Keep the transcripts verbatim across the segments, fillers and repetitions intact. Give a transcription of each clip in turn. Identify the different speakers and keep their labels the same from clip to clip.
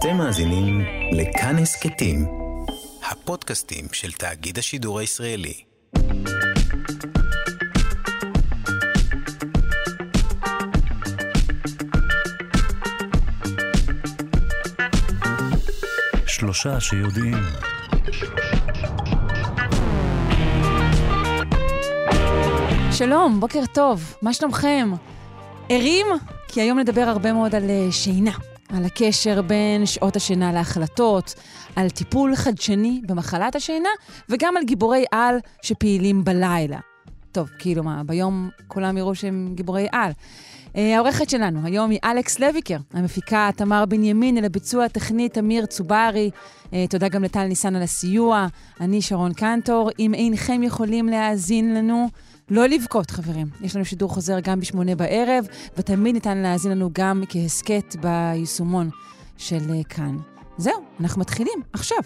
Speaker 1: אתם מאזינים לכאן הסכתים, הפודקאסטים של תאגיד השידור הישראלי. שלושה שיודעים.
Speaker 2: שלום, בוקר טוב, מה שלומכם? ערים? כי היום נדבר הרבה מאוד על שינה, על הקשר בין שעות השינה להחלטות, על טיפול חדשני במחלת השינה, וגם על גיבורי על שפעילים בלילה. טוב, כאילו מה, ביום כולם יראו שהם גיבורי על. העורכת שלנו היום היא אלכס לויקר, המפיקה תמר בנימין, אל הביצוע הטכני תמיר צוברי. תודה גם לטל ניסן על הסיוע. אני שרון קנטור. אם אינכם יכולים להאזין לנו, לא לבכות חברים. יש לנו שידור חוזר גם בשמונה בערב, ותמיד ניתן להאזין לנו גם כהסקט ביישומון של כאן. זהו, אנחנו מתחילים עכשיו.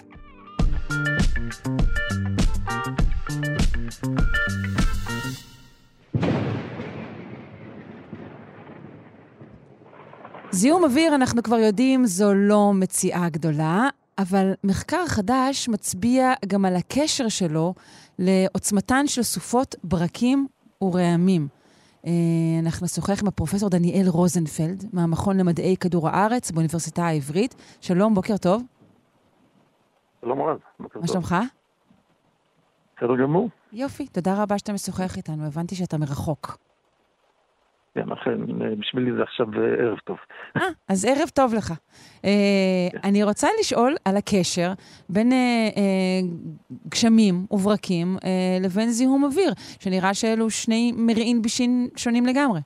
Speaker 2: זיהום אוויר, אנחנו כבר יודעים, זו לא מציאה גדולה, אבל מחקר חדש מצביע גם על הקשר שלו לעוצמתן של סופות ברקים ורעמים. אנחנו נשוחח עם הפרופסור דניאל רוזנפלד, מהמכון למדעי כדור הארץ באוניברסיטה העברית. שלום, בוקר טוב.
Speaker 3: שלום רב, בוקר טוב.
Speaker 2: מה שלומך?
Speaker 3: בסדר גמור.
Speaker 2: יופי, תודה רבה שאתה משוחח איתנו, הבנתי שאתה מרחוק.
Speaker 3: כן, אכן, בשבילי זה עכשיו ערב טוב.
Speaker 2: אה, אז ערב טוב לך. אני רוצה לשאול על הקשר בין גשמים וברקים לבין זיהום אוויר, שנראה שאלו שני מרעין בישין שונים לגמרי.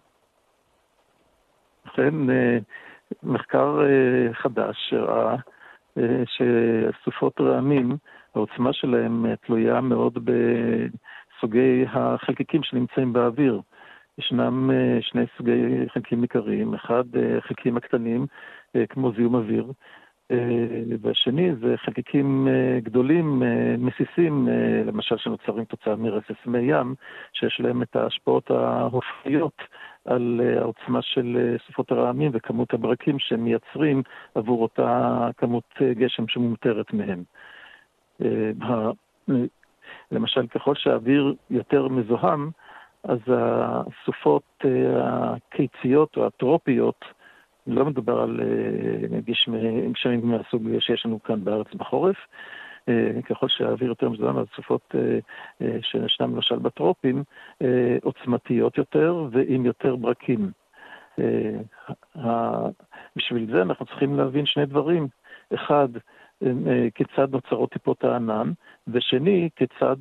Speaker 3: אכן, מחקר חדש שראה שסופות רעמים, העוצמה שלהם תלויה מאוד בסוגי החלקיקים שנמצאים באוויר. ישנם שני סוגי חלקיקים עיקריים, אחד חלקיקים הקטנים כמו זיהום אוויר, והשני זה חלקיקים גדולים, מסיסים, למשל שנוצרים תוצאה מרסס מי ים, שיש להם את ההשפעות ההופכיות על העוצמה של סופות הרעמים וכמות הברקים שהם מייצרים עבור אותה כמות גשם שמומטרת מהם. למשל, ככל שהאוויר יותר מזוהם, אז הסופות הקיציות או הטרופיות, לא מדובר על גשמים מהסוג שיש לנו כאן בארץ בחורף, ככל שהאוויר יותר מזוהם, אז סופות שישנם למשל בטרופים, עוצמתיות יותר ועם יותר ברקים. בשביל זה אנחנו צריכים להבין שני דברים. אחד, כיצד נוצרות טיפות הענן, ושני, כיצד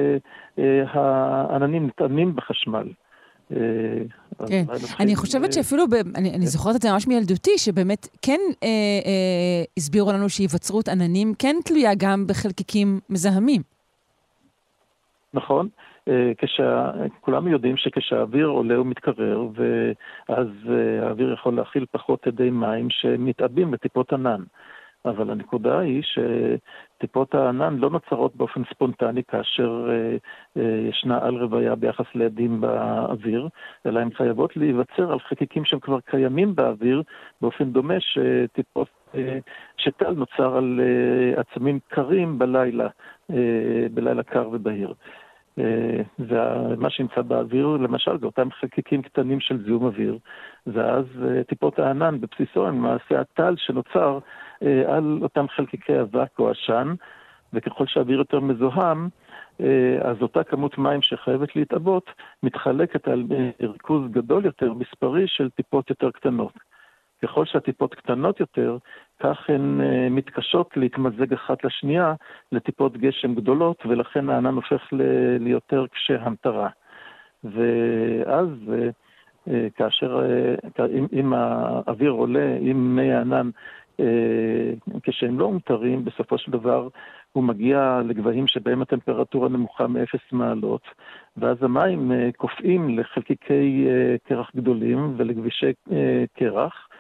Speaker 3: העננים נטענים בחשמל.
Speaker 2: כן, אני חושבת שאפילו, אני זוכרת את זה ממש מילדותי, שבאמת כן הסבירו לנו שהיווצרות עננים כן תלויה גם בחלקיקים מזהמים.
Speaker 3: נכון, כולם יודעים שכשהאוויר עולה ומתקרר, ואז האוויר יכול להכיל פחות אדי מים שמתעבים בטיפות ענן. אבל הנקודה היא שטיפות הענן לא נוצרות באופן ספונטני כאשר אה, אה, ישנה על רוויה ביחס לידים באוויר, אלא הן חייבות להיווצר על חלקיקים שהם כבר קיימים באוויר, באופן דומה שטיפות, אה, שטל נוצר על אה, עצמים קרים בלילה, אה, בלילה קר ובהיר. ומה שנמצא באוויר, למשל, זה אותם חלקיקים קטנים של זיהום אוויר, ואז טיפות הענן בבסיסו הם מעשה הטל שנוצר על אותם חלקיקי אבק או עשן, וככל שהאוויר יותר מזוהם, אז אותה כמות מים שחייבת להתאבות מתחלקת על ריכוז גדול יותר, מספרי של טיפות יותר קטנות. ככל שהטיפות קטנות יותר, כך הן מתקשות להתמזג אחת לשנייה לטיפות גשם גדולות, ולכן הענן הופך ליותר קשה המטרה. ואז, כאשר, אם האוויר עולה, אם מי הענן, כשהם לא מותרים, בסופו של דבר הוא מגיע לגבהים שבהם הטמפרטורה נמוכה מאפס מעלות, ואז המים קופאים לחלקיקי קרח גדולים ולגבישי קרח,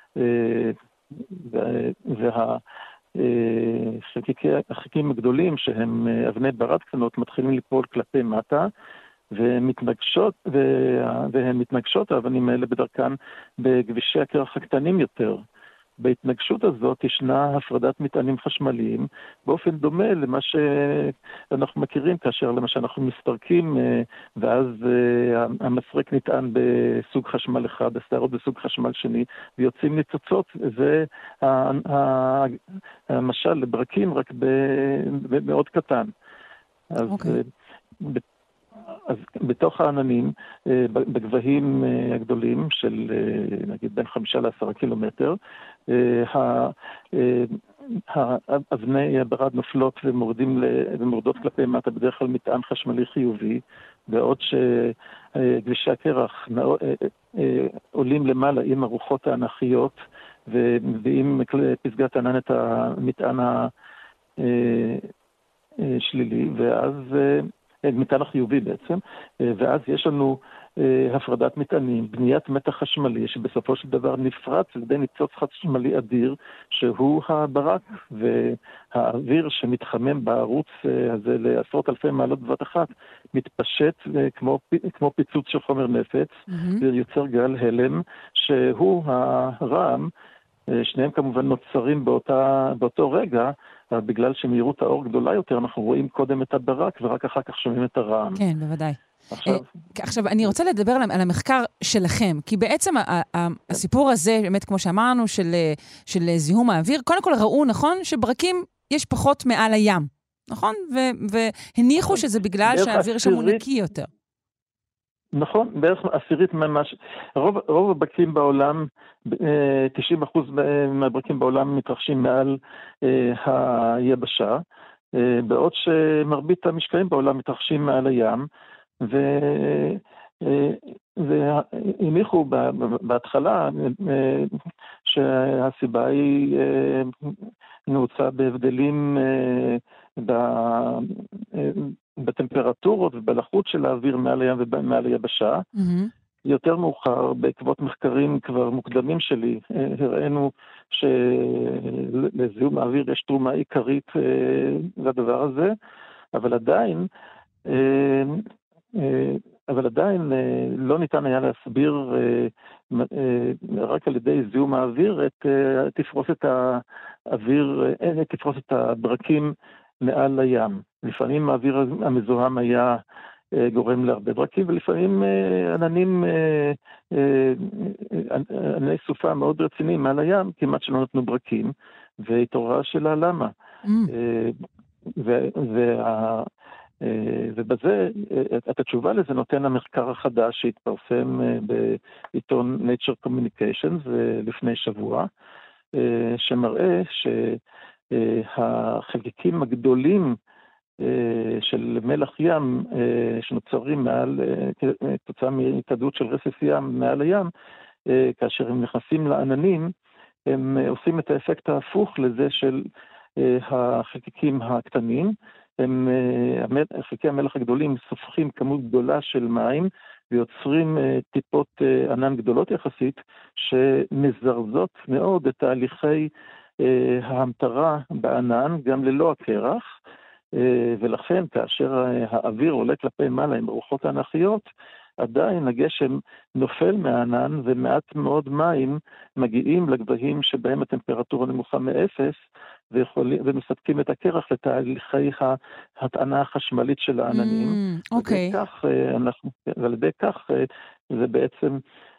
Speaker 3: והחלקיקים הגדולים שהם אבני ברד קטנות מתחילים ליפול כלפי מטה, והן מתנגשות, והן מתנגשות האבנים האלה בדרכן בגבישי הקרח הקטנים יותר. בהתנגשות הזאת ישנה הפרדת מטענים חשמליים, באופן דומה למה שאנחנו מכירים, כאשר למשל אנחנו מסתרקים, ואז המסרק נטען בסוג חשמל אחד, הסערות בסוג חשמל שני, ויוצאים ניצוצות. זה המשל לברקים, רק במאוד קטן. אז okay. אז בתוך העננים, בגבהים הגדולים של נגיד בין חמישה לעשרה קילומטר, אבני הברד נופלות ומורדים ומורדות כלפי מטה, בדרך כלל מטען חשמלי חיובי, בעוד שגלישי הקרח עולים למעלה עם הרוחות האנכיות ומביאים פסגת ענן את המטען השלילי, ואז מטען החיובי בעצם, ואז יש לנו הפרדת מטענים, בניית מתח חשמלי, שבסופו של דבר נפרץ על ידי ניצוץ חשמלי אדיר, שהוא הברק, והאוויר שמתחמם בערוץ הזה לעשרות אלפי מעלות בבת אחת, מתפשט כמו, כמו פיצוץ של חומר נפץ, mm-hmm. ויוצר גל הלם, שהוא הרעם, שניהם כמובן נוצרים באותה, באותו רגע, בגלל שמהירות האור גדולה יותר, אנחנו רואים קודם את הברק, ורק אחר כך שומעים את הרעם.
Speaker 2: כן, בוודאי.
Speaker 3: עכשיו,
Speaker 2: עכשיו, אני רוצה לדבר על המחקר שלכם, כי בעצם הסיפור הזה, באמת כמו שאמרנו, של, של זיהום האוויר, קודם כל ראו, נכון, שברקים יש פחות מעל הים, נכון? והניחו שזה בגלל שהאוויר שם הוא נקי יותר.
Speaker 3: נכון, בערך עשירית ממש. רוב, רוב הברקים בעולם, תשעים אחוז מהברקים בעולם מתרחשים מעל היבשה, בעוד שמרבית המשקעים בעולם מתרחשים מעל הים, והניחו בהתחלה שהסיבה היא נעוצה בהבדלים בטמפרטורות ובלחות של האוויר מעל הים ומעל היבשה. יותר מאוחר, בעקבות מחקרים כבר מוקדמים שלי, הראינו שלזיהום האוויר יש תרומה עיקרית לדבר הזה, אבל עדיין אבל עדיין לא ניתן היה להסביר רק על ידי זיהום האוויר את תפרוסת האוויר, תפרוסת הברקים מעל הים. לפעמים האוויר המזוהם היה גורם להרבה ברקים, ולפעמים עננים, ענני סופה מאוד רציניים מעל הים, כמעט שלא נתנו ברקים, והתעוררה השאלה למה. Mm. וה... ובזה, את התשובה לזה נותן המחקר החדש שהתפרסם בעיתון Nature Communications לפני שבוע, שמראה שהחלקיקים הגדולים של מלח ים שנוצרים מעל, תוצאה מהתאדות של רסס ים מעל הים, כאשר הם נכנסים לעננים, הם עושים את האפקט ההפוך לזה של החלקיקים הקטנים, הם, חלקי המלח הגדולים סופחים כמות גדולה של מים ויוצרים טיפות ענן גדולות יחסית שמזרזות מאוד את תהליכי ההמטרה בענן גם ללא הקרח, ולכן כאשר האוויר עולה כלפי מעלה עם רוחות האנכיות, עדיין הגשם נופל מהענן ומעט מאוד מים מגיעים לגבהים שבהם הטמפרטורה נמוכה מאפס ומספקים את הקרח לתהליכי ההטענה החשמלית של העננים.
Speaker 2: אוקיי.
Speaker 3: Mm, okay. וכך אנחנו, ועל ידי כך זה בעצם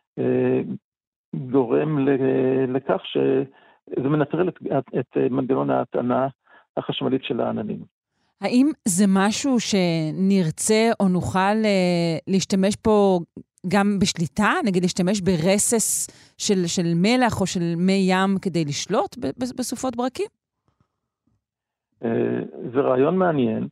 Speaker 3: גורם לכך שזה מנטרל את, את מנגנון ההטענה החשמלית של העננים.
Speaker 2: האם זה משהו שנרצה או נוכל להשתמש פה גם בשליטה? נגיד להשתמש ברסס של, של מלח או של מי ים כדי לשלוט בסופות ברקים?
Speaker 3: זה רעיון מעניין.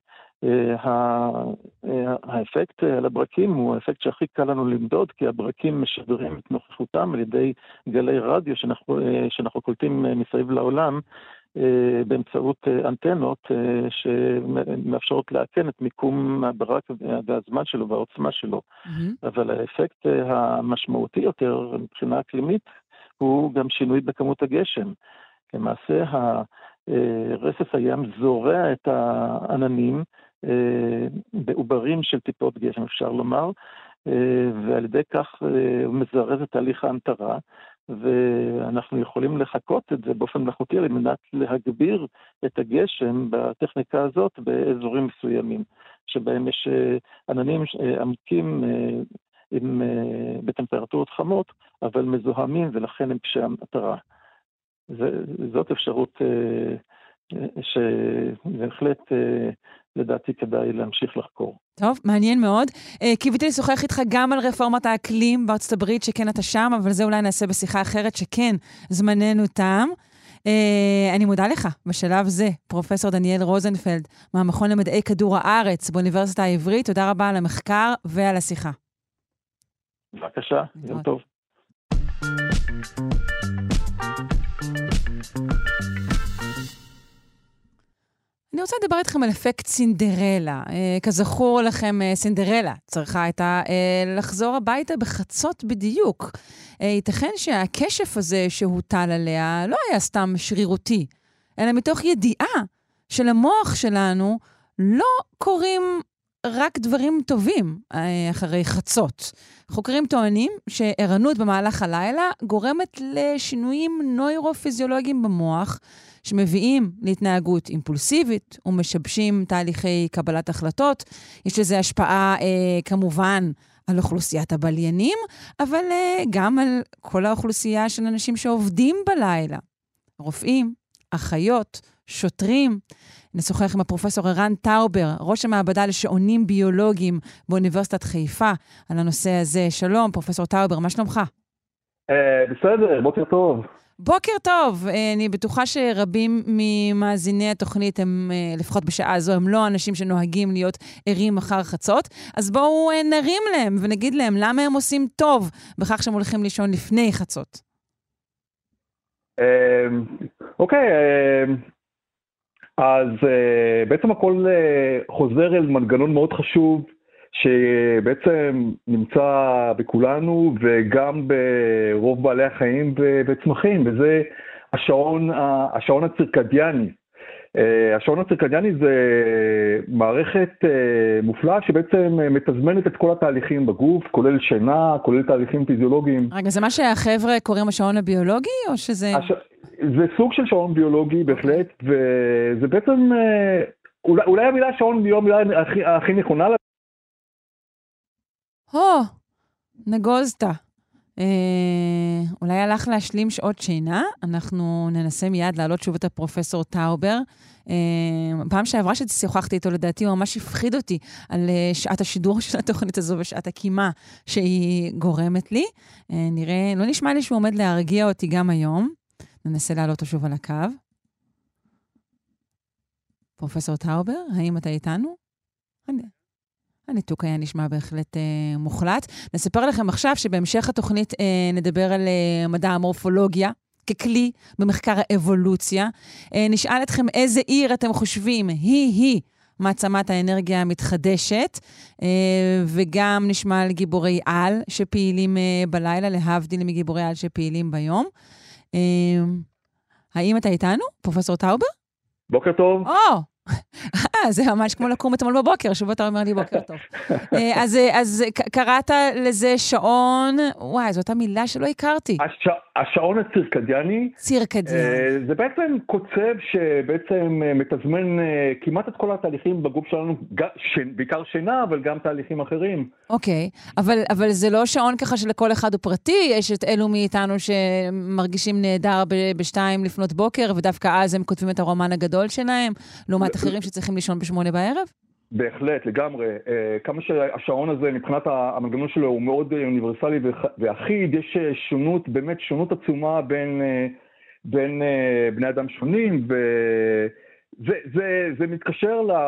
Speaker 3: האפקט על הברקים הוא האפקט שהכי קל לנו למדוד, כי הברקים משדרים את נוכחותם על ידי גלי רדיו שאנחנו, שאנחנו קולטים מסביב לעולם, באמצעות אנטנות שמאפשרות לעקן את מיקום הברק והזמן שלו והעוצמה שלו. Mm-hmm. אבל האפקט המשמעותי יותר מבחינה אקלימית הוא גם שינוי בכמות הגשם. למעשה הרסס הים זורע את העננים בעוברים של טיפות גשם, אפשר לומר, ועל ידי כך הוא מזרז את תהליך ההמטרה, ואנחנו יכולים לחכות את זה באופן מלאכותי על מנת להגביר את הגשם בטכניקה הזאת באזורים מסוימים, שבהם יש עננים עמוקים עם, בטמפרטורות חמות, אבל מזוהמים ולכן הם קשי המטרה. זאת אפשרות שבהחלט לדעתי כדאי להמשיך לחקור.
Speaker 2: טוב, מעניין מאוד. קיוויתי לשוחח איתך גם על רפורמת האקלים בארצות הברית, שכן אתה שם, אבל זה אולי נעשה בשיחה אחרת, שכן זמננו תם. אני מודה לך בשלב זה, פרופסור דניאל רוזנפלד, מהמכון למדעי כדור הארץ באוניברסיטה העברית. תודה רבה על המחקר ועל השיחה.
Speaker 3: בבקשה, יום טוב.
Speaker 2: אני רוצה לדבר איתכם על אפקט סינדרלה. כזכור לכם, סינדרלה צריכה הייתה לחזור הביתה בחצות בדיוק. ייתכן שהקשף הזה שהוטל עליה לא היה סתם שרירותי, אלא מתוך ידיעה של המוח שלנו לא קוראים רק דברים טובים אחרי חצות. חוקרים טוענים שערנות במהלך הלילה גורמת לשינויים נוירופיזיולוגיים במוח, שמביאים להתנהגות אימפולסיבית ומשבשים תהליכי קבלת החלטות. יש לזה השפעה אה, כמובן על אוכלוסיית הבליינים, אבל אה, גם על כל האוכלוסייה של אנשים שעובדים בלילה. רופאים, אחיות, שוטרים. נשוחח עם הפרופסור ערן טאובר, ראש המעבדה לשעונים ביולוגיים באוניברסיטת חיפה, על הנושא הזה. שלום, פרופסור טאובר, מה שלומך?
Speaker 4: אה, בסדר, בוקר טוב.
Speaker 2: בוקר טוב, אני בטוחה שרבים ממאזיני התוכנית הם, לפחות בשעה הזו, הם לא אנשים שנוהגים להיות ערים אחר חצות, אז בואו נרים להם ונגיד להם למה הם עושים טוב בכך שהם הולכים לישון לפני חצות.
Speaker 4: אוקיי, אז בעצם הכל חוזר אל מנגנון מאוד חשוב, שבעצם נמצא בכולנו וגם ברוב בעלי החיים וצמחים, וזה השעון, השעון הצירקדיאני. השעון הצירקדיאני זה מערכת מופלאה שבעצם מתזמנת את כל התהליכים בגוף, כולל שינה, כולל תהליכים פיזיולוגיים.
Speaker 2: רגע, זה מה שהחבר'ה קוראים השעון הביולוגי, או שזה... הש...
Speaker 4: זה סוג של שעון ביולוגי בהחלט, וזה בעצם, אולי, אולי המילה שעון היא המילה הכי, הכי נכונה לה,
Speaker 2: הו, נגוזת. אה, אולי הלך להשלים שעות שינה. אנחנו ננסה מיד להעלות שוב את הפרופסור טאובר. אה, פעם שעברה ששוחחתי איתו, לדעתי, הוא ממש הפחיד אותי על שעת השידור של התוכנית הזו ושעת הקימה שהיא גורמת לי. אה, נראה, לא נשמע לי שהוא עומד להרגיע אותי גם היום. ננסה להעלות אותו שוב על הקו. פרופסור טאובר, האם אתה איתנו? אני... הניתוק היה נשמע בהחלט אה, מוחלט. נספר לכם עכשיו שבהמשך התוכנית אה, נדבר על אה, מדע המורפולוגיה, ככלי במחקר האבולוציה. אה, נשאל אתכם איזה עיר אתם חושבים היא-היא מעצמת האנרגיה המתחדשת, אה, וגם נשמע על גיבורי על שפעילים אה, בלילה, להבדיל מגיבורי על שפעילים ביום. אה, האם אתה איתנו, פרופסור טאובר?
Speaker 4: בוקר טוב.
Speaker 2: או! אה, זה ממש כמו לקום אתמול בבוקר, שוב אתה אומר לי בוקר טוב. אז, אז קראת לזה שעון, וואי, זו אותה מילה שלא הכרתי.
Speaker 4: הש, השעון הצירקדיאני.
Speaker 2: צירקדיאני.
Speaker 4: זה בעצם קוצב שבעצם מתזמן כמעט את כל התהליכים בגוף שלנו, בעיקר שינה, אבל גם תהליכים אחרים.
Speaker 2: אוקיי, אבל, אבל זה לא שעון ככה שלכל אחד הוא פרטי, יש את אלו מאיתנו שמרגישים נהדר בשתיים לפנות בוקר, ודווקא אז הם כותבים את הרומן הגדול שלהם, לעומת אחרים שצריכים לישון בשמונה בערב?
Speaker 4: בהחלט, לגמרי. כמה שהשעון הזה, מבחינת המנגנון שלו, הוא מאוד אוניברסלי ואחיד, יש שונות, באמת שונות עצומה בין, בין בני אדם שונים, וזה זה, זה מתקשר ל,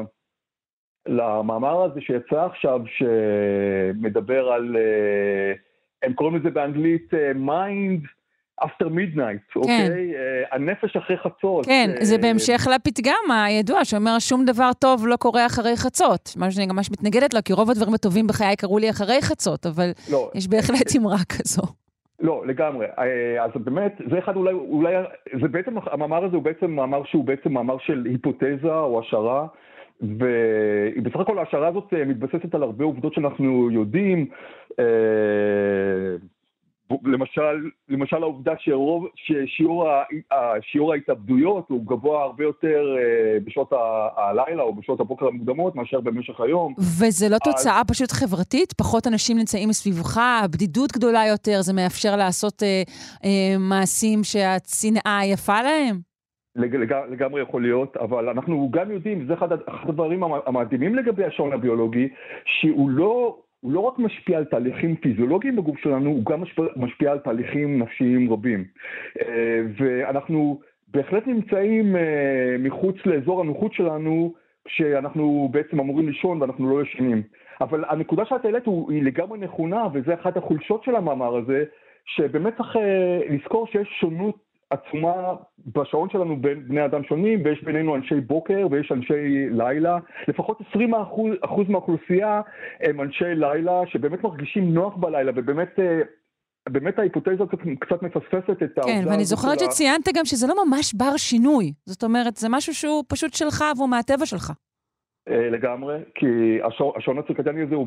Speaker 4: למאמר הזה שיצא עכשיו, שמדבר על, הם קוראים לזה באנגלית, mind, after midnight, אוקיי? הנפש אחרי חצות.
Speaker 2: כן, זה בהמשך לפתגם הידוע, שאומר שום דבר טוב לא קורה אחרי חצות. משהו שאני גם ממש מתנגדת לו, כי רוב הדברים הטובים בחיי קראו לי אחרי חצות, אבל יש בהחלט אמרה כזו.
Speaker 4: לא, לגמרי. אז באמת, זה אחד אולי, אולי, זה בעצם, המאמר הזה הוא בעצם מאמר שהוא בעצם מאמר של היפותזה או השערה, ובסך הכל ההשערה הזאת מתבססת על הרבה עובדות שאנחנו יודעים, למשל, למשל העובדה שרוב, ששיעור השיעור ההתאבדויות הוא גבוה הרבה יותר בשעות הלילה או בשעות הבוקר המוקדמות מאשר במשך היום.
Speaker 2: וזה לא תוצאה פשוט חברתית? פחות אנשים נמצאים מסביבך, בדידות גדולה יותר, זה מאפשר לעשות אה, אה, מעשים שהצנעה יפה להם?
Speaker 4: לגמרי יכול להיות, אבל אנחנו גם יודעים, זה אחד הדברים המדהימים לגבי השעון הביולוגי, שהוא לא... הוא לא רק משפיע על תהליכים פיזיולוגיים בגוף שלנו, הוא גם משפיע, משפיע על תהליכים נפשיים רבים. ואנחנו בהחלט נמצאים מחוץ לאזור הנוחות שלנו, כשאנחנו בעצם אמורים לישון ואנחנו לא ישנים. אבל הנקודה שאת העלית היא לגמרי נכונה, וזה אחת החולשות של המאמר הזה, שבאמת צריך לזכור שיש שונות עצומה בשעון שלנו בין בני אדם שונים, ויש בינינו אנשי בוקר ויש אנשי לילה. לפחות עשרים אחוז מהאוכלוסייה הם אנשי לילה, שבאמת מרגישים נוח בלילה, ובאמת באמת ההיפותזה קצת מפספסת את העובדה.
Speaker 2: כן, ואני זוכרת שציינת גם שזה לא ממש בר שינוי. זאת אומרת, זה משהו שהוא פשוט שלך והוא מהטבע שלך.
Speaker 4: לגמרי, כי השעון הצירקדיאני הזה הוא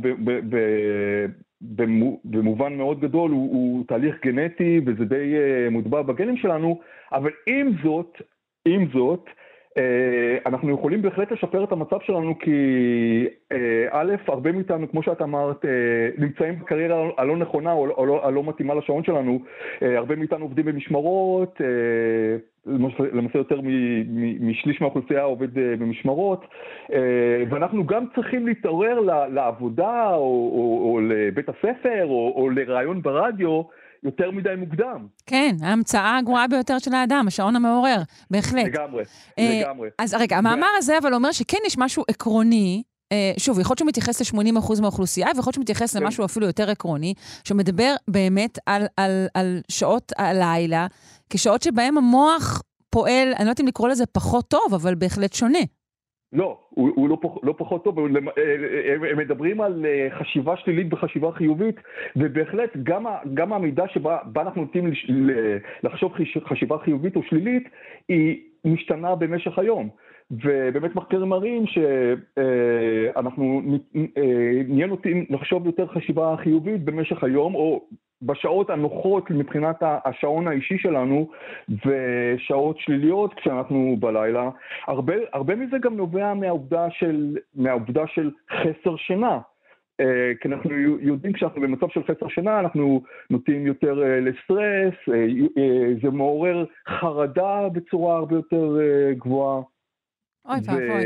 Speaker 4: במובן מאוד גדול, הוא, הוא תהליך גנטי וזה די מוטבע בגנים שלנו, אבל עם זאת, עם זאת, אנחנו יכולים בהחלט לשפר את המצב שלנו, כי א', הרבה מאיתנו, כמו שאת אמרת, נמצאים בקריירה הלא נכונה או הלא, הלא מתאימה לשעון שלנו. הרבה מאיתנו עובדים במשמרות, למעשה יותר משליש מהאוכלוסייה עובד במשמרות, ואנחנו גם צריכים להתעורר לעבודה או, או, או לבית הספר או, או לרעיון ברדיו יותר מדי מוקדם.
Speaker 2: כן, ההמצאה הגרועה ביותר של האדם, השעון המעורר, בהחלט.
Speaker 4: לגמרי,
Speaker 2: אה,
Speaker 4: לגמרי.
Speaker 2: אז רגע, המאמר הזה אבל אומר שכן יש משהו עקרוני, אה, שוב, יכול להיות שהוא מתייחס ל-שמונים אחוז מהאוכלוסייה, ויכול להיות שהוא מתייחס כן. למשהו אפילו יותר עקרוני, שמדבר באמת על, על, על שעות הלילה, כשעות שבהם המוח פועל, אני לא יודעת אם לקרוא לזה פחות טוב, אבל בהחלט שונה.
Speaker 4: לא, הוא, הוא לא, פח, לא פחות טוב, הם, הם מדברים על חשיבה שלילית וחשיבה חיובית, ובהחלט גם, גם המידע שבה אנחנו נוטים לחשוב חשיבה חיובית או שלילית, היא משתנה במשך היום. ובאמת מחקרים מראים שאנחנו נהיה נוטים לחשוב יותר חשיבה חיובית במשך היום, או בשעות הנוחות מבחינת השעון האישי שלנו, ושעות שליליות כשאנחנו בלילה. הרבה, הרבה מזה גם נובע מהעובדה של, מהעובדה של חסר שינה. כי אנחנו יודעים כשאנחנו במצב של חסר שינה, אנחנו נוטים יותר לסטרס, זה מעורר חרדה בצורה הרבה יותר גבוהה.
Speaker 2: אוי ואבוי.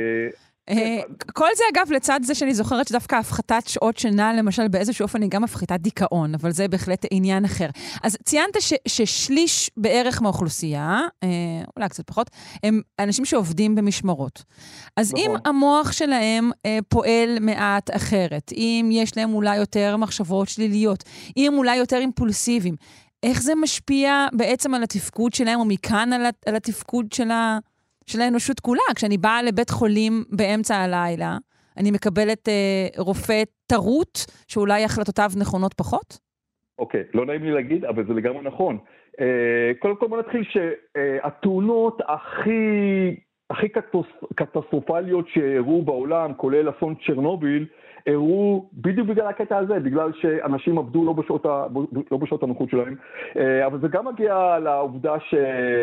Speaker 2: כל זה אגב לצד זה שאני זוכרת שדווקא הפחתת שעות שינה, למשל באיזשהו אופן היא גם הפחתת דיכאון, אבל זה בהחלט עניין אחר. אז ציינת ש- ששליש בערך מהאוכלוסייה, אולי קצת פחות, הם אנשים שעובדים במשמרות. אז אם המוח שלהם פועל מעט אחרת, אם יש להם אולי יותר מחשבות שליליות, אם אולי יותר אימפולסיביים, איך זה משפיע בעצם על התפקוד שלהם, או מכאן על, על התפקוד של ה... של האנושות כולה? כשאני באה לבית חולים באמצע הלילה, אני מקבלת אה, רופא טרוט, שאולי החלטותיו נכונות פחות?
Speaker 4: אוקיי, לא נעים לי להגיד, אבל זה לגמרי נכון. אה, קודם כל בוא נתחיל שהתאונות הכי, הכי קטסטרופליות שהראו בעולם, כולל אסון צ'רנוביל, הראו בדיוק בגלל הקטע הזה, בגלל שאנשים עבדו לא בשעות, ה, לא בשעות הנוחות שלהם. אה, אבל זה גם מגיע לעובדה ש...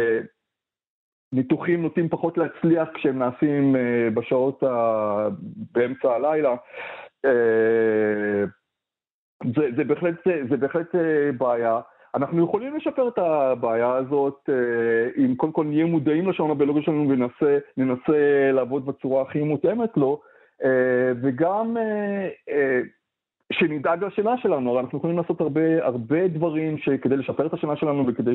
Speaker 4: ניתוחים נוטים פחות להצליח כשהם נעשים בשעות ה... באמצע הלילה. זה, זה בהחלט, זה בהחלט בעיה. אנחנו יכולים לשפר את הבעיה הזאת אם קודם כל נהיה מודעים לשעון הביולוגי שלנו וננסה, ננסה לעבוד בצורה הכי מותאמת לו, וגם שנדאג לשינה שלנו. הרי אנחנו יכולים לעשות הרבה, הרבה דברים כדי לשפר את השינה שלנו וכדי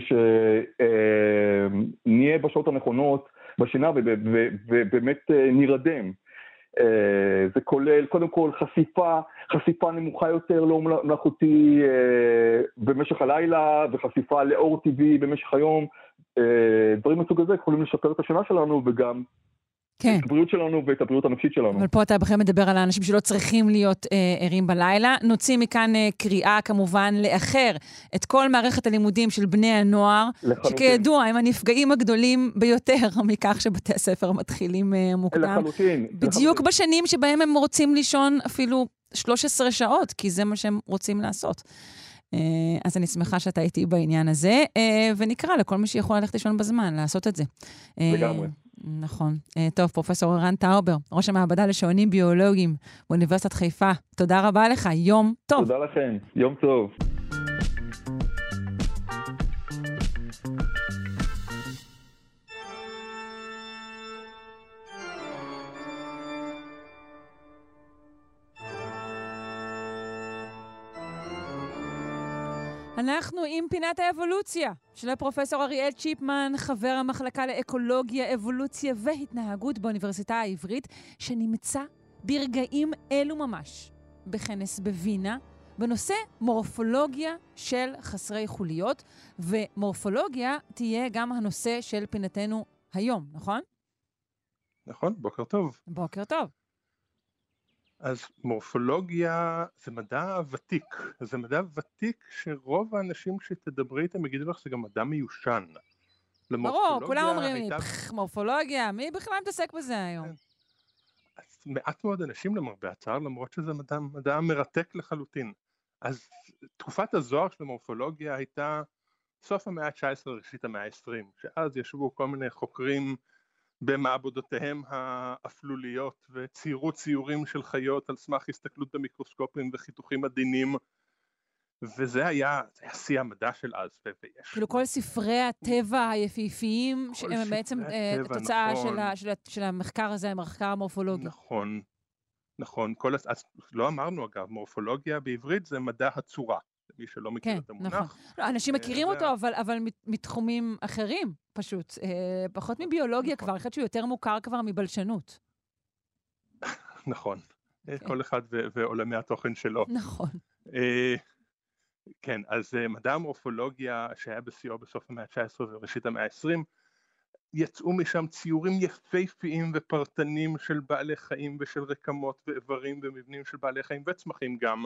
Speaker 4: שנהיה בשעות הנכונות בשינה ובאמת נרדם. זה כולל קודם כל חשיפה, חשיפה נמוכה יותר לא מלאכותי במשך הלילה וחשיפה לאור טבעי במשך היום. דברים מסוג הזה יכולים לשפר את השינה שלנו וגם
Speaker 2: כן.
Speaker 4: את הבריאות שלנו ואת הבריאות הנפשית שלנו.
Speaker 2: אבל פה אתה בכלל מדבר על האנשים שלא צריכים להיות אה, ערים בלילה. נוציא מכאן אה, קריאה כמובן לאחר את כל מערכת הלימודים של בני הנוער, לחלוטין. שכידוע הם הנפגעים הגדולים ביותר מכך שבתי הספר מתחילים אה, מוקדם.
Speaker 4: לחלוטין.
Speaker 2: בדיוק
Speaker 4: לחלוטין.
Speaker 2: בשנים שבהם הם רוצים לישון אפילו שלוש עשרה שעות, כי זה מה שהם רוצים לעשות. אז אני שמחה שאתה איתי בעניין הזה, ונקרא לכל מי שיכול ללכת לישון בזמן, לעשות את זה.
Speaker 4: לגמרי.
Speaker 2: נכון. טוב, פרופסור ערן טאובר, ראש המעבדה לשעונים ביולוגיים באוניברסיטת חיפה, תודה רבה לך, יום טוב.
Speaker 4: תודה לכם, יום טוב.
Speaker 2: אנחנו עם פינת האבולוציה של הפרופסור אריאל צ'יפמן, חבר המחלקה לאקולוגיה, אבולוציה והתנהגות באוניברסיטה העברית, שנמצא ברגעים אלו ממש בכנס בווינה, בנושא מורפולוגיה של חסרי חוליות, ומורפולוגיה תהיה גם הנושא של פינתנו היום, נכון?
Speaker 5: נכון, בוקר טוב.
Speaker 2: בוקר טוב.
Speaker 5: אז מורפולוגיה זה מדע ותיק, זה מדע ותיק שרוב האנשים שתדברי איתם יגידו לך שזה גם מדע מיושן.
Speaker 2: ברור, כולם אומרים לי, פח, מורפולוגיה, מי בכלל מתעסק בזה היום?
Speaker 5: אז מעט מאוד אנשים למרבה הצער, למרות שזה מדע, מדע מרתק לחלוטין. אז תקופת הזוהר של המורפולוגיה הייתה סוף המאה ה-תשע עשרה, ראשית המאה ה-עשרים, שאז ישבו כל מיני חוקרים במעבדותיהם האפלוליות וציירו ציורים של חיות על סמך הסתכלות במיקרוסקופים וחיתוכים עדינים, וזה היה, זה היה שיא המדע של אז.
Speaker 2: כאילו כל ספרי הטבע היפיפיים שהם בעצם תוצאה של המחקר הזה, המחקר המורפולוגי.
Speaker 5: נכון, נכון. אז לא אמרנו אגב, מורפולוגיה בעברית זה מדע הצורה. מי שלא מכיר את המונח.
Speaker 2: נכון. לא, אנשים מכירים אותו, אבל, אבל מתחומים אחרים, פשוט. אה, פחות מביולוגיה נכון. כבר, אחד שהוא יותר מוכר כבר מבלשנות.
Speaker 5: נכון. Okay. כל אחד ו- ועולמי התוכן שלו.
Speaker 2: נכון.
Speaker 5: אה, כן, אז מדע המורפולוגיה שהיה בשיאו בסוף המאה ה-תשע עשרה וראשית המאה ה-עשרים, יצאו משם ציורים יפהפיים ופרטנים של בעלי חיים ושל רקמות ואיברים ומבנים של בעלי חיים וצמחים גם.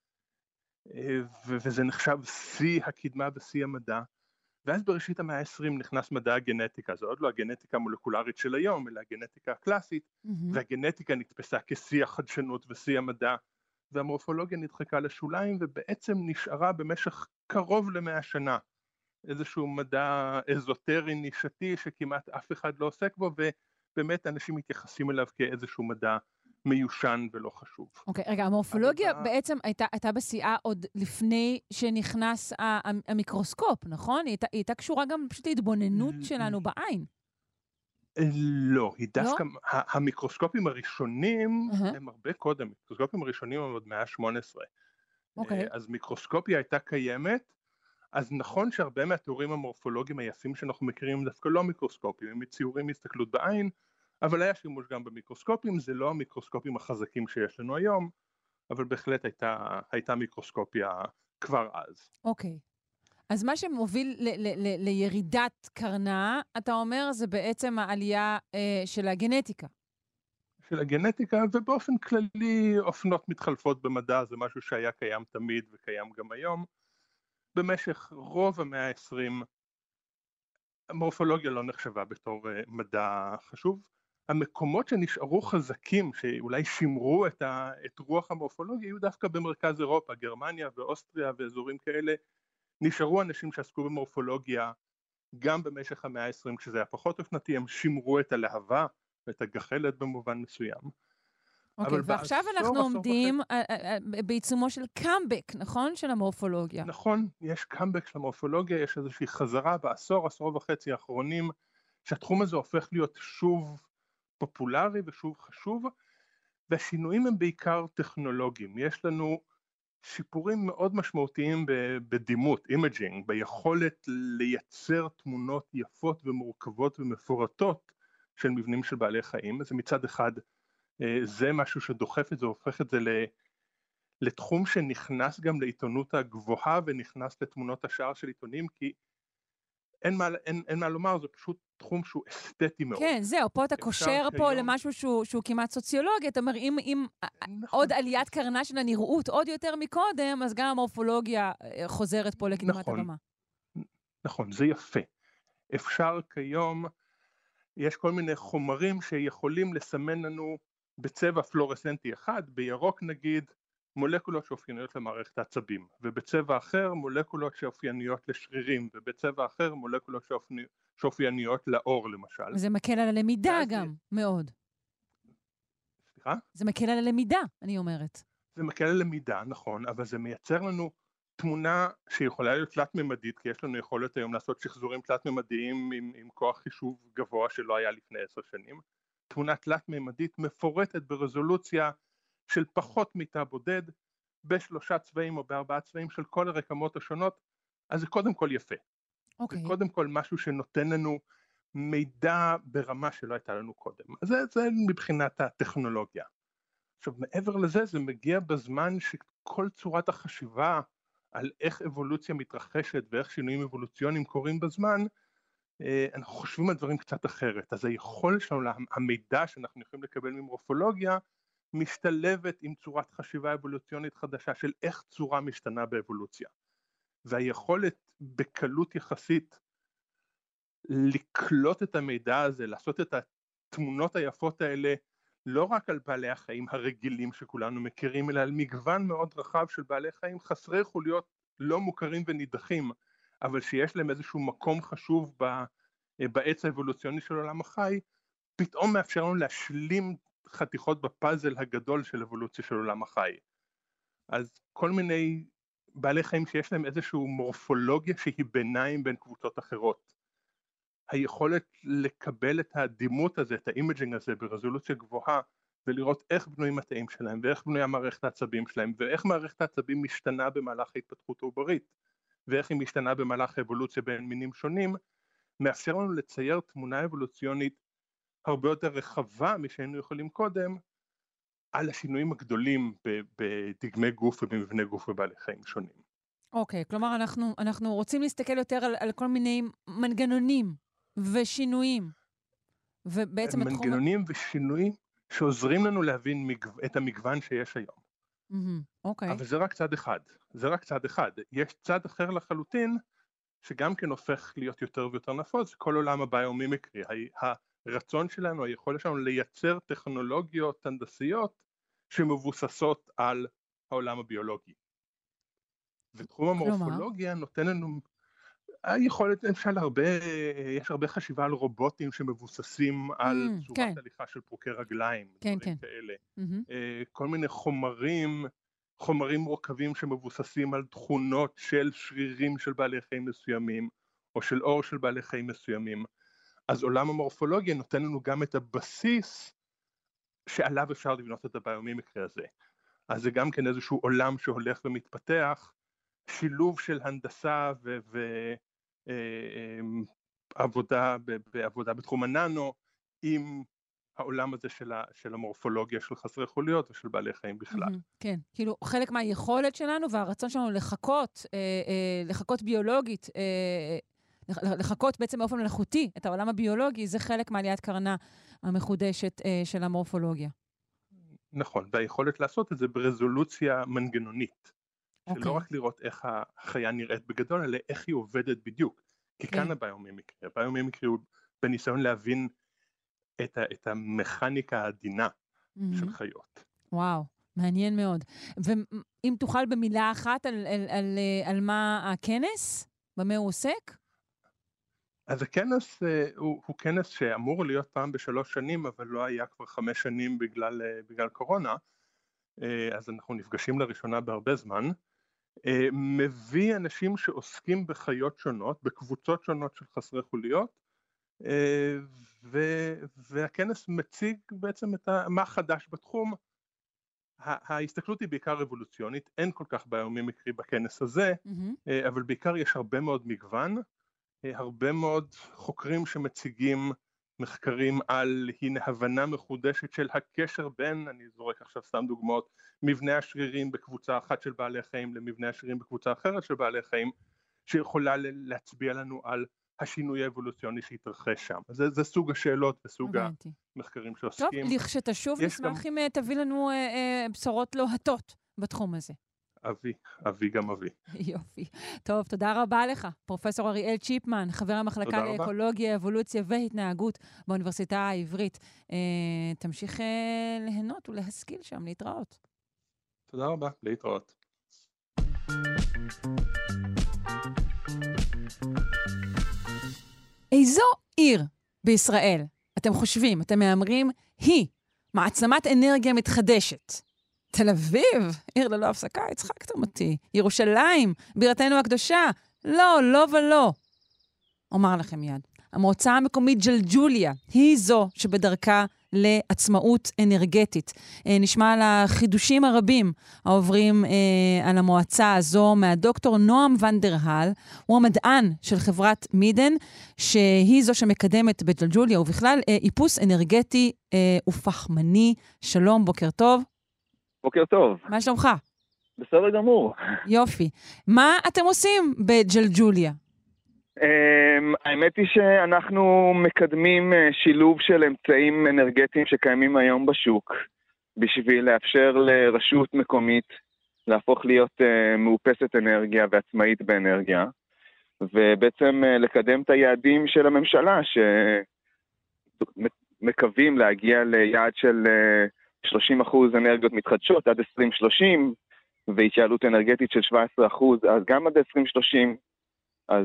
Speaker 5: וזה נחשב שיא הקדמה ושיא המדע, ואז בראשית המאה ה-עשרים נכנס מדע הגנטיקה, זה עוד לא הגנטיקה המולקולרית של היום, אלא הגנטיקה הקלאסית, mm-hmm. והגנטיקה נתפסה כשיא החדשנות ושיא המדע, והמורפולוגיה נדחקה לשוליים, ובעצם נשארה במשך קרוב למאה שנה, איזשהו מדע אזוטרי נישתי שכמעט אף אחד לא עוסק בו, ובאמת אנשים מתייחסים אליו כאיזשהו מדע מיושן ולא חשוב.
Speaker 2: אוקיי, רגע, המורפולוגיה בעצם הייתה בשיאה עוד לפני שנכנס המיקרוסקופ, נכון? היא הייתה קשורה גם פשוט להתבוננות שלנו בעין.
Speaker 5: לא, היא דווקא, המיקרוסקופים הראשונים הם הרבה קודם, המיקרוסקופים הראשונים הם עוד מאה ה-שמונה עשרה. אז מיקרוסקופיה הייתה קיימת, אז נכון שהרבה מהתיאורים המורפולוגיים היפים שאנחנו מכירים דווקא לא מיקרוסקופים, הם ציורים מהסתכלות בעין, אבל היה שימוש גם במיקרוסקופים, זה לא המיקרוסקופים החזקים שיש לנו היום, אבל בהחלט הייתה, הייתה מיקרוסקופיה כבר אז.
Speaker 2: אוקיי. אז מה שמוביל ל- ל- ל- לירידת קרנה, אתה אומר, זה בעצם העלייה אה, של הגנטיקה.
Speaker 5: של הגנטיקה, ובאופן כללי אופנות מתחלפות במדע, זה משהו שהיה קיים תמיד וקיים גם היום. במשך רוב המאה ה-עשרים, המורפולוגיה לא נחשבה בתור uh, מדע חשוב. המקומות שנשארו חזקים, שאולי שימרו את, ה, את רוח המורפולוגיה, היו דווקא במרכז אירופה, גרמניה ואוסטריה ואזורים כאלה, נשארו אנשים שעסקו במורפולוגיה גם במשך המאה ה-עשרים, כשזה היה פחות אופנתי, הם שימרו את הלהבה ואת הגחלת במובן מסוים.
Speaker 2: אוקיי, ועכשיו אנחנו עומדים בעיצומו של קאמבק, נכון? של המורפולוגיה.
Speaker 5: נכון, יש קאמבק של המורפולוגיה, יש איזושהי חזרה בעשור, עשור וחצי האחרונים, שהתחום הזה הופך להיות שוב פופולרי ושוב חשוב, והשינויים הם בעיקר טכנולוגיים. יש לנו שיפורים מאוד משמעותיים בדימות, אימג'ינג, ביכולת לייצר תמונות יפות ומורכבות ומפורטות של מבנים של בעלי חיים. אז מצד אחד זה משהו שדוחף את זה, הופך את זה לתחום שנכנס גם לעיתונות הגבוהה ונכנס לתמונות השער של עיתונים, כי אין מה, אין, אין מה לומר, זה פשוט תחום שהוא אסתטי מאוד.
Speaker 2: כן, זהו, פה אתה קושר פה כיום... למשהו שהוא, שהוא כמעט סוציולוגי, אתה אומר, אם, אם נכון. עוד עליית קרנה של הנראות עוד יותר מקודם, אז גם המורפולוגיה חוזרת פה לקדמת
Speaker 5: נכון,
Speaker 2: הבמה.
Speaker 5: נכון, זה יפה. אפשר כיום, יש כל מיני חומרים שיכולים לסמן לנו בצבע פלורסנטי אחד, בירוק נגיד, מולקולות שאופייניות למערכת העצבים, ובצבע אחר מולקולות שאופייניות לשרירים, ובצבע אחר מולקולות שאופייניות לאור למשל.
Speaker 2: וזה מקל על הלמידה גם, זה... מאוד.
Speaker 5: סליחה?
Speaker 2: זה מקל על הלמידה, אני אומרת.
Speaker 5: זה מקל על הלמידה, נכון, אבל זה מייצר לנו תמונה שיכולה להיות תלת-ממדית, כי יש לנו יכולת היום לעשות שחזורים תלת-ממדיים עם, עם כוח חישוב גבוה שלא היה לפני עשר שנים. תמונה תלת-ממדית מפורטת ברזולוציה של פחות מתא בודד, בשלושה צבעים או בארבעה צבעים של כל הרקמות השונות, אז זה קודם כל יפה. Okay. זה קודם כל משהו שנותן לנו מידע ברמה שלא הייתה לנו קודם. אז זה, זה מבחינת הטכנולוגיה. עכשיו, מעבר לזה, זה מגיע בזמן שכל צורת החשיבה על איך אבולוציה מתרחשת ואיך שינויים אבולוציוניים קורים בזמן, אנחנו חושבים על דברים קצת אחרת. אז היכולת שלנו, המידע שאנחנו יכולים לקבל ממורפולוגיה, משתלבת עם צורת חשיבה אבולוציונית חדשה של איך צורה משתנה באבולוציה. והיכולת בקלות יחסית לקלוט את המידע הזה, לעשות את התמונות היפות האלה, לא רק על בעלי החיים הרגילים שכולנו מכירים, אלא על מגוון מאוד רחב של בעלי חיים חסרי חוליות לא מוכרים ונידחים, אבל שיש להם איזשהו מקום חשוב בעץ האבולוציוני של עולם החי, פתאום מאפשר לנו להשלים חתיכות בפאזל הגדול של אבולוציה של עולם החי. אז כל מיני בעלי חיים שיש להם איזשהו מורפולוגיה שהיא ביניים בין קבוצות אחרות. היכולת לקבל את הדימות הזה, את האימג'ינג הזה ברזולוציה גבוהה, ולראות איך בנויים התאים שלהם, ואיך בנויה מערכת העצבים שלהם, ואיך מערכת העצבים משתנה במהלך ההתפתחות העוברית, ואיך היא משתנה במהלך האבולוציה בין מינים שונים, מאפשר לנו לצייר תמונה אבולוציונית הרבה יותר רחבה משהיינו יכולים קודם, על השינויים הגדולים בדגמי גוף ובמבנה גוף ובעלי חיים שונים.
Speaker 2: אוקיי, okay, כלומר אנחנו, אנחנו רוצים להסתכל יותר על, על כל מיני מנגנונים ושינויים, ובעצם
Speaker 5: מנגנונים התחום... ושינויים שעוזרים לנו להבין מגו... את המגוון שיש היום.
Speaker 2: Mm-hmm, אוקיי.
Speaker 5: אבל זה רק צד אחד, זה רק צד אחד. יש צד אחר לחלוטין, שגם כן הופך להיות יותר ויותר נפוץ, כל עולם הביומימיקרי, הרצון שלנו, היכולת שלנו לייצר טכנולוגיות הנדסיות שמבוססות על העולם הביולוגי. ותחום המורפולוגיה נותן לנו, היכולת, למשל הרבה, יש הרבה חשיבה על רובוטים שמבוססים על צורת
Speaker 2: כן.
Speaker 5: הליכה של פרוקי רגליים,
Speaker 2: כן,
Speaker 5: דברים
Speaker 2: כן.
Speaker 5: כאלה.
Speaker 2: Mm-hmm.
Speaker 5: כל מיני חומרים, חומרים מורכבים שמבוססים על תכונות של שרירים של בעלי חיים מסוימים, או של אור של בעלי חיים מסוימים. אז עולם המורפולוגיה נותן לנו גם את הבסיס שעליו אפשר לבנות את הביומימיקרי הזה. אז זה גם כן איזשהו עולם שהולך ומתפתח, שילוב של הנדסה ועבודה בעבודה בתחום הננו, עם העולם הזה של, ה, של המורפולוגיה של חסרי חוליות ושל בעלי חיים בכלל.
Speaker 2: Mm-hmm, כן, כאילו חלק מהיכולת שלנו והרצון שלנו לחכות, אה, אה, לחכות ביולוגית, אה, לחכות בעצם באופן מלאכותי את העולם הביולוגי, זה חלק מעליית קרנה המחודשת אה, של המורפולוגיה.
Speaker 5: נכון, והיכולת לעשות את זה ברזולוציה מנגנונית.
Speaker 2: Okay.
Speaker 5: שלא רק לראות איך החיה נראית בגדול, אלא איך היא עובדת בדיוק. כי okay. כאן הביומימיקרי. הביומימיקרי הוא בניסיון להבין את, ה, את המכניקה העדינה mm-hmm. של חיות.
Speaker 2: וואו, מעניין מאוד. ואם תוכל במילה אחת על, על, על, על מה הכנס? במה הוא עוסק?
Speaker 5: אז הכנס הוא, הוא כנס שאמור להיות פעם בשלוש שנים, אבל לא היה כבר חמש שנים בגלל, בגלל קורונה. אז אנחנו נפגשים לראשונה בהרבה זמן. מביא אנשים שעוסקים בחיות שונות, בקבוצות שונות של חסרי חוליות, ו- והכנס מציג בעצם את מה חדש בתחום. ההסתכלות היא בעיקר אבולוציונית, אין כל כך ביומימיקרי בכנס הזה, mm-hmm. אבל בעיקר יש הרבה מאוד מגוון, הרבה מאוד חוקרים שמציגים מחקרים על הנה הבנה מחודשת של הקשר בין, אני זורק עכשיו סתם דוגמאות, מבנה השרירים בקבוצה אחת של בעלי חיים למבנה השרירים בקבוצה אחרת של בעלי חיים, שיכולה להצביע לנו על השינוי האבולוציוני שהתרחש שם. זה, זה סוג השאלות וסוג הבנתי. המחקרים שעוסקים.
Speaker 2: טוב, לכשתשוב נשמח אם גם... תביא לנו אה, אה, בשורות לוהטות בתחום הזה.
Speaker 5: אבי, אבי גם אבי.
Speaker 2: יופי. טוב, תודה רבה לך, פרופסור אריאל צ'יפמן, חבר המחלקה לאקולוגיה, אבולוציה והתנהגות באוניברסיטה העברית. אה, תמשיך אה, ליהנות ולהשכיל שם, להתראות.
Speaker 5: תודה רבה, להתראות.
Speaker 2: איזו עיר בישראל, אתם חושבים, אתם מאמרים, היא מעצמת אנרגיה מתחדשת? תל אביב, עיר ללא הפסקה, הצחקתם אותי. ירושלים, בירתנו הקדושה. לא, לא ולא. אומר לכם יד. המועצה המקומית ג'לג'וליה היא זו שבדרכה לעצמאות אנרגטית. נשמע על החידושים הרבים העוברים על המועצה הזו מהדוקטור נועם ונדרהל, הוא המדען של חברת מידן, שהיא זו שמקדמת בג'לג'וליה, ובכלל איפוס אנרגטי ופחמני. שלום, בוקר טוב.
Speaker 6: בוקר טוב.
Speaker 2: מה שלומך?
Speaker 6: בסדר גמור.
Speaker 2: יופי. מה אתם עושים בג'לג'וליה?
Speaker 6: Um, האמת היא שאנחנו מקדמים uh, שילוב של אמצעים אנרגטיים שקיימים היום בשוק, בשביל לאפשר לרשות מקומית להפוך להיות uh, מאופסת אנרגיה ועצמאית באנרגיה, ובעצם uh, לקדם את היעדים של הממשלה, שמקווים להגיע ליעד של uh, שלושים אחוז אנרגיות מתחדשות עד עשרים שלושים, והתייעלות אנרגטית של שבע עשרה אחוז, אז גם עד עשרים שלושים. אז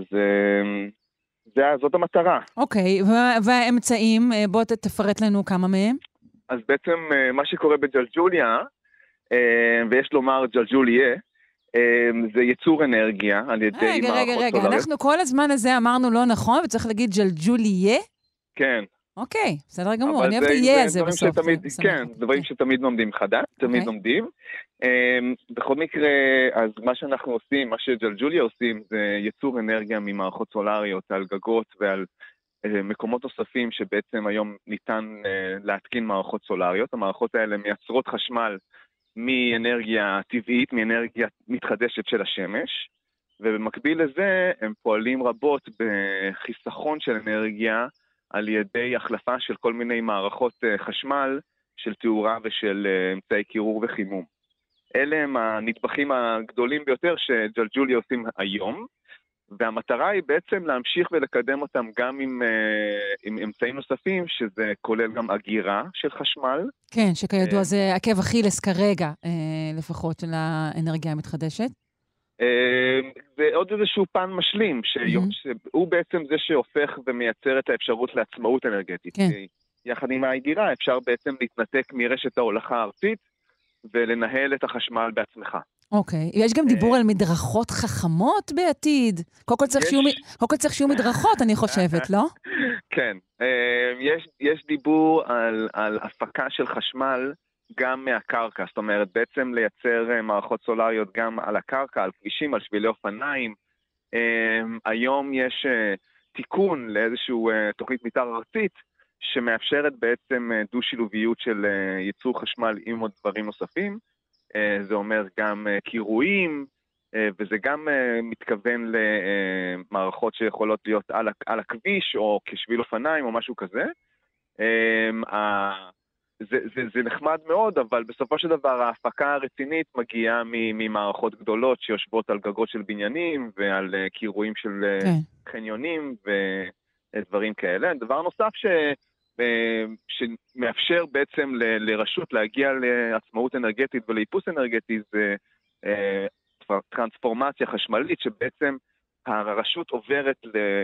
Speaker 6: זה, זאת המטרה.
Speaker 2: אוקיי, והאמצעים, בוא תפרט לנו כמה מהם.
Speaker 6: אז בעצם מה שקורה בג'לג'וליה, ויש לומר ג'לג'וליה, זה ייצור אנרגיה על ידי מערכות סולריות.
Speaker 2: רגע, רגע, רגע, אנחנו כל הזמן הזה אמרנו לא נכון, וצריך להגיד ג'לג'וליה?
Speaker 6: כן.
Speaker 2: אוקיי, בסדר גמור, אני אוהבת תהיה הזה בסוף.
Speaker 6: כן, דברים שתמיד לומדים חדש, תמיד לומדים. בכל מקרה, אז מה שאנחנו עושים, מה שג'לג'וליה עושים, זה ייצור אנרגיה ממערכות סולריות על גגות ועל מקומות נוספים שבעצם היום ניתן להתקין מערכות סולריות. המערכות האלה מייצרות חשמל מאנרגיה טבעית, מאנרגיה מתחדשת של השמש, ובמקביל לזה הם פועלים רבות בחיסכון של אנרגיה, על ידי החלפה של כל מיני מערכות חשמל, של תאורה ושל אמצעי קירור וחימום. אלה הם הנדבכים הגדולים ביותר שג'לג'וליה עושים היום, והמטרה היא בעצם להמשיך ולקדם אותם גם עם, עם אמצעים נוספים, שזה כולל גם אגירה של חשמל.
Speaker 2: כן, שכידוע זה עקב אכילס כרגע, לפחות של האנרגיה המתחדשת.
Speaker 6: זה עוד איזשהו פן משלים, שהוא בעצם זה שהופך ומייצר את האפשרות לעצמאות אנרגטית. יחד עם האגירה אפשר בעצם להתנתק מרשת ההולכה הארצית, ולנהל את החשמל בעצמך.
Speaker 2: אוקיי, יש גם דיבור על מדרכות חכמות בעתיד. קודם כל צריך שיהיו מדרכות, אני חושבת, לא?
Speaker 6: כן, יש דיבור על הפקה של חשמל, גם מהקרקע, זאת אומרת, בעצם לייצר מערכות סולריות גם על הקרקע, על כבישים, על שבילי אופניים. היום יש תיקון לאיזשהו תוכנית מתאר ארצית, שמאפשרת בעצם דו-שילוביות של ייצור חשמל עם עוד דברים נוספים. זה אומר גם קירויים, וזה גם מתכוון למערכות שיכולות להיות על הכביש, או כשביל אופניים, או משהו כזה. זה, זה, זה נחמד מאוד, אבל בסופו של דבר ההפקה הרצינית מגיעה ממערכות גדולות שיושבות על גגות של בניינים ועל קירויים של כן. חניונים ודברים כאלה. דבר נוסף ש, שמאפשר בעצם ל, לרשות להגיע לעצמאות אנרגטית ולאיפוס אנרגטי זה טרנספורמציה חשמלית, שבעצם הרשות עוברת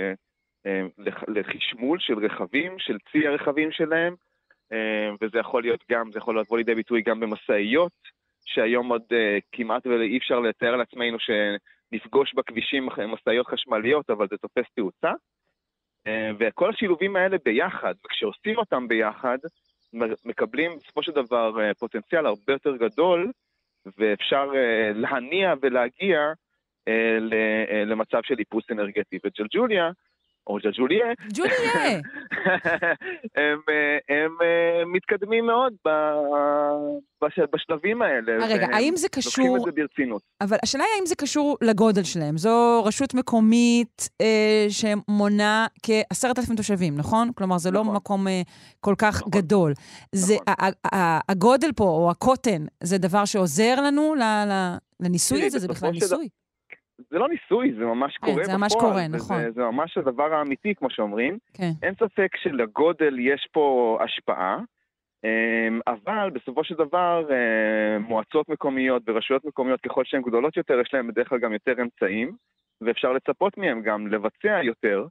Speaker 6: לחשמול של רכבים, של צי הרכבים שלהם, וזה יכול להיות גם, זה יכול לבוא לידי ביטוי גם במסעיות, שהיום עוד כמעט ואי אפשר לתאר לעצמנו שנפגוש בכבישים מסעיות חשמליות, אבל זה תופס תאוצה. וכל השילובים האלה ביחד, וכשעושים אותם ביחד, מקבלים בסופו של דבר פוטנציאל הרבה יותר גדול, ואפשר להניע ולהגיע למצב של איפוס אנרגטי. וג'לג'וליה, או ג'לג'וליה,
Speaker 2: ג'וליה.
Speaker 6: הם, הם מתקדמים מאוד בשלבים האלה.
Speaker 2: רגע, האם זה קשור...
Speaker 6: לוקחים את זה ברצינות.
Speaker 2: אבל השאלה היא האם זה קשור לגודל שלהם. זו רשות מקומית אה, שמונה כעשרת אלפים תושבים, נכון? כלומר, זה נכון. לא מקום אה, כל כך נכון. גדול. זה, נכון. הגודל פה, או הקוטן, זה דבר שעוזר לנו לניסוי הזה? זה בכלל ניסוי?
Speaker 6: זה לא ניסוי, זה ממש קורה בפועל.
Speaker 2: זה ממש קורה, נכון.
Speaker 6: זה, זה ממש הדבר האמיתי, כמו שאומרים.
Speaker 2: כן.
Speaker 6: אין ספק שלגודל יש פה השפעה, אבל בסופו של דבר, מועצות מקומיות ורשויות מקומיות, ככל שהן גדולות יותר, יש להן בדרך כלל גם יותר אמצעים, ואפשר לצפות מהם גם לבצע יותר,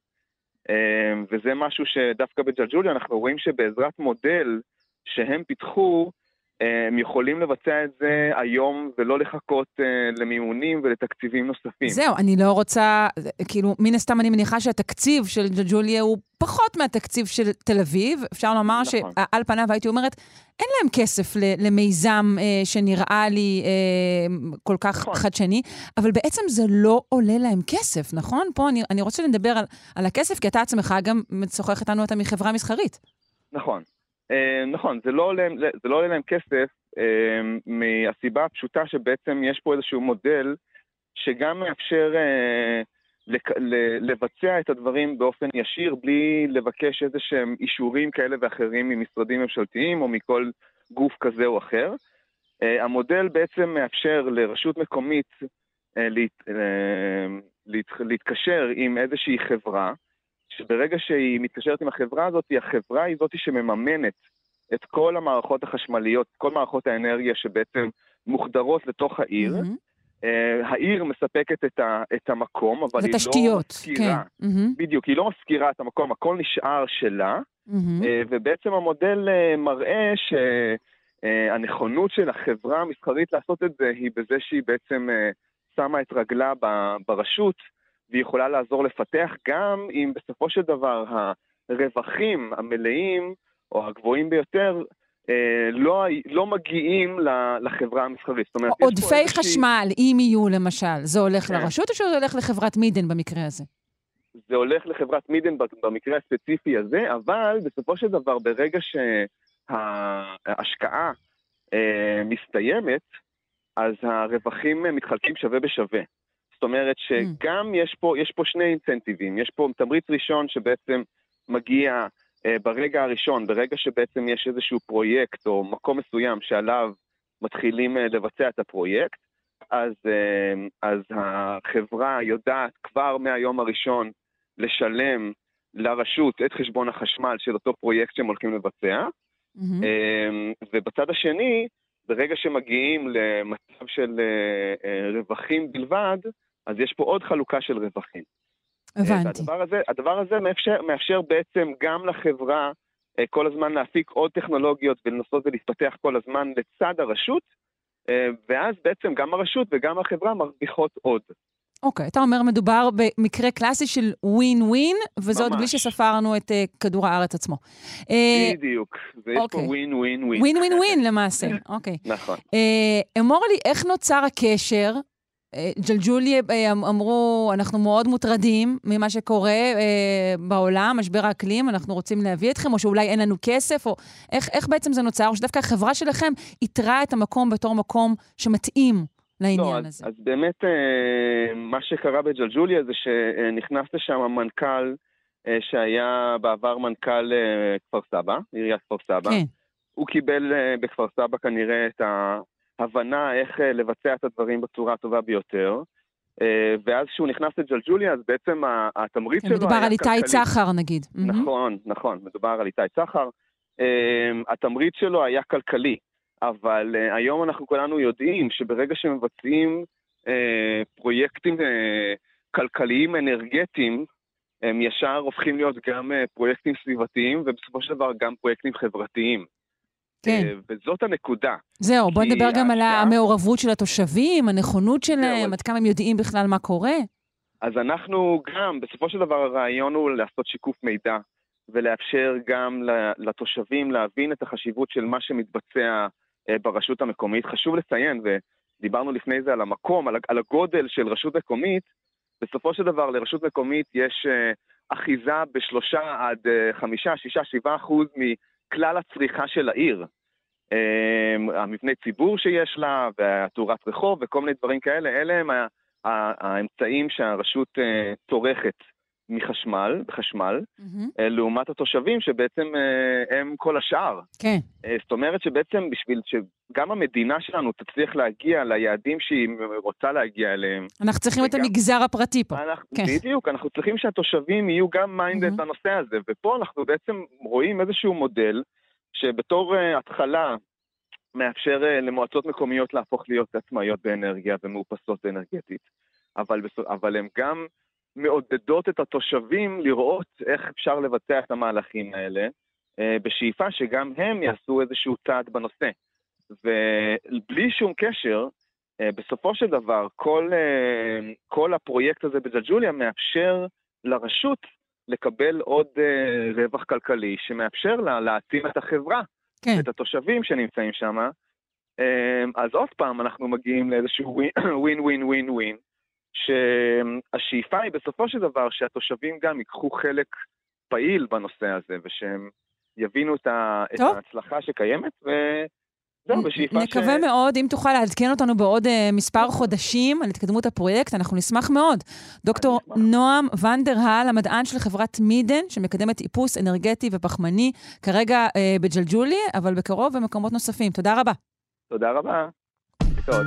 Speaker 6: וזה משהו שדווקא בג'לג'וליה אנחנו רואים שבעזרת מודל שהם פיתחו, הם יכולים לבצע את זה היום ולא לחכות למימונים ולתקציבים נוספים.
Speaker 2: זהו, אני לא רוצה, כאילו, מן הסתם אני מניחה שהתקציב של ג'לג'וליה הוא פחות מהתקציב של תל אביב. אפשר לומר נכון. שעל פניו הייתי אומרת, אין להם כסף למיזם אה, שנראה לי אה, כל כך נכון. חדשני, אבל בעצם זה לא עולה להם כסף, נכון? פה אני, אני רוצה לדבר על, על הכסף, כי אתה עצמך גם משוחח איתנו אותה מחברה מסחרית.
Speaker 6: נכון. Uh, נכון, זה לא עולה, זה לא עולה להם כסף uh, מהסיבה הפשוטה שבעצם יש פה איזשהו מודל שגם מאפשר uh, לק, ל, לבצע את הדברים באופן ישיר בלי לבקש איזה שהם אישורים כאלה ואחרים ממשרדים ממשלתיים או מכל גוף כזה או אחר. Uh, המודל בעצם מאפשר לרשות מקומית uh, להת, uh, להת, להתקשר עם איזושהי חברה, שברגע שהיא מתקשרת עם החברה הזאת, החברה היא זאת שמממנת את כל המערכות החשמליות, כל מערכות האנרגיה שבעצם מוחדרות לתוך העיר. Mm-hmm. Uh, העיר מספקת את, ה, את המקום, אבל היא לא מזכירה. כן. Mm-hmm. בדיוק, היא לא מזכירה את המקום, הכל נשאר שלה, mm-hmm. uh, ובעצם המודל uh, מראה שהנכונות uh, של החברה המסחרית לעשות את זה, היא בזה שהיא בעצם uh, שמה את רגלה ב, ברשות, והיא יכולה לעזור לפתח גם אם בסופו של דבר הרווחים המלאים או הגבוהים ביותר אה, לא, לא מגיעים לחברה המסחרית. זאת אומרת,
Speaker 2: עודפי
Speaker 6: איזושהי...
Speaker 2: חשמל, אם יהיו למשל, זה הולך כן. לרשות או שזה הולך לחברת מידן במקרה הזה?
Speaker 6: זה הולך לחברת מידן במקרה הספציפי הזה, אבל בסופו של דבר ברגע שההשקעה אה, מסתיימת, אז הרווחים מתחלקים שווה בשווה. זאת אומרת שגם יש פה, יש פה שני אינסנטיבים, יש פה תמריץ ראשון שבעצם מגיע אה, ברגע הראשון, ברגע שבעצם יש איזשהו פרויקט או מקום מסוים שעליו מתחילים אה, לבצע את הפרויקט, אז, אה, אז החברה יודעת כבר מהיום הראשון לשלם לרשות את חשבון החשמל של אותו פרויקט שהם הולכים לבצע, mm-hmm. אה, ובצד השני, ברגע שמגיעים למצב של אה, אה, רווחים בלבד, אז יש פה עוד חלוקה של רווחים.
Speaker 2: הבנתי.
Speaker 6: והדבר הזה, הדבר הזה מאפשר, מאפשר בעצם גם לחברה אה, כל הזמן להפיק עוד טכנולוגיות ולנסות ולהתפתח כל הזמן לצד הרשות, אה, ואז בעצם גם הרשות וגם החברה מרוויחות עוד.
Speaker 2: אוקיי, אתה אומר מדובר במקרה קלאסי של ווין ווין, וזה עוד בלי שספרנו את uh, כדור הארץ עצמו.
Speaker 6: בדיוק, ויש פה ווין ווין ווין.
Speaker 2: ווין ווין ווין למעשה, אוקיי.
Speaker 6: נכון.
Speaker 2: אמור לי, איך נוצר הקשר? ג'לג'וליה אמרו, אנחנו מאוד מוטרדים ממה שקורה בעולם, משבר האקלים, אנחנו רוצים להביא אתכם, או שאולי אין לנו כסף, או איך בעצם זה נוצר, או שדווקא החברה שלכם יתרה את המקום בתור מקום שמתאים לעניין
Speaker 6: לא,
Speaker 2: הזה.
Speaker 6: אז, אז באמת מה שקרה בג'לג'וליה זה שנכנס לשם המנכ"ל שהיה בעבר מנכ"ל כפר סבא, עיריית כפר סבא. כן. הוא קיבל בכפר סבא כנראה את ההבנה איך לבצע את הדברים בצורה הטובה ביותר. ואז כשהוא נכנס לג'לג'וליה, אז בעצם התמריץ שלו היה כלכלי.
Speaker 2: מדובר על איתי צחר נגיד.
Speaker 6: נכון, נכון, מדובר על איתי צחר. התמריץ שלו היה כלכלי. אבל uh, היום אנחנו כולנו יודעים שברגע שמבצעים uh, פרויקטים uh, כלכליים אנרגטיים, הם ישר הופכים להיות גם uh, פרויקטים סביבתיים, ובסופו של דבר גם פרויקטים חברתיים.
Speaker 2: כן.
Speaker 6: Uh, וזאת הנקודה.
Speaker 2: זהו, בוא נדבר גם על המעורבות של התושבים, הנכונות שלהם, עד כמה הם יודעים בכלל מה קורה.
Speaker 6: אז אנחנו גם, בסופו של דבר הרעיון הוא לעשות שיקוף מידע, ולאפשר גם לתושבים להבין את החשיבות של מה שמתבצע ברשות המקומית. חשוב לציין, ודיברנו לפני זה על המקום, על הגודל של רשות מקומית, בסופו של דבר לרשות מקומית יש אחיזה בשלושה עד חמישה, שישה, שבעה אחוז מכלל הצריכה של העיר. המבני ציבור שיש לה, והתאורת רחוב וכל מיני דברים כאלה, אלה הם האמצעים שהרשות צורכת מחשמל, בחשמל, mm-hmm. לעומת התושבים שבעצם הם כל השאר.
Speaker 2: כן.
Speaker 6: זאת אומרת שבעצם בשביל שגם המדינה שלנו תצליח להגיע ליעדים שהיא רוצה להגיע אליהם.
Speaker 2: אנחנו צריכים וגם, את המגזר הפרטי פה.
Speaker 6: אנחנו, כן. בדיוק, אנחנו צריכים שהתושבים יהיו גם מיינדד mm-hmm. בנושא הזה, ופה אנחנו בעצם רואים איזשהו מודל שבתור התחלה מאפשר למועצות מקומיות להפוך להיות עצמאיות באנרגיה ומאופסות אנרגטית, אבל, אבל הן גם מעודדות את התושבים לראות איך אפשר לבצע את המהלכים האלה, בשאיפה שגם הם יעשו איזשהו צעד בנושא. ובלי שום קשר, בסופו של דבר, כל, כל הפרויקט הזה בג'לג'וליה מאפשר לרשות לקבל עוד רווח כלכלי, שמאפשר לה להעצים את החברה, כן. את התושבים שנמצאים שם. אז עוד פעם אנחנו מגיעים לאיזשהו ווין ווין ווין ווין, שהשאיפה היא בסופו של דבר שהתושבים גם ייקחו חלק פעיל בנושא הזה, ושהם יבינו את, ה... את ההצלחה שקיימת, וזהו, בשאיפה ש...
Speaker 2: נקווה מאוד, אם תוכל לעדכן אותנו בעוד uh, מספר חודשים על התקדמות הפרויקט, אנחנו נשמח מאוד. דוקטור נועם ונדרהל, המדען של חברת מידן, שמקדמת איפוס אנרגטי ופחמני, כרגע uh, בג'לג'ולי, אבל בקרוב במקומות נוספים. תודה רבה.
Speaker 6: תודה רבה. להתראות.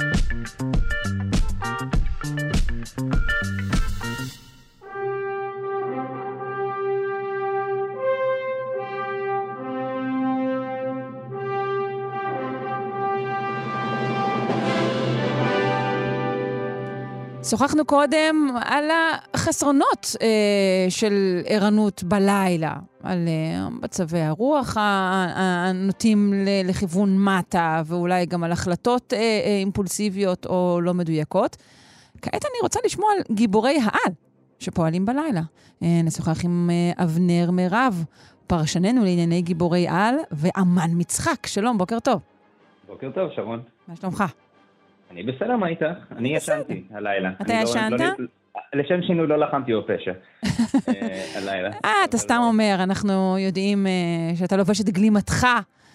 Speaker 2: שוחחנו קודם על החסרונות אה, של ערנות בלילה, על אה, מצבי הרוח הנוטים לכיוון מטה, ואולי גם על החלטות אה, אה, אימפולסיביות או לא מדויקות. כעת אני רוצה לשמוע על גיבורי העל שפועלים בלילה. אה, נשוחח עם אה, אבנר מירב, פרשננו לענייני גיבורי על, ואמן מצחק. שלום, בוקר טוב.
Speaker 7: בוקר טוב, שרון.
Speaker 2: מה שלומך?
Speaker 7: אני בסדר, מה איתך? אני ישנתי הלילה.
Speaker 2: אתה ישנת?
Speaker 7: לשם שינוי לא לחמתי בפשע הלילה.
Speaker 2: אה, אתה סתם אומר, אנחנו יודעים שאתה לובש את גלימתך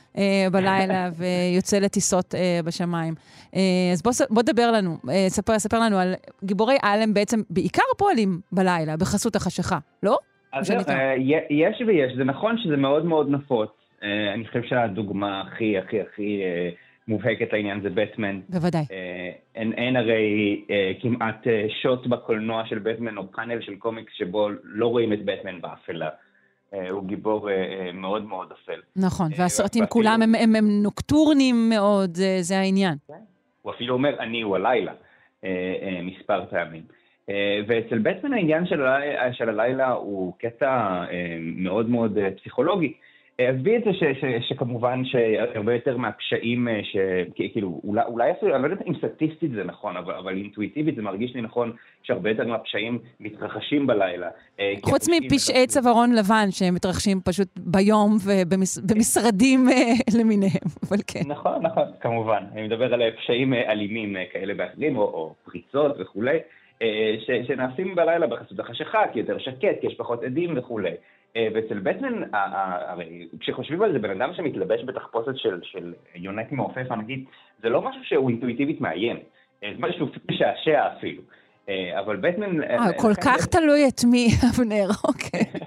Speaker 2: בלילה ויוצא לטיסות בשמיים. אז בוא דבר לנו, ספר לנו על גיבורי על, הם בעצם בעיקר פועלים בלילה, בחסות החשיכה, לא?
Speaker 7: אז יש ויש, זה נכון שזה מאוד מאוד נפוץ. אני חושב שהדוגמה הכי הכי הכי מובהקת לעניין זה בטמן.
Speaker 2: בוודאי.
Speaker 7: אה, אין, אין הרי אה, כמעט אה, שוט בקולנוע של בטמן או פאנל של קומיקס שבו לא רואים את בטמן באפלה. אה, הוא גיבור אה, אה, מאוד מאוד אפל.
Speaker 2: נכון, והסרטים אה, כולם הם, הם, הם נוקטורנים מאוד, זה, זה העניין.
Speaker 7: הוא אפילו אומר, אני הוא הלילה, אה, אה, מספר פעמים. אה, ואצל בטמן העניין של הלילה, של הלילה הוא קטע אה, מאוד מאוד אה, פסיכולוגי. עזבי את זה ש, ש, שכמובן שהרבה יותר מהקשיים, שכאילו, אולי, אולי אפילו, אני לא יודעת אם סטטיסטית זה נכון, אבל, אבל אינטואיטיבית זה מרגיש לי נכון שהרבה יותר מהקשיים מתרחשים בלילה.
Speaker 2: חוץ מפשעי צווארון לבן שהם מתרחשים פשוט ביום ובמשרדים למיניהם, אבל כן.
Speaker 7: נכון, נכון, כמובן. אני מדבר על פשעים אלימים כאלה באחרים, או, או פריצות וכולי, ש, שנעשים בלילה בחסות החשיכה, כי יותר שקט, כי יש פחות עדים וכולי. ואצל בטמן, הרי כשחושבים על זה, בן אדם שמתלבש בתחפושת של, של יונק מעופף ענקית, זה לא משהו שהוא אינטואיטיבית מאיים, זה משהו שהוא משעשע אפילו. אבל בטמן...
Speaker 2: כל כך תלוי את מי, אבנר, אוקיי.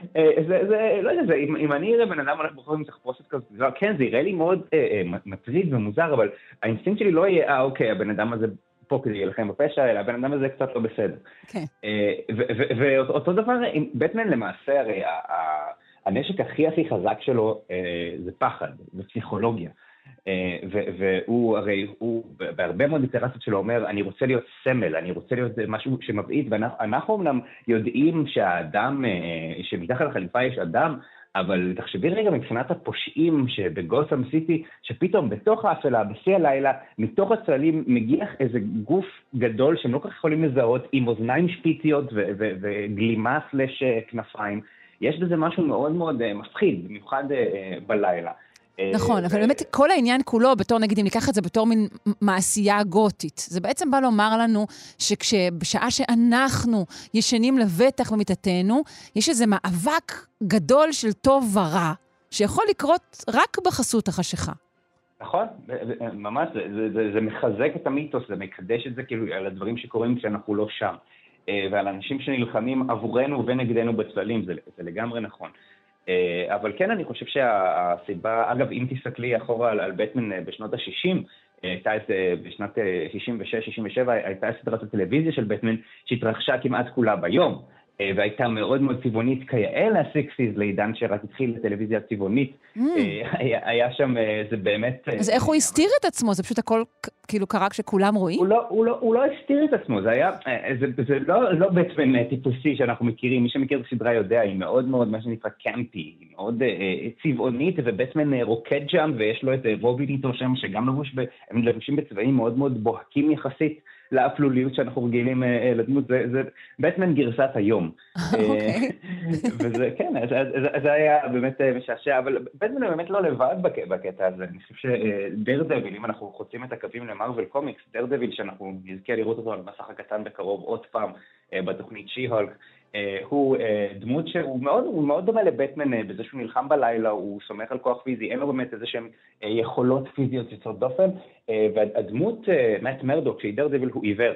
Speaker 7: זה, לא יודע, אם אני אראה בן אדם הולך בחור עם תחפושת כזאת, כן, זה יראה לי מאוד מטריד ומוזר, אבל האינסטינקט שלי לא יהיה, אה, אוקיי, הבן אדם הזה... פה כדי להילחם בפשע, אלא הבן אדם הזה קצת לא בסדר.
Speaker 2: כן.
Speaker 7: ואותו דבר, בטמן למעשה, הרי הנשק הכי הכי חזק שלו זה פחד, זה פסיכולוגיה. והוא הרי, הוא בהרבה מאוד איטרציות שלו אומר, אני רוצה להיות סמל, אני רוצה להיות משהו שמבעיד, ואנחנו אמנם יודעים שהאדם, שמתחת לחליפה יש אדם, אבל תחשבי רגע מבחינת הפושעים שבגוסם סיטי, שפתאום בתוך האפלה, בשיא הלילה, מתוך הצללים מגיח איזה גוף גדול שהם לא כל כך יכולים לזהות, עם אוזניים שפיציות ו- ו- וגלימה סלש כנפיים. יש בזה משהו מאוד מאוד מפחיד, במיוחד בלילה.
Speaker 2: נכון, אבל באמת כל העניין כולו, בתור נגיד, אם ניקח את זה בתור מין מעשייה גותית, זה בעצם בא לומר לנו שכשבשעה שאנחנו ישנים לבטח במיטתנו, יש איזה מאבק גדול של טוב ורע, שיכול לקרות רק בחסות החשיכה.
Speaker 7: נכון, ממש, זה, זה, זה, זה מחזק את המיתוס, זה מקדש את זה כאילו על הדברים שקורים כשאנחנו לא שם, ועל אנשים שנלחמים עבורנו ונגדנו בצללים, זה, זה לגמרי נכון. אבל כן, אני חושב שהסיבה, אגב, אם תסתכלי אחורה על, על בטמן בשנות ה-שישים, הייתה את, בשנת שישים ושש שישים ושבע, הייתה סדרת הטלוויזיה של בטמן, שהתרחשה כמעט כולה ביום. והייתה מאוד מאוד צבעונית כיאה לסיקסיז, לעידן שרק התחיל לטלוויזיה צבעונית. Mm. היה, היה שם, זה באמת...
Speaker 2: אז איך הוא הסתיר את עצמו? זה פשוט הכל כאילו קרה כשכולם רואים?
Speaker 7: הוא לא, הוא לא, הוא לא הסתיר את עצמו, זה היה, זה, זה לא, לא בטמן טיפוסי שאנחנו מכירים, מי שמכיר את הסדרה יודע, היא מאוד מאוד, מה שנקרא קמפי, היא מאוד אה, צבעונית, ובטמן רוקד שם, ויש לו את רובין איתו שם, שגם לבוש, ב, הם לבושים בצבעים מאוד מאוד בוהקים יחסית, לאפלוליות שאנחנו רגילים אה, לדמות, זה, זה בטמן גרסת היום.
Speaker 2: אוקיי.
Speaker 7: וזה, כן, זה, זה, זה היה באמת משעשע, אבל בטמן באמת לא לבד בק, בקטע הזה. אני חושב שדרדביל, אם אנחנו חוצים את הקווים למרוול קומיקס, דרדביל שאנחנו נזכה לראות אותו על המסך הקטן בקרוב עוד פעם אה, בתוכנית שי-הולק, הוא דמות שהוא מאוד, הוא מאוד דומה לבטמן בזה שהוא נלחם בלילה, הוא סומך על כוח פיזי, אין לו באמת איזה שהם יכולות פיזיות יוצאות דופן, והדמות, מאט מרדוק, שהיא דרדביל, הוא עיוור.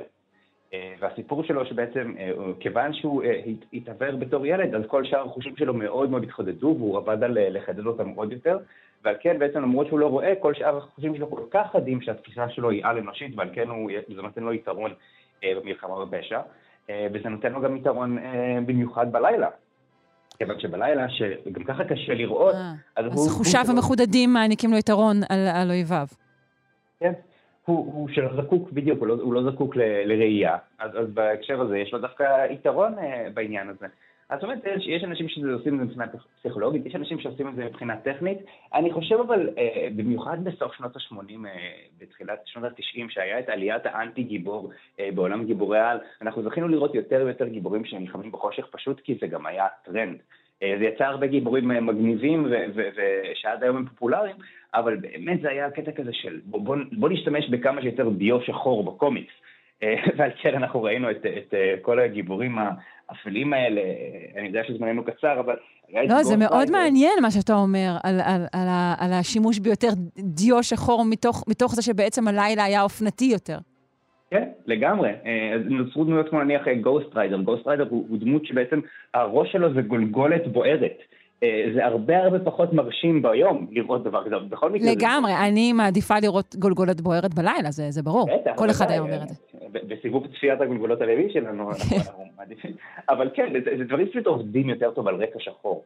Speaker 7: והסיפור שלו שבעצם, כיוון שהוא התעוור בתור ילד, אז כל שאר החושים שלו מאוד מאוד התחדדו, והוא עבד על לחדד אותם עוד יותר, ועל כן בעצם למרות שהוא לא רואה, כל שאר החושים שלו כל כך חדים שהתפיסה שלו היא על אנושית, ועל כן הוא, זה נותן לו יתרון במלחמה בפשע. וזה נותן לו גם יתרון במיוחד בלילה. כיוון שבלילה, שגם ככה קשה לראות,
Speaker 2: אז חושיו המחודדים מעניקים לו יתרון על אויביו. כן,
Speaker 7: הוא זקוק, בדיוק, הוא לא זקוק לראייה, אז בהקשר הזה יש לו דווקא יתרון בעניין הזה. אז זאת אומרת, יש אנשים שעושים את זה מבחינה פסיכולוגית, יש אנשים שעושים את זה מבחינה טכנית. אני חושב אבל, במיוחד בסוף שנות ה-שמונים, בתחילת שנות ה-תשעים, שהיה את עליית האנטי-גיבור בעולם גיבורי העל, אנחנו זכינו לראות יותר ויותר גיבורים שנלחמים בחושך פשוט, כי זה גם היה טרנד. זה יצא הרבה גיבורים מגניבים ושעד היום הם פופולריים, אבל באמת זה היה קטע כזה של בוא נשתמש בכמה שיותר דיו שחור בקומיקס. ועל כן אנחנו ראינו את, את כל הגיבורים האפלים האלה, אני יודע שזמננו קצר, אבל...
Speaker 2: לא, זה מאוד מעניין מה שאתה אומר, על, על, על, על השימוש ביותר דיו שחור מתוך, מתוך זה שבעצם הלילה היה אופנתי יותר.
Speaker 7: כן, לגמרי. נוצרו דמויות כמו נניח גוסט ריידר. גוסט ריידר הוא, הוא דמות שבעצם הראש שלו זה גולגולת בוערת. זה הרבה הרבה פחות מרשים ביום לראות דבר כזה, בכל מקרה...
Speaker 2: לגמרי, אני מעדיפה לראות גולגולת בוערת בלילה, זה ברור. כל אחד היה אומר את זה.
Speaker 7: בסיבוב צפיית הגולגולות הלוי שלנו, אנחנו מעדיפים. אבל כן, זה דברים פשוט עובדים יותר טוב על רקע שחור.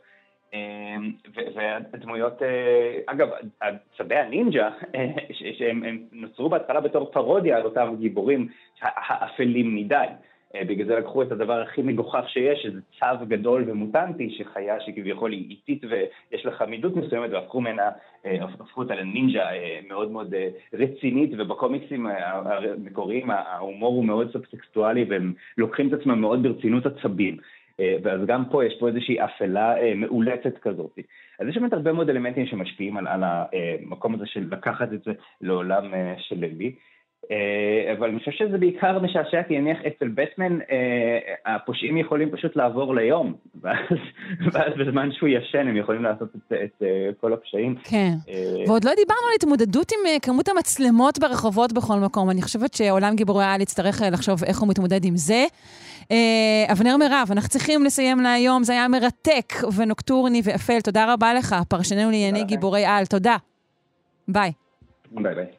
Speaker 7: והדמויות, אגב, צבי הנינג'ה, שהם נוצרו בהתחלה בתור פרודיה על אותם גיבורים האפלים מדי. בגלל זה לקחו את הדבר הכי מגוחך שיש, שזה צו גדול ומוטנטי, שחיה שכביכול היא איטית ויש לך מידות מסוימת, והפכו ממנה, הפכו אותה לנינג'ה מאוד מאוד רצינית, ובקומיקסים המקוריים ההומור הוא מאוד סובטקסטואלי, והם לוקחים את עצמם מאוד ברצינות עצבים. ואז גם פה יש פה איזושהי אפלה מאולצת כזאת. אז יש באמת הרבה מאוד אלמנטים שמשפיעים על, על המקום הזה של לקחת את זה לעולם של לילי. אבל אני חושב שזה בעיקר משעשע, כי נניח אצל בטמן הפושעים יכולים פשוט לעבור ליום, ואז, ואז בזמן שהוא ישן הם יכולים לעשות את, את כל הפשעים.
Speaker 2: כן, ועוד לא דיברנו על התמודדות עם כמות המצלמות ברחובות בכל מקום. אני חושבת שעולם גיבורי העל יצטרך לחשוב איך הוא מתמודד עם זה. אבנר מירב, אנחנו צריכים לסיים להיום, זה היה מרתק ונוקטורני ואפל. תודה רבה לך, פרשננו לענייני גיבורי העל. תודה. ביי.
Speaker 7: ביי ביי.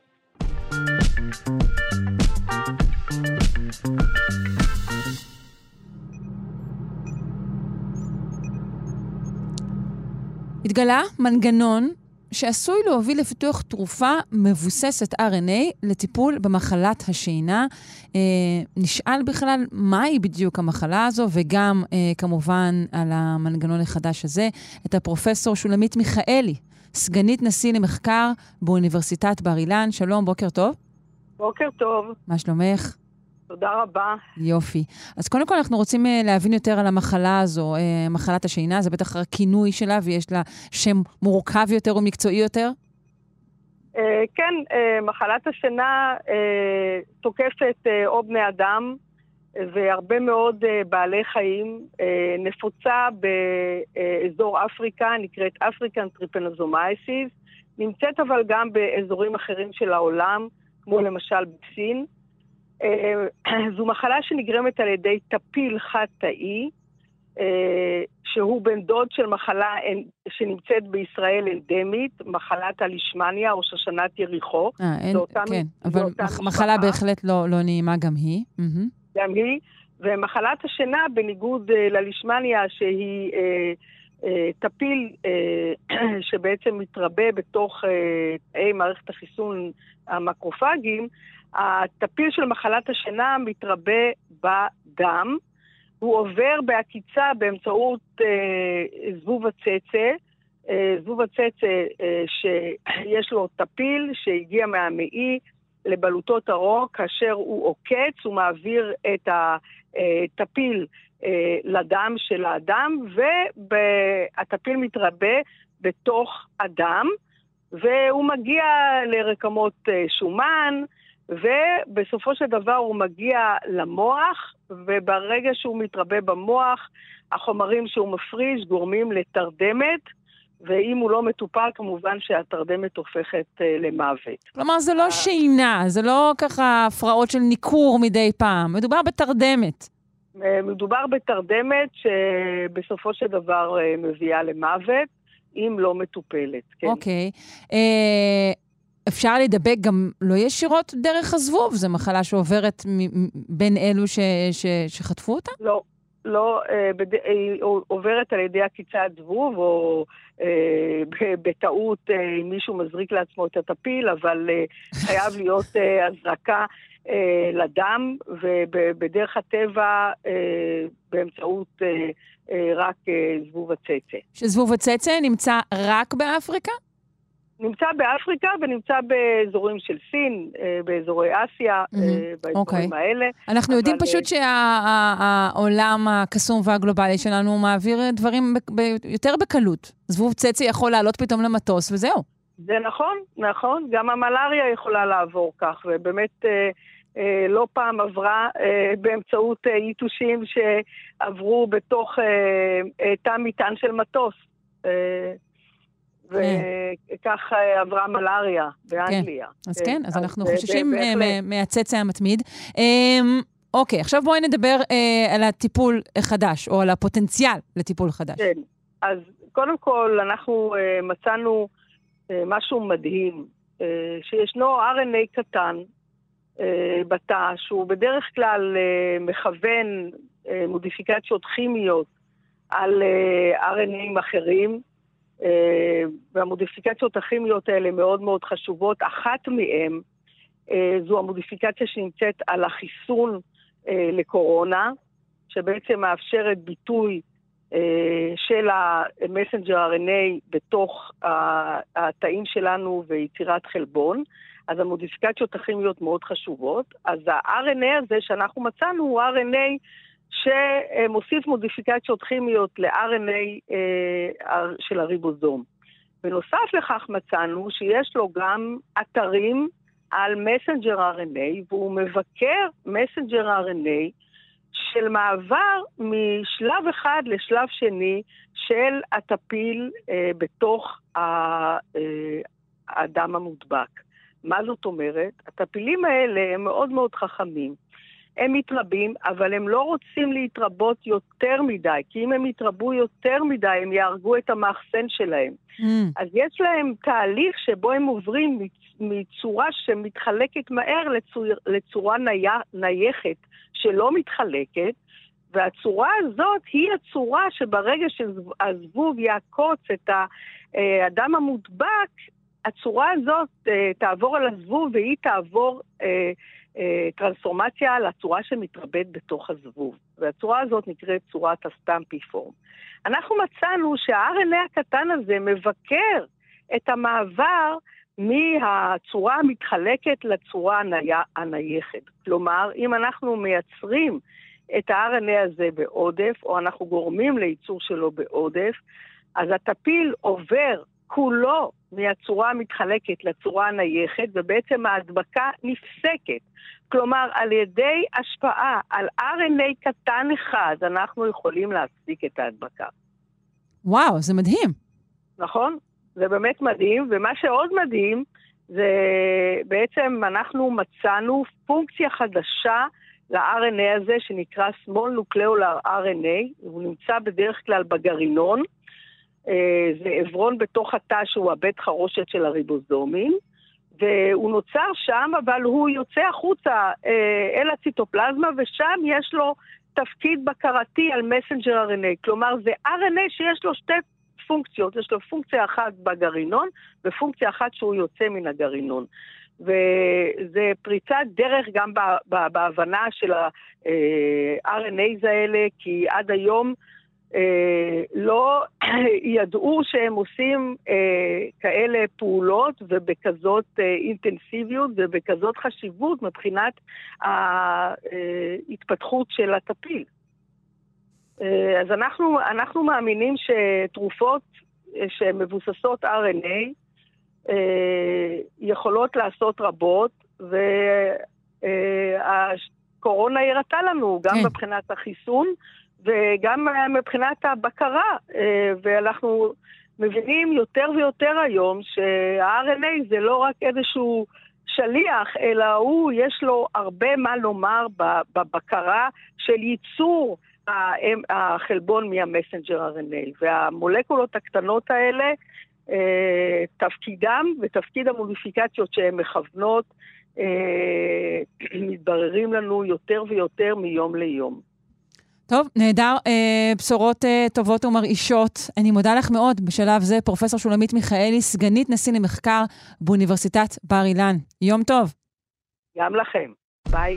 Speaker 2: התגלה מנגנון שעשוי להוביל לפיתוח תרופה מבוססת אר אן איי לטיפול במחלת השינה. אה, נשאל בכלל מהי בדיוק המחלה הזו, וגם אה, כמובן על המנגנון החדש הזה, את הפרופסור שולמית מיכאלי, סגנית נשיא למחקר באוניברסיטת בר אילן. שלום, בוקר טוב.
Speaker 8: בוקר טוב.
Speaker 2: מה שלומך?
Speaker 8: תודה רבה.
Speaker 2: יופי. אז קודם כל אנחנו רוצים להבין יותר על המחלה הזו, מחלת השינה, זה בטח הכינוי שלה ויש לה שם מורכב יותר ומקצועי יותר?
Speaker 8: כן, מחלת השינה תוקפת או בני אדם והרבה מאוד בעלי חיים, נפוצה באזור אפריקה, נקראת אפריקן טריפנוזומייסיס, נמצאת אבל גם באזורים אחרים של העולם, כמו למשל בסין. זו מחלה שנגרמת על ידי טפיל חד-תאי, שהוא בן דוד של מחלה שנמצאת בישראל אנדמית, מחלת הלישמניה או שושנת יריחו.
Speaker 2: אה, אין, כן, אבל מחלה בהחלט לא, לא נעימה גם היא.
Speaker 8: גם היא, ומחלת השינה, בניגוד ללישמניה, שהיא אה, אה, טפיל אה, שבעצם מתרבה בתוך תאי מערכת החיסון המקרופגים, הטפיל של מחלת השינה מתרבה בדם, הוא עובר בעקיצה באמצעות אה, זבוב הצצה, אה, זבוב הצצה אה, שיש לו טפיל שהגיע מהמעי לבלוטות הרוק, כאשר הוא עוקץ, הוא מעביר את הטפיל אה, לדם של האדם, והטפיל מתרבה בתוך הדם, והוא מגיע לרקמות אה, שומן, ובסופו של דבר הוא מגיע למוח, וברגע שהוא מתרבה במוח, החומרים שהוא מפריש גורמים לתרדמת, ואם הוא לא מטופל, כמובן שהתרדמת הופכת uh, למוות.
Speaker 2: כלומר, זה לא שינה, זה לא ככה הפרעות של ניקור מדי פעם, מדובר בתרדמת.
Speaker 8: מדובר בתרדמת שבסופו של דבר uh, מביאה למוות, אם לא מטופלת. כן.
Speaker 2: אוקיי. אה... אפשר לדבק גם לא ישירות דרך הזבוב? זו מחלה שעוברת מ- בין אלו ש- ש- שחטפו אותה?
Speaker 8: לא, לא, אה, בד... היא עוברת על ידי עקיצת זבוב, או אה, בטעות אה, מישהו מזריק לעצמו את הטפיל, אבל אה, חייב להיות אה, הזרקה אה, לדם, ובדרך הטבע אה, באמצעות אה, אה, רק אה, זבוב הצצה.
Speaker 2: שזבוב הצצה נמצא רק באפריקה?
Speaker 8: נמצא באפריקה ונמצא באזורים של סין, באזורי אסיה, באזורים האלה.
Speaker 2: אנחנו יודעים פשוט שהעולם הקסום והגלובלי שלנו מעביר דברים יותר בקלות. זבוב צצה יכול לעלות פתאום למטוס וזהו.
Speaker 8: זה נכון, נכון. גם המלאריה יכולה לעבור כך, ובאמת לא פעם עברה באמצעות יתושים שעברו בתוך תא מטען של מטוס. וכך עברה מלאריה באנגליה.
Speaker 2: אז כן, אז אנחנו חוששים מהצצה המתמיד. אוקיי, עכשיו בואי נדבר על הטיפול החדש, או על הפוטנציאל לטיפול חדש.
Speaker 8: כן, אז קודם כל אנחנו מצאנו משהו מדהים, שישנו אר אן איי קטן בתא, שהוא בדרך כלל מכוון מודיפיקציות כימיות על אר אן איי אחרים, והמודיפיקציות הכימיות האלה מאוד מאוד חשובות. אחת מהן זו המודיפיקציה שנמצאת על החיסון לקורונה, שבעצם מאפשרת ביטוי של המסנג'ר אר אן איי בתוך התאים שלנו ויצירת חלבון. אז המודיפיקציות הכימיות מאוד חשובות. אז ה-אר אן איי הזה שאנחנו מצאנו הוא אר אן איי שמוסיף מודיפיקציות כימיות ל-אר אן איי של הריבוזום. בנוסף לכך מצאנו שיש לו גם אתרים על מסנג'ר אר אן איי, והוא מבקר מסנג'ר אר אן איי של מעבר משלב אחד לשלב שני של הטפיל בתוך האדם המודבק. מה זאת אומרת? הטפילים האלה הם מאוד מאוד חכמים. הם מתרבים, אבל הם לא רוצים להתרבות יותר מדי, כי אם הם יתרבו יותר מדי, הם יהרגו את המאחסן שלהם. Mm. אז יש להם תהליך שבו הם עוברים מצורה שמתחלקת מהר לצור, לצורה ני, נייחת, שלא מתחלקת, והצורה הזאת היא הצורה שברגע שהזבוב יעקוץ את האדם המודבק, הצורה הזאת תעבור על הזבוב והיא תעבור טרנספורמציה לצורה שמתרבית בתוך הזבוב. והצורה הזאת נקראת צורת הסטמפיפורם. אנחנו מצאנו שה-אר אן איי הקטן הזה מבקר את המעבר מהצורה המתחלקת לצורה הנייחת. כלומר, אם אנחנו מייצרים את ה-אר אן איי הזה בעודף, או אנחנו גורמים לייצור שלו בעודף, אז הטפיל עובר כולו מהצורה המתחלקת לצורה הנייחת, ובעצם ההדבקה נפסקת. כלומר, על ידי השפעה על אר אן איי קטן אחד, אנחנו יכולים להפסיק את ההדבקה.
Speaker 2: וואו, זה מדהים.
Speaker 8: נכון? זה באמת מדהים, ומה שעוד מדהים, זה בעצם אנחנו מצאנו פונקציה חדשה ל-אר אן איי הזה, שנקרא Small Nucleolar אר אן איי, הוא נמצא בדרך כלל בגרעינון, זה עברון בתוך התא שהוא הבית חרושת של הריבוזומים, והוא נוצר שם, אבל הוא יוצא החוצה אל הציטופלזמה, ושם יש לו תפקיד בקרתי על מסנג'ר אר אן איי. כלומר, זה אר אן איי שיש לו שתי פונקציות. יש לו פונקציה אחת בגרעינון, ופונקציה אחת שהוא יוצא מן הגרעינון. וזה פריצת דרך גם בהבנה של ה-אר אן איי האלה, כי עד היום לא ידעו שהם עושים כאלה פעולות ובכזאת אינטנסיביות ובכזאת חשיבות מבחינת ההתפתחות של הטפיל. אז אנחנו, אנחנו מאמינים שתרופות שמבוססות אר אן איי יכולות לעשות רבות, והקורונה הראתה לנו גם
Speaker 2: כן.
Speaker 8: מבחינת החיסון וגם מבחינת הבקרה, ואנחנו מבינים יותר ויותר היום שה-אר אן איי זה לא רק איזשהו שליח, אלא הוא יש לו הרבה מה לומר בבקרה של ייצור החלבון מהמסנג'ר אר אן איי, והמולקולות הקטנות האלה, תפקידם ותפקיד המודיפיקציות שהן מכוונות מתבררים לנו יותר ויותר מיום ליום.
Speaker 2: טוב, נהדר, אה, בשורות אה, טובות ומרעישות. אני מודה לך מאוד בשלב זה, פרופסור שולמית מיכאלי, סגנית נשיא למחקר באוניברסיטת בר אילן. יום טוב.
Speaker 8: גם לכם. ביי.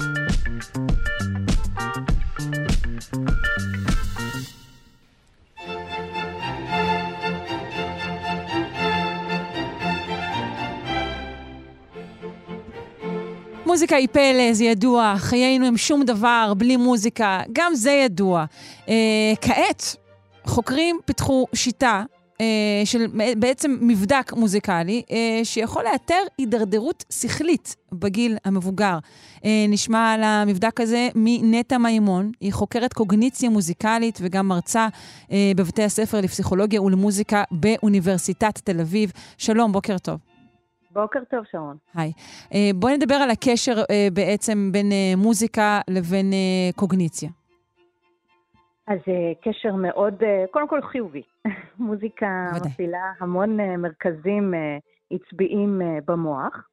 Speaker 2: מוזיקה היא פלא, זה ידוע, חיינו הם שום דבר בלי מוזיקה, גם זה ידוע. אה, כעת, חוקרים פיתחו שיטה אה, של בעצם מבדק מוזיקלי, אה, שיכול לאתר הידרדרות שכלית בגיל המבוגר. אה, נשמע על המבדק הזה מנטע מימון, היא חוקרת קוגניציה מוזיקלית וגם מרצה אה, בבתי הספר לפסיכולוגיה ולמוזיקה באוניברסיטת תל אביב. שלום, בוקר טוב.
Speaker 9: בוקר טוב, שרון.
Speaker 2: היי. בואי נדבר על הקשר בעצם בין מוזיקה לבין קוגניציה.
Speaker 9: אז קשר מאוד, קודם כל חיובי. מוזיקה ודאי. מפעילה המון מרכזים עצביים במוח.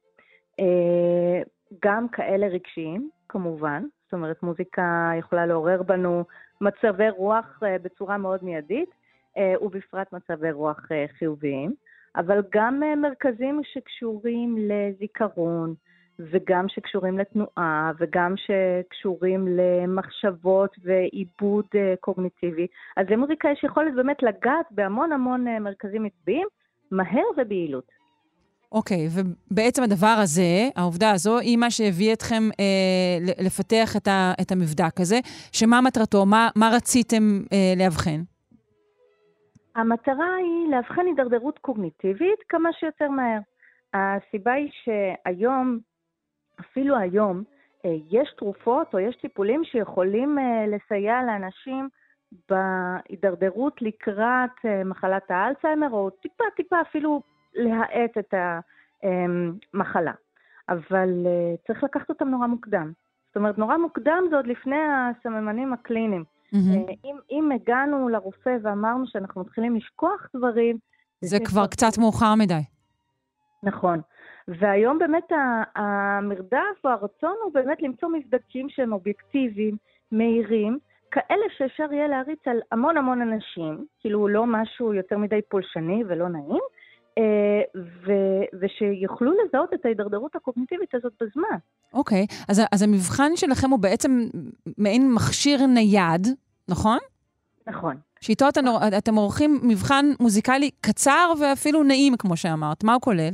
Speaker 9: גם כאלה רגשיים, כמובן. זאת אומרת, מוזיקה יכולה לעורר בנו מצבי רוח בצורה מאוד מיידית, ובפרט מצבי רוח חיוביים. אבל גם מרכזים שקשורים לזיכרון, וגם שקשורים לתנועה, וגם שקשורים למחשבות ועיבוד קוגניטיבי. אז למוזיקה יש יכולת באמת לגעת בהמון המון מרכזים עצביים, מהר וביעילות.
Speaker 2: אוקיי, ובעצם הדבר הזה, העובדה הזו, היא מה שהביא אתכם אה, לפתח את, ה, את המבדק הזה, שמה מטרתו, מה, מה רציתם אה, להבחן?
Speaker 9: המטרה היא להבחן הידרדרות קוגניטיבית כמה שיותר מהר. הסיבה היא שהיום, אפילו היום, יש תרופות או יש טיפולים שיכולים לסייע לאנשים בהידרדרות לקראת מחלת האלצהיימר, או טיפה טיפה אפילו להאט את המחלה. אבל צריך לקחת אותם נורא מוקדם. זאת אומרת, נורא מוקדם זה עוד לפני הסממנים הקליניים. Mm-hmm. אם, אם הגענו לרופא ואמרנו שאנחנו מתחילים לשכוח דברים...
Speaker 2: זה כבר קצת מאוחר מדי.
Speaker 9: נכון. והיום באמת המרדף והרצון הוא באמת למצוא מבדקים שהם אובייקטיביים, מהירים, כאלה שאפשר יהיה להריץ על המון המון אנשים, כאילו לא משהו יותר מדי פולשני ולא נעים, ו- ושיוכלו לזהות את ההידרדרות הקוגניטיבית הזאת בזמן.
Speaker 2: אוקיי, אז, אז המבחן שלכם הוא בעצם מעין מכשיר נייד, נכון?
Speaker 9: נכון.
Speaker 2: שאיתו אתם, אתם עורכים מבחן מוזיקלי קצר ואפילו נעים, כמו שאמרת. מה הוא כולל?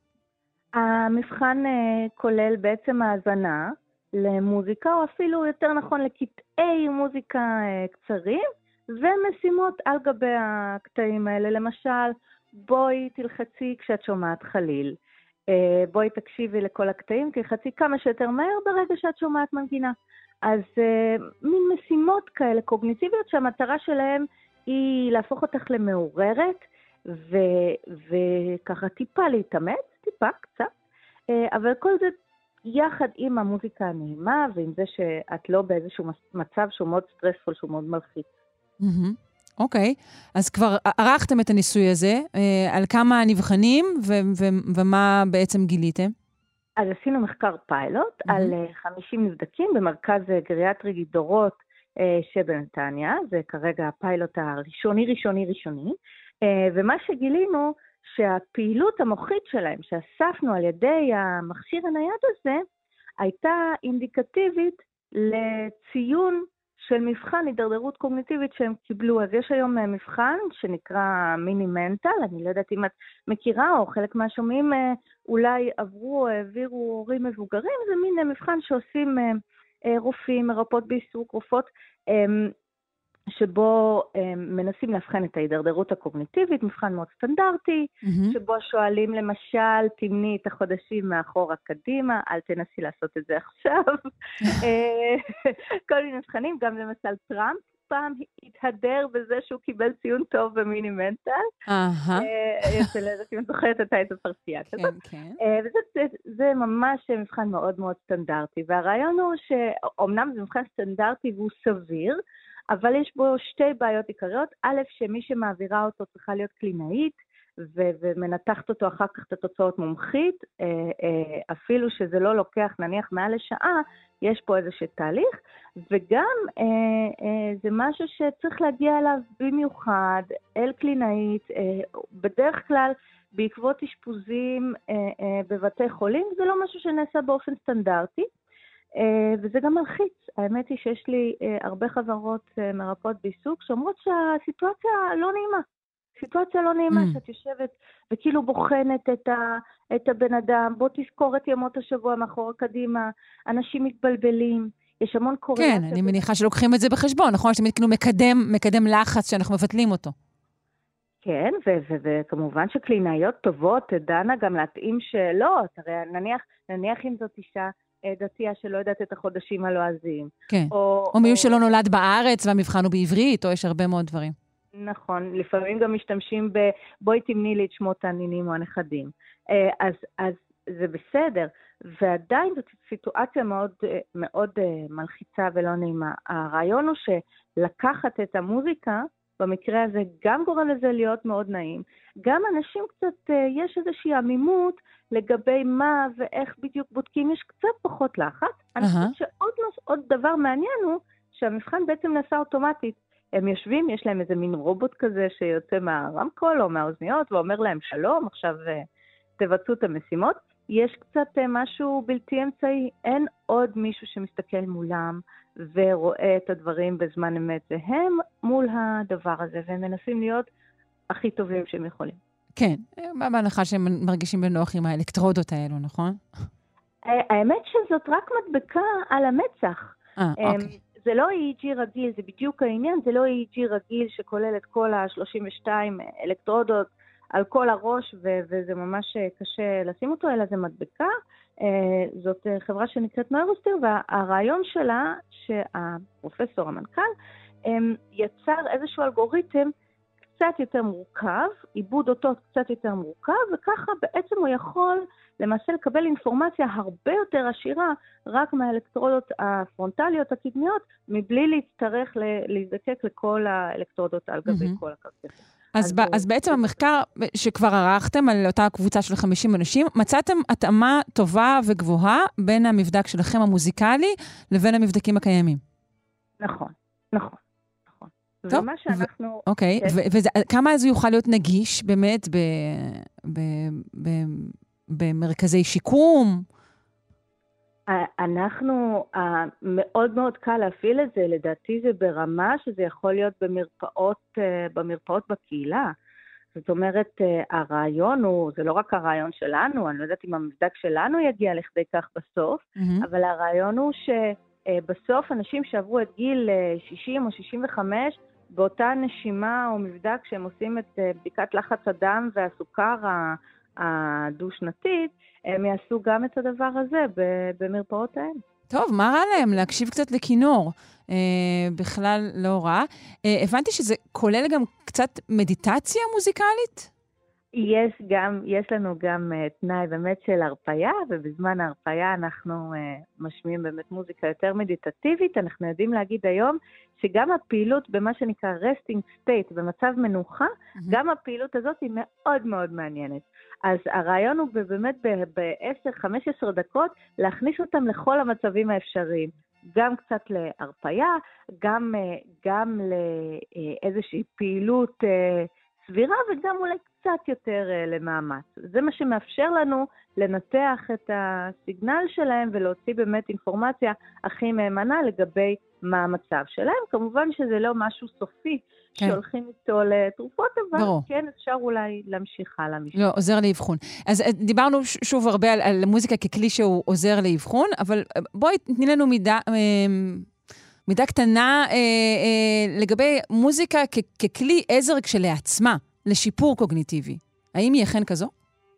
Speaker 9: המבחן כולל בעצם האזנה למוזיקה, או אפילו יותר נכון לקטעי מוזיקה קצרים, ומשימות על גבי הקטעים האלה. למשל, בואי תלחצי כשאת שומעת חליל. בואי תקשיבי לכל הקטעים, תלחצי כמה שיותר מהר ברגע שאת שומעת מנגינה. אז מין משימות כאלה קוגניטיביות שהמטרה שלהם היא להפוך אותך למעוררת, ו- וככה טיפה להתאמץ, טיפה קצת, אבל כל זה יחד עם המוזיקה הנעימה, ועם זה שאת לא באיזשהו מצב שהוא מאוד סטרספול, שהוא מאוד מלחיץ.
Speaker 2: אוקיי, אז כבר ערכתם את הניסוי הזה, על כמה נבחנים ו- ו- ומה בעצם גיליתם?
Speaker 9: אז עשינו מחקר פיילוט על חמישים נבדקים במרכז גריאטרי דורות שבנתניה, זה כרגע הפיילוט הראשוני, ראשוני, ראשוני, ומה שגילינו שהפעילות המוחית שלהם, שאספנו על ידי המכשיר הנייד הזה, הייתה אינדיקטיבית לציון של מבחן הידרדרות קוגניטיבית שהם קיבלו. אז יש היום מבחן שנקרא מיני מנטל, אני לא יודעת אם את מכירה או חלק מהשומעים אולי עברו או העבירו הורים מבוגרים, זה מין מבחן שעושים רופאים, מרפאות בעיסוק, רופאות, שבו מנסים להבחן את ההידרדרות הקוגניטיבית, מבחן מאוד סטנדרטי, mm-hmm. שבו שואלים למשל, תמני את החודשים מאחורה קדימה, אל תנסי לעשות את זה עכשיו. כל מיני מבחנים, גם למשל טראמפ פעם התהדר בזה שהוא קיבל ציון טוב במיני מנטל. אהה. אם את זוכרת את הפרשייה כזאת. כן, כן. וזה ממש מבחן מאוד מאוד סטנדרטי, והרעיון הוא שאומנם זה מבחן סטנדרטי והוא סביר, אבל יש בו שתי בעיות עיקריות. א', שמי שמעבירה אותו צריכה להיות קלינאית, ו- ומנתחת אותו אחר כך את התוצאות מומחית, אפילו שזה לא לוקח נניח מעל לשעה, יש פה איזשהו תהליך, וגם זה משהו שצריך להגיע אליו במיוחד, אל קלינאית, בדרך כלל בעקבות אשפוזים בבתי חולים, זה לא משהו שנעשה באופן סטנדרטי, וזה גם מלחיץ. האמת היא שיש לי הרבה חברות מרפאות בעיסוק שאומרות שהסיטואציה לא נעימה. סיטואציה לא נעימה mm. שאת יושבת וכאילו בוחנת את, ה, את הבן אדם, בוא תזכור את ימות השבוע מאחורה קדימה, אנשים מתבלבלים, יש המון קורלציה.
Speaker 2: כן, אני מניחה שלוקחים את זה בחשבון, נכון? שתמיד כאילו מקדם, מקדם לחץ שאנחנו מבטלים אותו.
Speaker 9: כן, וכמובן שקלינאיות טובות תדענה גם להתאים שאלות, הרי נניח, נניח אם זאת אישה דתייה שלא יודעת את החודשים הלועזיים.
Speaker 2: כן, או, או מי או... שלא נולד בארץ והמבחן הוא בעברית, או יש הרבה מאוד דברים.
Speaker 9: נכון, לפעמים גם משתמשים ב... בואי תמני לי את שמות הנינים או הנכדים. אז, אז זה בסדר, ועדיין זאת סיטואציה מאוד, מאוד מלחיצה ולא נעימה. הרעיון הוא שלקחת את המוזיקה, במקרה הזה גם גורם לזה להיות מאוד נעים. גם אנשים קצת, יש איזושהי עמימות לגבי מה ואיך בדיוק בודקים, יש קצת פחות לחץ. אני חושבת שעוד עוד דבר מעניין הוא שהמבחן בעצם נעשה אוטומטית. הם יושבים, יש להם איזה מין רובוט כזה שיוצא מהרמקול או מהאוזניות ואומר להם שלום, עכשיו תבצעו את המשימות. יש קצת משהו בלתי אמצעי, אין עוד מישהו שמסתכל מולם ורואה את הדברים בזמן אמת, והם מול הדבר הזה, והם מנסים להיות הכי טובים שהם יכולים.
Speaker 2: כן, בהנחה שהם מרגישים בנוח עם האלקטרודות האלו, נכון?
Speaker 9: האמת שזאת רק מדבקה על המצח.
Speaker 2: אה, אוקיי.
Speaker 9: זה לא אי אי ג'י רגיל, זה בדיוק העניין, זה לא אי אי ג'י רגיל שכולל את כל ה-שלושים ושתיים אלקטרודות על כל הראש, ו- וזה ממש קשה לשים אותו, אלא זה מדבקה. זאת חברה שנקראת נוירוסטיר, והרעיון שלה, שהפרופסור המנכ"ל, יצר איזשהו אלגוריתם קצת יותר מורכב, עיבוד אותות קצת יותר מורכב, וככה בעצם הוא יכול למעשה לקבל אינפורמציה הרבה יותר עשירה, רק מהאלקטרודות הפרונטליות הקדמיות, מבלי להצטרך להזדקק לכל האלקטרודות על גבי כל הקרקעית.
Speaker 2: אז, ב- אז בעצם המחקר שכבר ערכתם על אותה קבוצה של חמישים אנשים, מצאתם התאמה טובה וגבוהה בין המבדק שלכם המוזיקלי לבין המבדקים הקיימים.
Speaker 9: נכון, נכון, נכון.
Speaker 2: טוב,
Speaker 9: ומה שאנחנו...
Speaker 2: ו- אוקיי, כן. וכמה זה יוכל להיות נגיש באמת ב- ב- ב- במרכזי שיקום?
Speaker 9: אנחנו, מאוד מאוד קל להפעיל את זה, לדעתי זה ברמה שזה יכול להיות במרפאות, במרפאות בקהילה. זאת אומרת, הרעיון הוא, זה לא רק הרעיון שלנו, אני לא יודעת אם המבדק שלנו יגיע לכדי כך בסוף, mm-hmm. אבל הרעיון הוא שבסוף אנשים שעברו את גיל שישים או שישים וחמש, באותה נשימה או מבדק שהם עושים את בדיקת לחץ הדם והסוכר הדו-שנתית, הם יעשו גם את הדבר הזה במרפאות האלה.
Speaker 2: טוב, מה רע להם? להקשיב קצת לכינור. אה, בכלל לא רע. אה, הבנתי שזה כולל גם קצת מדיטציה מוזיקלית?
Speaker 9: יש גם, יש לנו גם uh, תנאי באמת של הרפיה, ובזמן ההרפיה אנחנו uh, משמיעים באמת מוזיקה יותר מדיטטיבית. אנחנו יודעים להגיד היום שגם הפעילות במה שנקרא resting state, במצב מנוחה, mm-hmm. גם הפעילות הזאת היא מאוד מאוד מעניינת. אז הרעיון הוא באמת ב-עשר חמש עשרה דקות להכניס אותם לכל המצבים האפשריים. גם קצת להרפיה, גם, גם לאיזושהי פעילות סבירה, וגם אולי קצת יותר למאמץ. זה מה שמאפשר לנו לנתח את הסיגנל שלהם ולהוציא באמת אינפורמציה הכי מהימנה לגבי מה המצב שלהם. כמובן שזה לא משהו סופי כן. שהולכים איתו לתרופות, אבל ברור. כן אפשר אולי להמשיך הלאה משהו.
Speaker 2: לא, עוזר לאבחון. אז דיברנו שוב הרבה על, על מוזיקה ככלי שהוא עוזר לאבחון, אבל בואי תני לנו מידה... מידה קטנה אה, אה, לגבי מוזיקה כ- ככלי עזר כשלעצמה לשיפור קוגניטיבי. האם היא אכן כזו?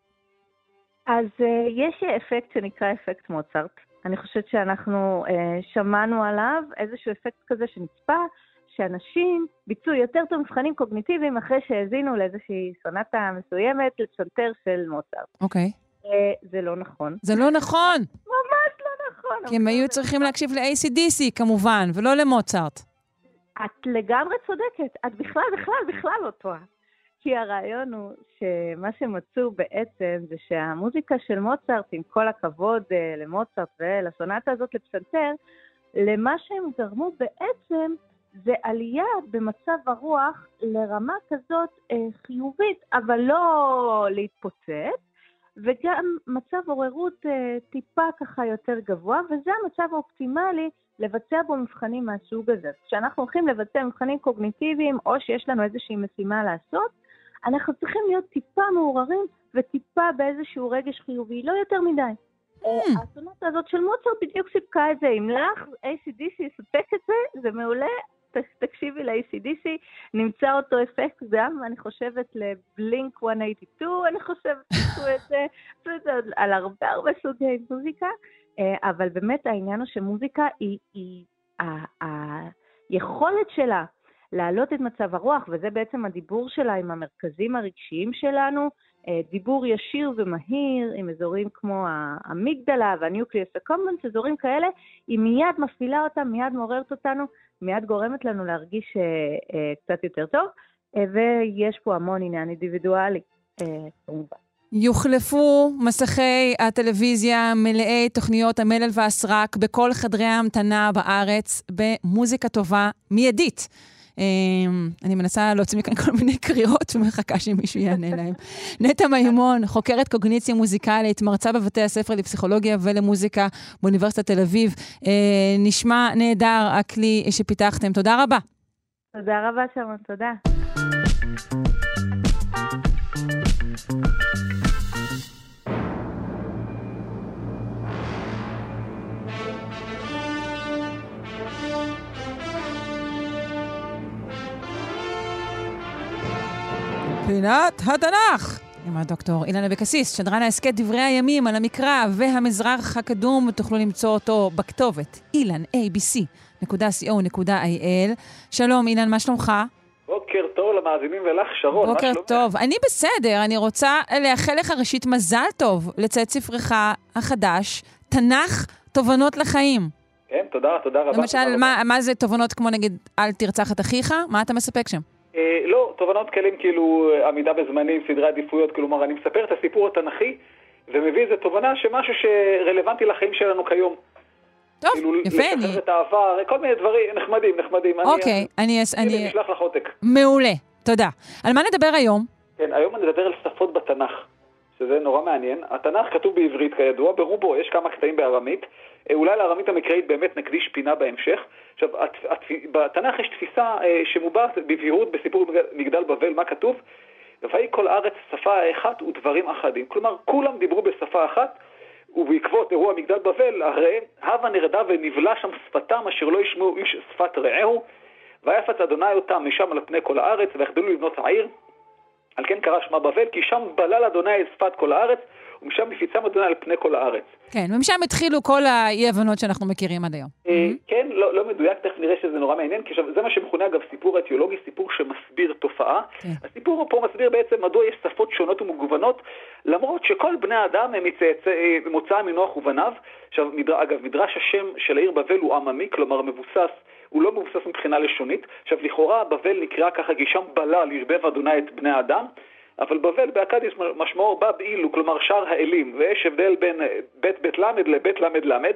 Speaker 9: אז אה, יש אפקט שנקרא אפקט מוצרט. אני חושבת שאנחנו אה, שמענו עליו איזשהו אפקט כזה שנצפה, שאנשים ביצעו יותר טוב מבחנים קוגניטיביים אחרי שהאזינו לאיזושהי סונטה מסוימת לפסנתר של מוצרט.
Speaker 2: אוקיי.
Speaker 9: אה, זה לא נכון.
Speaker 2: זה לא נכון.
Speaker 9: ממש לא נכון.
Speaker 2: כי הם היו צריכים להקשיב ל-איי סי די סי כמובן, ולא למוצרט.
Speaker 9: את לגמרי צודקת. את בכלל, בכלל, בכלל לא טועה. כי הרעיון הוא שמה שמצאו בעצם זה שהמוזיקה של מוצרט, עם כל הכבוד למוצרט ולסונטה הזאת לפסנתר, למה שהם גרמו בעצם זה עלייה במצב הרוח לרמה כזאת חיובית, אבל לא להתפוצץ, וגם מצב עוררות טיפה ככה יותר גבוה, וזה המצב האופטימלי לבצע בו מבחנים מהסוג הזה. כשאנחנו הולכים לבצע מבחנים קוגניטיביים, או שיש לנו איזושהי משימה לעשות, אנחנו צריכים להיות טיפה מעוררים, וטיפה באיזשהו רגש חיובי, לא יותר מדי. הסונטה הזאת של מוצרט בדיוק סיפקה את זה. אם לך איי סי די סי יספק את זה, זה מעולה. תקשיבי ל-איי סי די סי, נמצא אותו אפקט גם, אני חושבת לבלינק מאה שמונים ושתיים, אני חושבת שעשו את זה, עשו את זה על הרבה הרבה סוגי מוזיקה, אבל באמת העניין הוא שמוזיקה היא, היא היכולת שלה להעלות את מצב הרוח, וזה בעצם הדיבור שלה עם המרכזים הרגשיים שלנו, דיבור ישיר ומהיר עם אזורים כמו האמיגדלה והניוקליוס אקומבנס, אזורים כאלה, היא מיד מפעילה אותם, מיד מעוררת אותנו, מיד גורמת לנו להרגיש קצת יותר טוב, ויש פה המון עניין אינדיבידואלי.
Speaker 2: יוחלפו מסכי הטלוויזיה מלאי תוכניות המלל והסרק בכל חדרי ההמתנה בארץ במוזיקה טובה מיידית. אני מנסה להוציא מכאן כל מיני קריאות ומחכה שמישהו יענה להם. נטע מימון, חוקרת קוגניציה מוזיקלית, מרצה בבתי הספר לפסיכולוגיה ולמוזיקה באוניברסיטת תל אביב. נשמע נהדר הכלי שפיתחתם. תודה רבה.
Speaker 9: תודה רבה שרון, תודה.
Speaker 2: פינת התנ"ך עם הדוקטור אילן אבקסיס, שדרן העסקת דברי הימים על המקרא והמזרח הקדום. תוכלו למצוא אותו בכתובת אילן איי בי סי נקודה סי או נקודה איי אל. שלום אילן, מה שלומך?
Speaker 10: בוקר טוב למאזינים ולך שרון.
Speaker 2: בוקר טוב, אני בסדר. אני רוצה לאחל לך ראשית מזל טוב לצאת ספרך החדש, תנ"ך תובנות לחיים.
Speaker 10: כן, תודה, תודה רבה.
Speaker 2: למשל,
Speaker 10: תודה
Speaker 2: מה,
Speaker 10: רבה.
Speaker 2: מה זה תובנות כמו נגיד אל תרצח את אחיך? מה אתה מספק שם?
Speaker 10: אה, לא, תובנות כלים כאילו עמידה בזמנים, סדרי עדיפויות, כלומר אני מספר את הסיפור התנ"כי ומביא איזה תובנה שמשהו שרלוונטי לחיים שלנו כיום.
Speaker 2: טוב,
Speaker 10: כאילו,
Speaker 2: יפה.
Speaker 10: לשחרר
Speaker 2: אני...
Speaker 10: את העבר, כל מיני דברים נחמדים, נחמדים.
Speaker 2: אוקיי, אני...
Speaker 10: אני...
Speaker 2: אני...
Speaker 10: נשלח לך עותק.
Speaker 2: מעולה, תודה. על מה נדבר היום?
Speaker 10: כן, היום אני נדבר על שפות בתנ"ך, שזה נורא מעניין. התנ"ך כתוב בעברית כידוע, ברובו יש כמה קטעים בארמית. אולי לארמית המקראית באמת נקדיש פינה בהמשך. עכשיו, בתנ"ך יש תפיסה שמובעת בבהירות בסיפור מגדל בבל, מה כתוב? ויהי כל הארץ שפה אחת ודברים אחדים. כלומר, כולם דיברו בשפה אחת, ובעקבות אירוע מגדל בבל, הרי הווה נרדה ונבלה שם שפתם, אשר לא ישמעו איש שפת רעהו, ויפץ אדוני אותם משם על פני כל הארץ, ויחדלו לבנות העיר. על כן קרא שמה בבל, כי שם בלל אדוני שפת כל הארץ, ומשם מפיצם אדוני על פני כל הארץ.
Speaker 2: כן, ומשם התחילו כל האי-הבנות שאנחנו מכירים עד היום.
Speaker 10: כן, לא מדויק, תכף נראה שזה נורא מעניין, כי זה מה שמכונה אגב סיפור אתיולוגי, סיפור שמסביר תופעה. הסיפור פה מסביר בעצם מדוע יש שפות שונות ומגוונות, למרות שכל בני האדם הם מוצא מנוח ובניו. עכשיו, אגב, מדרש השם של העיר בבל הוא עממי, כלומר מבוסס, הוא לא מבוסס מבחינה לשונית. עכשיו, לכאורה בבל נקרא ככה, כי שם בלל ירבב אדוני את בני האדם, אבל בבל באכדיס משמעו בא באילו, כלומר שר האלים, ויש הבדל בין בית בית למד לבית למד למד.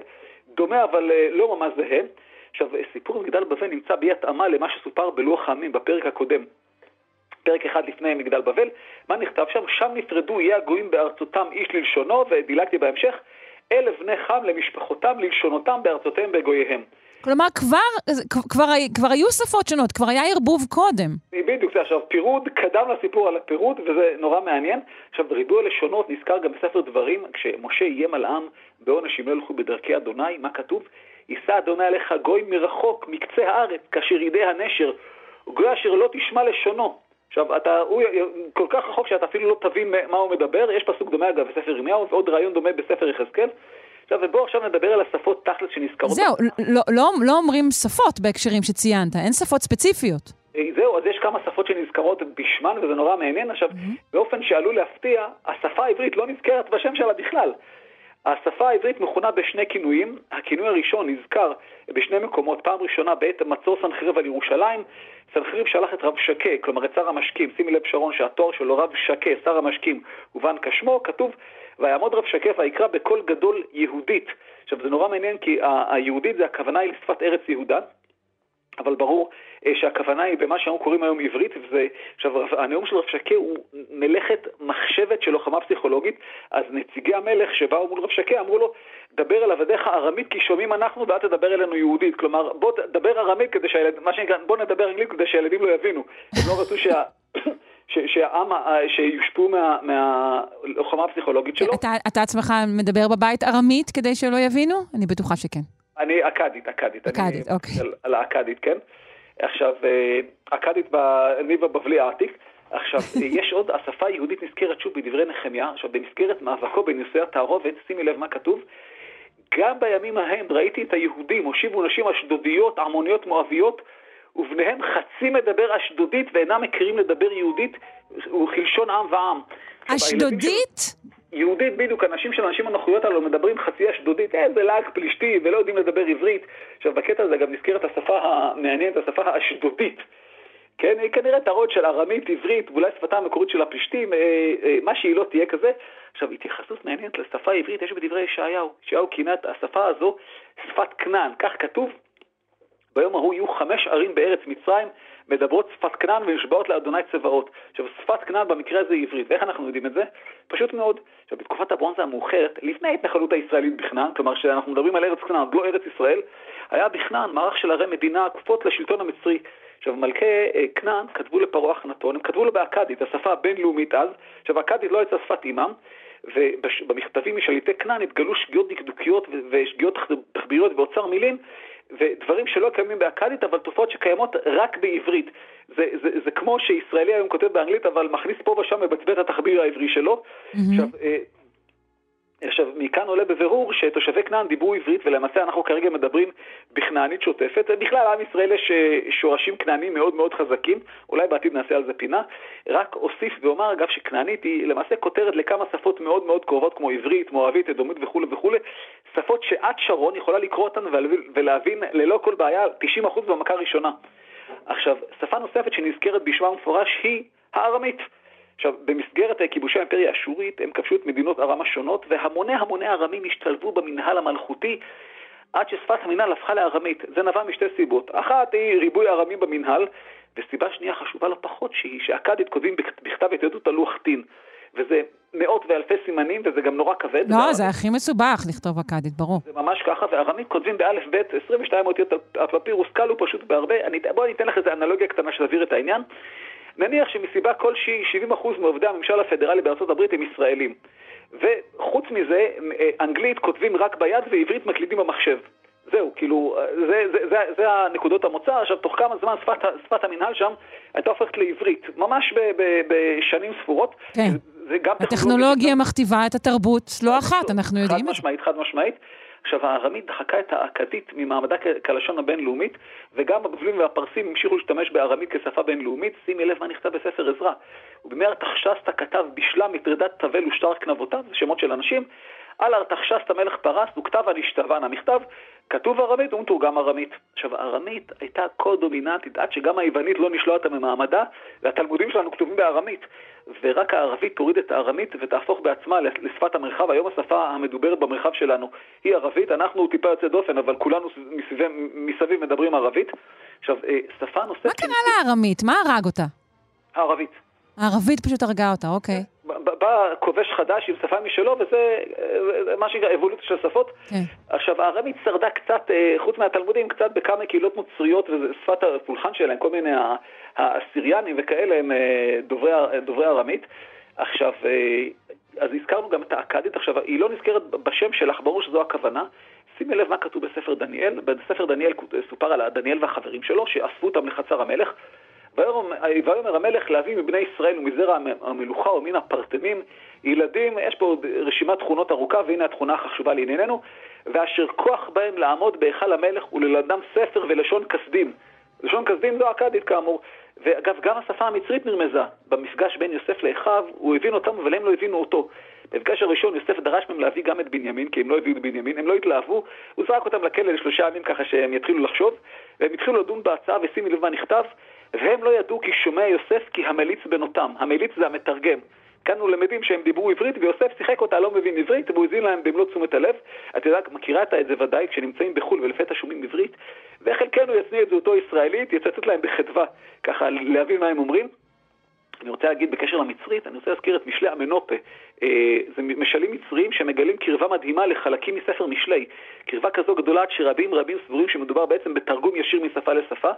Speaker 10: דומה אבל לא ממש זהה. עכשיו, סיפור מגדל בבל נמצא באי התאמה למה שסופר בלוח העמים בפרק הקודם. פרק אחד לפני מגדל בבל, מה נכתב שם? שם נפרדו יהיה הגויים בארצותם איש ללשונו, ודילגתי בהמשך, אלף בני חם למשפחותם ללשונותם בארצותיהם בגוייהם.
Speaker 2: כלומר, כבר, כבר, כבר היו שפות שונות, כבר היה ערבוב קודם.
Speaker 10: בדיוק, זה עכשיו פירוד, קדם לסיפור על הפירוד, וזה נורא מעניין. עכשיו, ריבוי הלשונות נזכר גם בספר דברים, כשמשה איים על העם בעונש אם לא ילכו בדרכי אדוני, מה כתוב? יישא אדוני עליך גוי מרחוק, מקצה הארץ, כאשר ידי הנשר, גוי אשר לא תשמע לשונו. עכשיו, אתה, הוא כל כך רחוק שאתה אפילו לא תבין מה הוא מדבר. יש פסוק דומה אגב בספר ירמיהו, ועוד רעיון דומה בספר יחזקאל. עכשיו, ובואו עכשיו נדבר על השפות תכלס שנזכרות.
Speaker 2: זהו, לא, לא, לא אומרים שפות בהקשרים שציינת, אין שפות ספציפיות.
Speaker 10: זהו, אז יש כמה שפות שנזכרות בשמן, וזה נורא מעניין. עכשיו, mm-hmm. באופן שעלול להפתיע, השפה העברית לא נזכרת בשם שלה בכלל. השפה העברית מכונה בשני כינויים. הכינוי הראשון נזכר בשני מקומות. פעם ראשונה בעת מצור סנחריב על ירושלים. סנחריב שלח את רב שקה, כלומר את שר המשקים. שימי לב שרון שהתואר שלו רב שקה, שר המשקים, הובן כשמו. כתוב, ויעמוד רב שקה ויקרא בקול גדול יהודית. עכשיו זה נורא מעניין כי היהודית זה הכוונה היא לשפת ארץ יהודה. אבל ברור שהכוונה היא במה שאנחנו קוראים היום עברית, וזה, עכשיו, הנאום של רב שקה הוא מלאכת מחשבת של לוחמה פסיכולוגית. אז נציגי המלך שבאו מול רב שקה אמרו לו, דבר אל עבדיך ארמית כי שומעים אנחנו ואל תדבר אלינו יהודית. כלומר, בוא תדבר ארמית כדי שהילד, מה שנקרא, בוא נדבר אנגלית כדי שהילדים לא יבינו. הם לא רצו שה... שהעם, שיושפעו מהלוחמה הפסיכולוגית שלו.
Speaker 2: אתה עצמך מדבר בבית ארמית כדי שלא יבינו? אני בטוחה שכן.
Speaker 10: אני אקדית, אקדית.
Speaker 2: אקדית, אוקיי.
Speaker 10: על האקדית, כן. עכשיו, אקדית בניב הבבלי העתיק. עכשיו, יש עוד, השפה היהודית נזכרת שוב בדברי נחמיה. עכשיו, במסגרת מאבקו בנישואי התערובת, שימי לב מה כתוב. גם בימים ההם ראיתי את היהודים, הושיבו נשים אשדודיות, עמוניות, מואביות, ובניהם חצי מדבר אשדודית ואינם מכירים לדבר יהודית, הוא חלשון עם ועם.
Speaker 2: אשדודית?
Speaker 10: יהודית בדיוק, אנשים של אנשים הנוחויות הללו מדברים חצי אשדודית, אה, זה לעג פלישתי ולא יודעים לדבר עברית. עכשיו בקטע הזה גם נזכרת השפה המעניינת, השפה האשדודית. כן, היא כנראה תראות של ארמית, עברית, ואולי שפתה המקורית של הפלישתים, אה, אה, מה שהיא לא תהיה כזה. עכשיו, התייחסות מעניינת לשפה העברית, יש בדברי ישעיהו. ישעיהו כינה את השפה הזו שפת כנען, כך כתוב. ביום ההוא יהיו חמש ערים בארץ מצרים, מדברות שפת כנען ונשבעות לאדוני צבאות. עכשיו, שפת כנען במקרה הזה היא עברית. ואיך אנחנו יודעים את זה? פשוט מאוד. עכשיו, בתקופת הברונזה המאוחרת, לפני ההתנחלות הישראלית בכנען, כלומר שאנחנו מדברים על ארץ כנען, לא ארץ ישראל, היה בכנען מערך של ערי מדינה כפופות לשלטון המצרי. עכשיו, מלכי כנען כתבו לפרעה אחנתון, הם כתבו לו באקדית, השפה הבינלאומית אז. עכשיו, האקדית לא הייתה שפת אימם, ובמכתבים משליטי כנען התגלו שגיאות דקדוקיות ושגיאות תחביריות ואוצר מילים, ודברים שלא קיימים באקדית, אבל תופעות שקיימות רק בעברית. זה, זה, זה כמו שישראלי היום כותב באנגלית, אבל מכניס פה ושם מבצבט התחביר העברי שלו. Mm-hmm. עכשיו, עכשיו, מכאן עולה בבירור שתושבי כנען דיברו עברית, ולמעשה אנחנו כרגע מדברים בכנענית שוטפת. בכלל, עם ישראל יש שורשים כנענים מאוד מאוד חזקים, אולי בעתיד נעשה על זה פינה. רק אוסיף ואומר, אגב, שכנענית היא למעשה כותרת לכמה שפות מאוד מאוד קרובות, כמו עברית, מואבית, אדומית וכו' וכו'. שפות שעד שרון יכולה לקרוא אותן ולהבין ללא כל בעיה תשעים אחוז במכה ראשונה. עכשיו, שפה נוספת שנזכרת בשמה מפורש היא הארמית. עכשיו, במסגרת כיבושי האימפריה האשורית, הם כבשו את מדינות ארם השונות, והמוני המוני ארמים השתלבו במנהל המלכותי, עד ששפת המנהל הפכה לארמית. זה נבע משתי סיבות. אחת היא ריבוי ארמים במנהל, וסיבה שנייה חשובה לא פחות, שהיא שאקדית כותבים בכתב את עדות הלוח טין, וזה מאות ואלפי סימנים, וזה גם נורא כבד.
Speaker 2: לא, זה הכי מסובך לכתוב אקדית, ברור.
Speaker 10: זה ממש ככה, וארמית כותבים באלף בית, עשרים ושתיים אותיות הפפירוס, קלו פשוט בהרבה. בואו ניתן לך איזה אנלוגיה קטנה שתבהיר את העניין. נניח שמסיבה כלשהי שבעים אחוז מעובדי הממשל הפדרלי בארצות הברית הם ישראלים. וחוץ מזה, אנגלית כותבים רק ביד ועברית מקלידים במחשב. זהו, כאילו, זה, זה, זה, זה הנקודות המוצא. עכשיו, תוך כמה זמן שפת, שפת המנהל שם הייתה הופכת לעברית, ממש ב, ב, בשנים ספורות.
Speaker 2: כן.
Speaker 10: זה גם
Speaker 2: הטכנולוגיה מכתיבה את התרבות, לא אחת, אנחנו יודעים את זה.
Speaker 10: חד משמעית, חד משמעית. עכשיו, הארמית דחקה את האקדית ממעמדה כלשון הבינלאומית, וגם הבבלים והפרסים המשיכו להשתמש בארמית כשפה בינלאומית. שימי לב מה נכתב בספר עזרא. ובמאר תחשסתא כתב בשלה מטרדת תבל ושטר כנבותיו, זה שמות של אנשים. על ארתחשסת המלך פרס וכתב הנשתבן. המכתב כתוב ארמית ומתורגם ארמית. עכשיו, הארמית הייתה כה דומיננטית עד שגם היוונית לא נשלו אותה ממעמדה, והתלמודים שלנו כתובים בארמית, ורק הערבית תוריד את הארמית ותהפוך בעצמה לשפת המרחב. היום השפה המדוברת במרחב שלנו היא ערבית, אנחנו טיפה יוצא דופן, אבל כולנו מסביב, מסביב מדברים ערבית. עכשיו, שפה נוספת...
Speaker 2: מה קרה לארמית? מה הרג אותה?
Speaker 10: הערבית.
Speaker 2: הערבית פשוט הרגה אותה, אוקיי.
Speaker 10: בא כובש חדש עם שפה משלו, וזה מה שנקרא אבולוציה של שפות. כן. עכשיו, הארמית שרדה קצת, חוץ מהתלמודים, קצת בכמה קהילות נוצריות, וזה שפת הפולחן שלהם, כל מיני האסיריאנים וכאלה הם דוברי, דוברי ארמית. עכשיו, אז הזכרנו גם את האכדית. עכשיו, היא לא נזכרת בשם שלך, ברור שזו הכוונה. שימי לב מה כתוב בספר דניאל. בספר דניאל סופר על דניאל והחברים שלו, שאספו אותם לחצר המלך. ויאמר המלך להביא מבני ישראל ומזרע המלוכה ומן הפרטמים ילדים, יש פה רשימת תכונות ארוכה, והנה התכונה החשובה לענייננו, ואשר כוח בהם לעמוד בהיכל המלך וללמדם ספר ולשון כסדים. לשון כסדים זו אכדית כאמור. ואגב, גם השפה המצרית נרמזה. במפגש בין יוסף לאחיו הוא הבין אותם אבל הם לא הבינו אותו. במפגש הראשון יוסף דרש מהם להביא גם את בנימין, כי הם לא הביאו את בנימין, הם לא התלהבו, הוא זרק אותם לכלא לשלושה ימים ככה שהם יתחילו לחשוב, והם התחילו לדון בהצעה ושימי לב מה נכתב, והם לא ידעו כי שומע יוסף כי המליץ בנותם. המליץ זה המתרגם. כאן הוא למדים שהם דיברו עברית, ויוסף שיחק אותה, לא מבין עברית, והוא הזין להם במלוא תשומת הלב. את יודעת, מכירה את זה ודאי, כשנמצאים בחול ולפתע שומעים עברית, וחלקנו יצניע את זהותו ישראלית, יצטט להם בחדווה, ככה להבין מה הם אומרים. אני רוצה להגיד בקשר למצרית, אני רוצה להזכיר את משלי המנופה. אה, זה משלים מצריים שמגלים קרבה מדהימה לחלקים מספר משלי. קרבה כזו גדולה שרבים רבים סבורים שמדובר בעצם בתרגום ישיר משפה לשפה.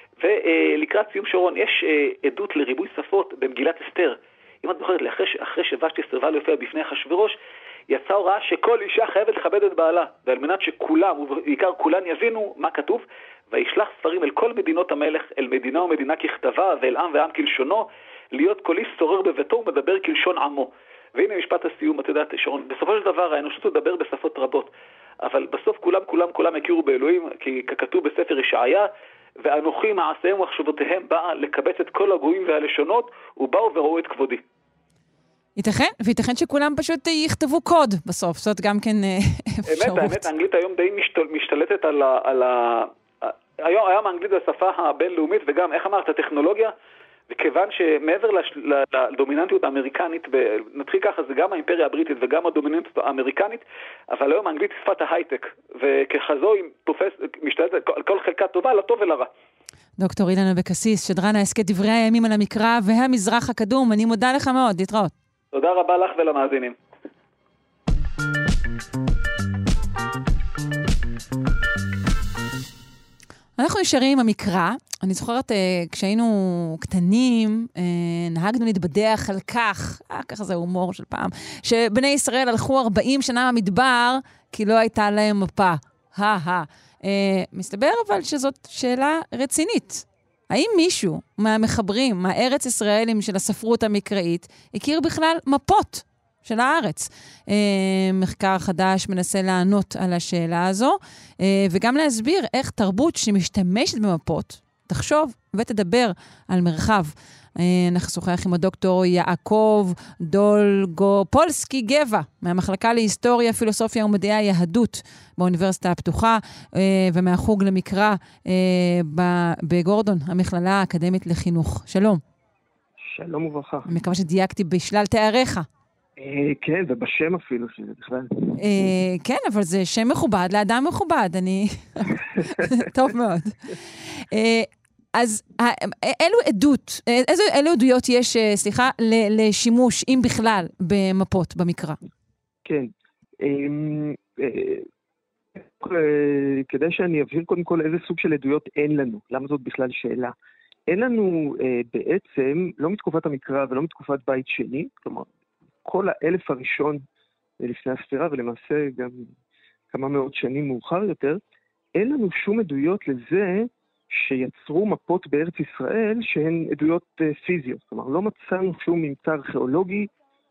Speaker 10: ולקראת סיום שרון, יש אה, עדות לריבוי שפות במגילת אסתר. אם את זוכרת, אחרי, אחרי שוושתי סירבה להופיע בפני אחשוורוש, יצאה הוראה שכל אישה חייבת לכבד את בעלה, ועל מנת שכולם, ובעיקר כולן יבינו מה כתוב, וישלח ספרים אל כל מדינות המלך, אל מדינה ומדינה ככתבה, ואל עם ועם כלשונו, להיות כל איש שורר בביתו ומדבר כלשון עמו. והנה משפט הסיום, את יודעת, שרון, בסופו של דבר האנושות תדבר בשפות רבות, אבל בסוף כולם, כולם, כולם יכירו באלוהים, כי ככתוב בספר ישעיה, ואנוכי מעשיהם ומחשבותיהם באה לקבץ את כל הגויים והלשונות, ובאו וראו את כבודי.
Speaker 2: ייתכן, וייתכן שכולם פשוט יכתבו קוד בסוף, זאת גם כן אפשרות.
Speaker 10: האמת, האמת, האנגלית היום די משתל, משתלטת על ה... על ה... היום, היום האנגלית זה השפה הבינלאומית, וגם, איך אמרת, הטכנולוגיה, וכיוון שמעבר לדומיננטיות האמריקנית, נתחיל ככה, זה גם האימפריה הבריטית וגם הדומיננטיות האמריקנית, אבל היום האנגלית היא שפת ההייטק, וככזו היא תופס, משתלטת על כל חלקה טובה, לטוב ולרע.
Speaker 2: דוקטור אילן אבקסיס, שדרן ההסכת דברי הימים על המקרא והמזרח הקדום, אני מודה לך מאוד, להתראות.
Speaker 10: תודה רבה לך ולמאזינים.
Speaker 2: אנחנו נשארים עם המקרא. אני זוכרת, כשהיינו קטנים, נהגנו להתבדח על כך, ככה זה הומור של פעם, שבני ישראל הלכו ארבעים שנה במדבר, כי לא הייתה להם מפה. הא, מסתבר אבל שזאת שאלה רצינית. האם מישהו מהמחברים, מהארץ ישראלים של הספרות המקראית, הכיר בכלל מפות של הארץ? מחקר חדש מנסה לענות על השאלה הזו, וגם להסביר איך תרבות שמשתמשת במפות, תחשוב ותדבר על מרחב. אנחנו שוחח עם הדוקטור יעקב דולגופולסקי גבע, מהמחלקה להיסטוריה, פילוסופיה ומדעי היהדות באוניברסיטה הפתוחה, ומהחוג למקרא בגורדון, המכללה האקדמית לחינוך. שלום.
Speaker 11: שלום וברכה.
Speaker 2: אני מקווה שדייקתי בשלל תאריך.
Speaker 11: כן, ובשם אפילו, שזה בכלל.
Speaker 2: כן, אבל זה שם מכובד, לאדם מכובד, אני... טוב מאוד. אז אילו עדות, איזה, אילו עדויות יש, סליחה, לשימוש, אם בכלל, במפות, במקרא?
Speaker 11: כן. כדי שאני אבהיר קודם כל איזה סוג של עדויות אין לנו. למה זאת בכלל שאלה? אין לנו בעצם, לא מתקופת המקרא ולא מתקופת בית שני, כלומר, כל האלף הראשון לפני הספירה, ולמעשה גם כמה מאות שנים מאוחר יותר, אין לנו שום עדויות לזה שיצרו מפות בארץ ישראל שהן עדויות פיזיות. כלומר, לא מצאנו שום ממצא ארכיאולוגי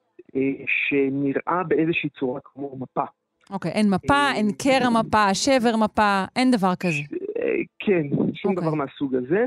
Speaker 11: שנראה באיזושהי צורה כמו מפה.
Speaker 2: אוקיי, אין מפה, אין קרע מפה, שבר מפה, אין דבר כזה.
Speaker 11: כן, שום דבר מהסוג הזה.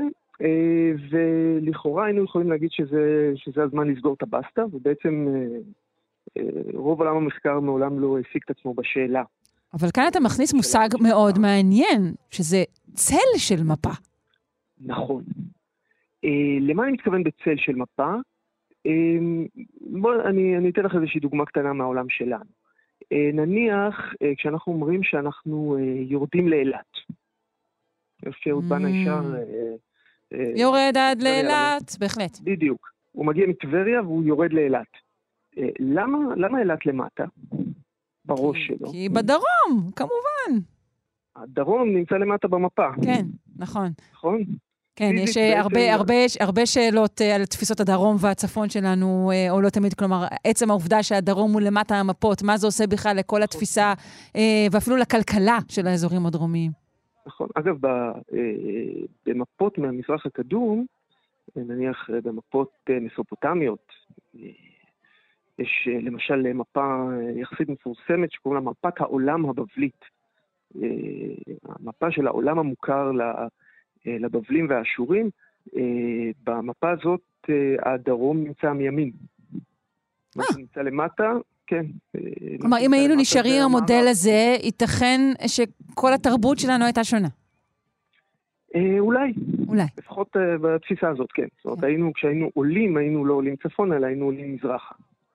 Speaker 11: ולכאורה היינו יכולים להגיד שזה, שזה הזמן לסגור את הבסטה, ובעצם רוב עולם המחקר מעולם לא השיג את עצמו בשאלה.
Speaker 2: אבל כאן אתה מכניס מושג מאוד מעניין, שזה צל של מפה.
Speaker 11: נכון. למה אני מתכוון בצל של מפה? בוא, אני, אני אתן לך איזושהי דוגמה קטנה מהעולם שלנו. נניח, כשאנחנו אומרים שאנחנו יורדים לאילת. שאהוד בנאי שר...
Speaker 2: יורד עד לאילת, בהחלט.
Speaker 11: בדיוק. הוא מגיע מטבריה והוא יורד לאילת. למה, למה אילת למטה? בראש שלו.
Speaker 2: כי בדרום, כמובן.
Speaker 11: הדרום נמצא למטה במפה.
Speaker 2: כן, נכון.
Speaker 11: נכון?
Speaker 2: כן, יש הרבה, הרבה, הרבה שאלות על תפיסות הדרום והצפון שלנו, או לא תמיד, כלומר, עצם העובדה שהדרום הוא למטה המפות, מה זה עושה בכלל לכל התפיסה, ואפילו לכלכלה של האזורים הדרומיים.
Speaker 11: נכון. אגב, במפות מהמזרח הקדום, נניח במפות מסופוטמיות, יש למשל מפה יחסית מפורסמת שקוראים לה מפת העולם הבבלית. המפה של העולם המוכר לבבלים והאשורים, במפה הזאת הדרום נמצא מימין. מה שנמצא למטה, כן.
Speaker 2: כלומר, אם היינו נשארים המודל הזה, ייתכן שכל התרבות שלנו הייתה שונה.
Speaker 11: אולי.
Speaker 2: אולי.
Speaker 11: לפחות בתפיסה הזאת, כן. זאת אומרת, היינו, כשהיינו עולים, היינו לא עולים צפון, אלא היינו עולים מזרחה.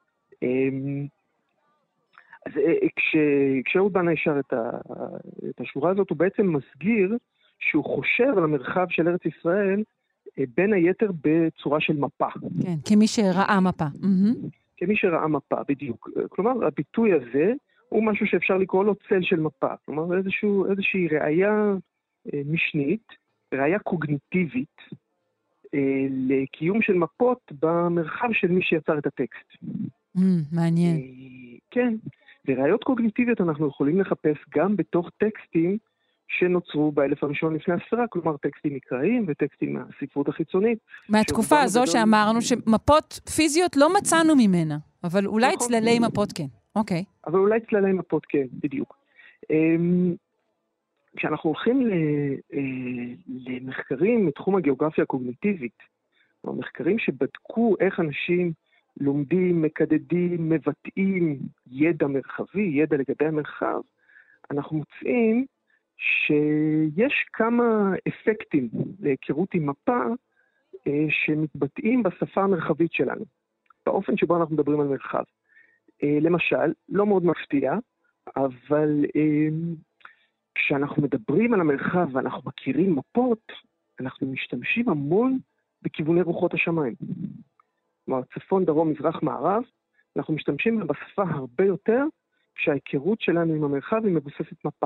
Speaker 11: אז כשאהוד בנאי שר את השורה הזאת, הוא בעצם מסגיר שהוא חושב על המרחב של ארץ ישראל, בין היתר בצורה של מפה.
Speaker 2: כן, כמי שראה מפה.
Speaker 11: כמי שראה מפה, בדיוק. כלומר, הביטוי הזה הוא משהו שאפשר לקרוא לו צל של מפה. כלומר, איזשהו, איזושהי ראייה משנית, ראייה קוגניטיבית, לקיום של מפות במרחב של מי שיצר את הטקסט.
Speaker 2: מעניין.
Speaker 11: כן, וראיות קוגניטיביות אנחנו יכולים לחפש גם בתוך טקסטים שנוצרו באלף הראשון לפני הספירה, כלומר טקסטים מקראיים וטקסטים מהספרות החיצונית.
Speaker 2: מהתקופה הזו שאמרנו שמפות פיזיות לא מצאנו ממנה, אבל אולי צללי מפות כן. אוקיי.
Speaker 11: אבל אולי צללי מפות כן, בדיוק. כשאנחנו הולכים למחקרים מתחום הגיאוגרפיה הקוגניטיבית, מחקרים שבדקו איך אנשים לומדים, מקדדים, מבטאים ידע מרחבי, ידע לגבי המרחב, אנחנו מוצאים שיש כמה אפקטים להיכרות עם מפה שמתבטאים בשפה המרחבית שלנו, באופן שבו אנחנו מדברים על מרחב. למשל, לא מאוד מפתיע, אבל כשאנחנו מדברים על המרחב ואנחנו מכירים מפות, אנחנו משתמשים המון בכיווני רוחות השמיים. כלומר, צפון, דרום, מזרח, מערב, אנחנו משתמשים בשפה הרבה יותר, כשההיכרות שלנו עם המרחב היא מבוססת מפה.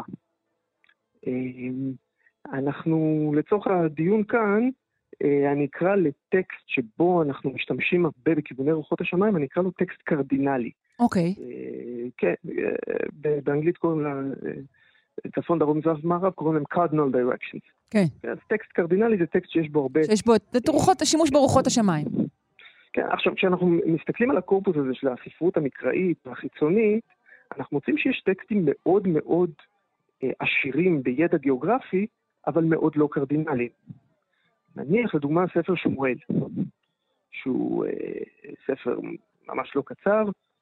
Speaker 11: אנחנו, לצורך הדיון כאן, אני אקרא לטקסט שבו אנחנו משתמשים הרבה בכיווני רוחות השמיים, אני אקרא לו טקסט קרדינלי.
Speaker 2: אוקיי.
Speaker 11: כן, באנגלית קוראים לה, צפון, דרום, מזרח, מערב, קוראים להם cardinal directions.
Speaker 2: כן.
Speaker 11: אז טקסט קרדינלי זה טקסט שיש בו הרבה...
Speaker 2: שיש בו את רוחות, השימוש ברוחות השמיים.
Speaker 11: כן, עכשיו, כשאנחנו מסתכלים על הקורפוס הזה של הספרות המקראית והחיצונית, אנחנו מוצאים שיש טקסטים מאוד מאוד עשירים בידע גיאוגרפי, אבל מאוד לא קרדינליים. נניח, לדוגמה, ספר שמואל, שהוא ספר ממש לא קצר,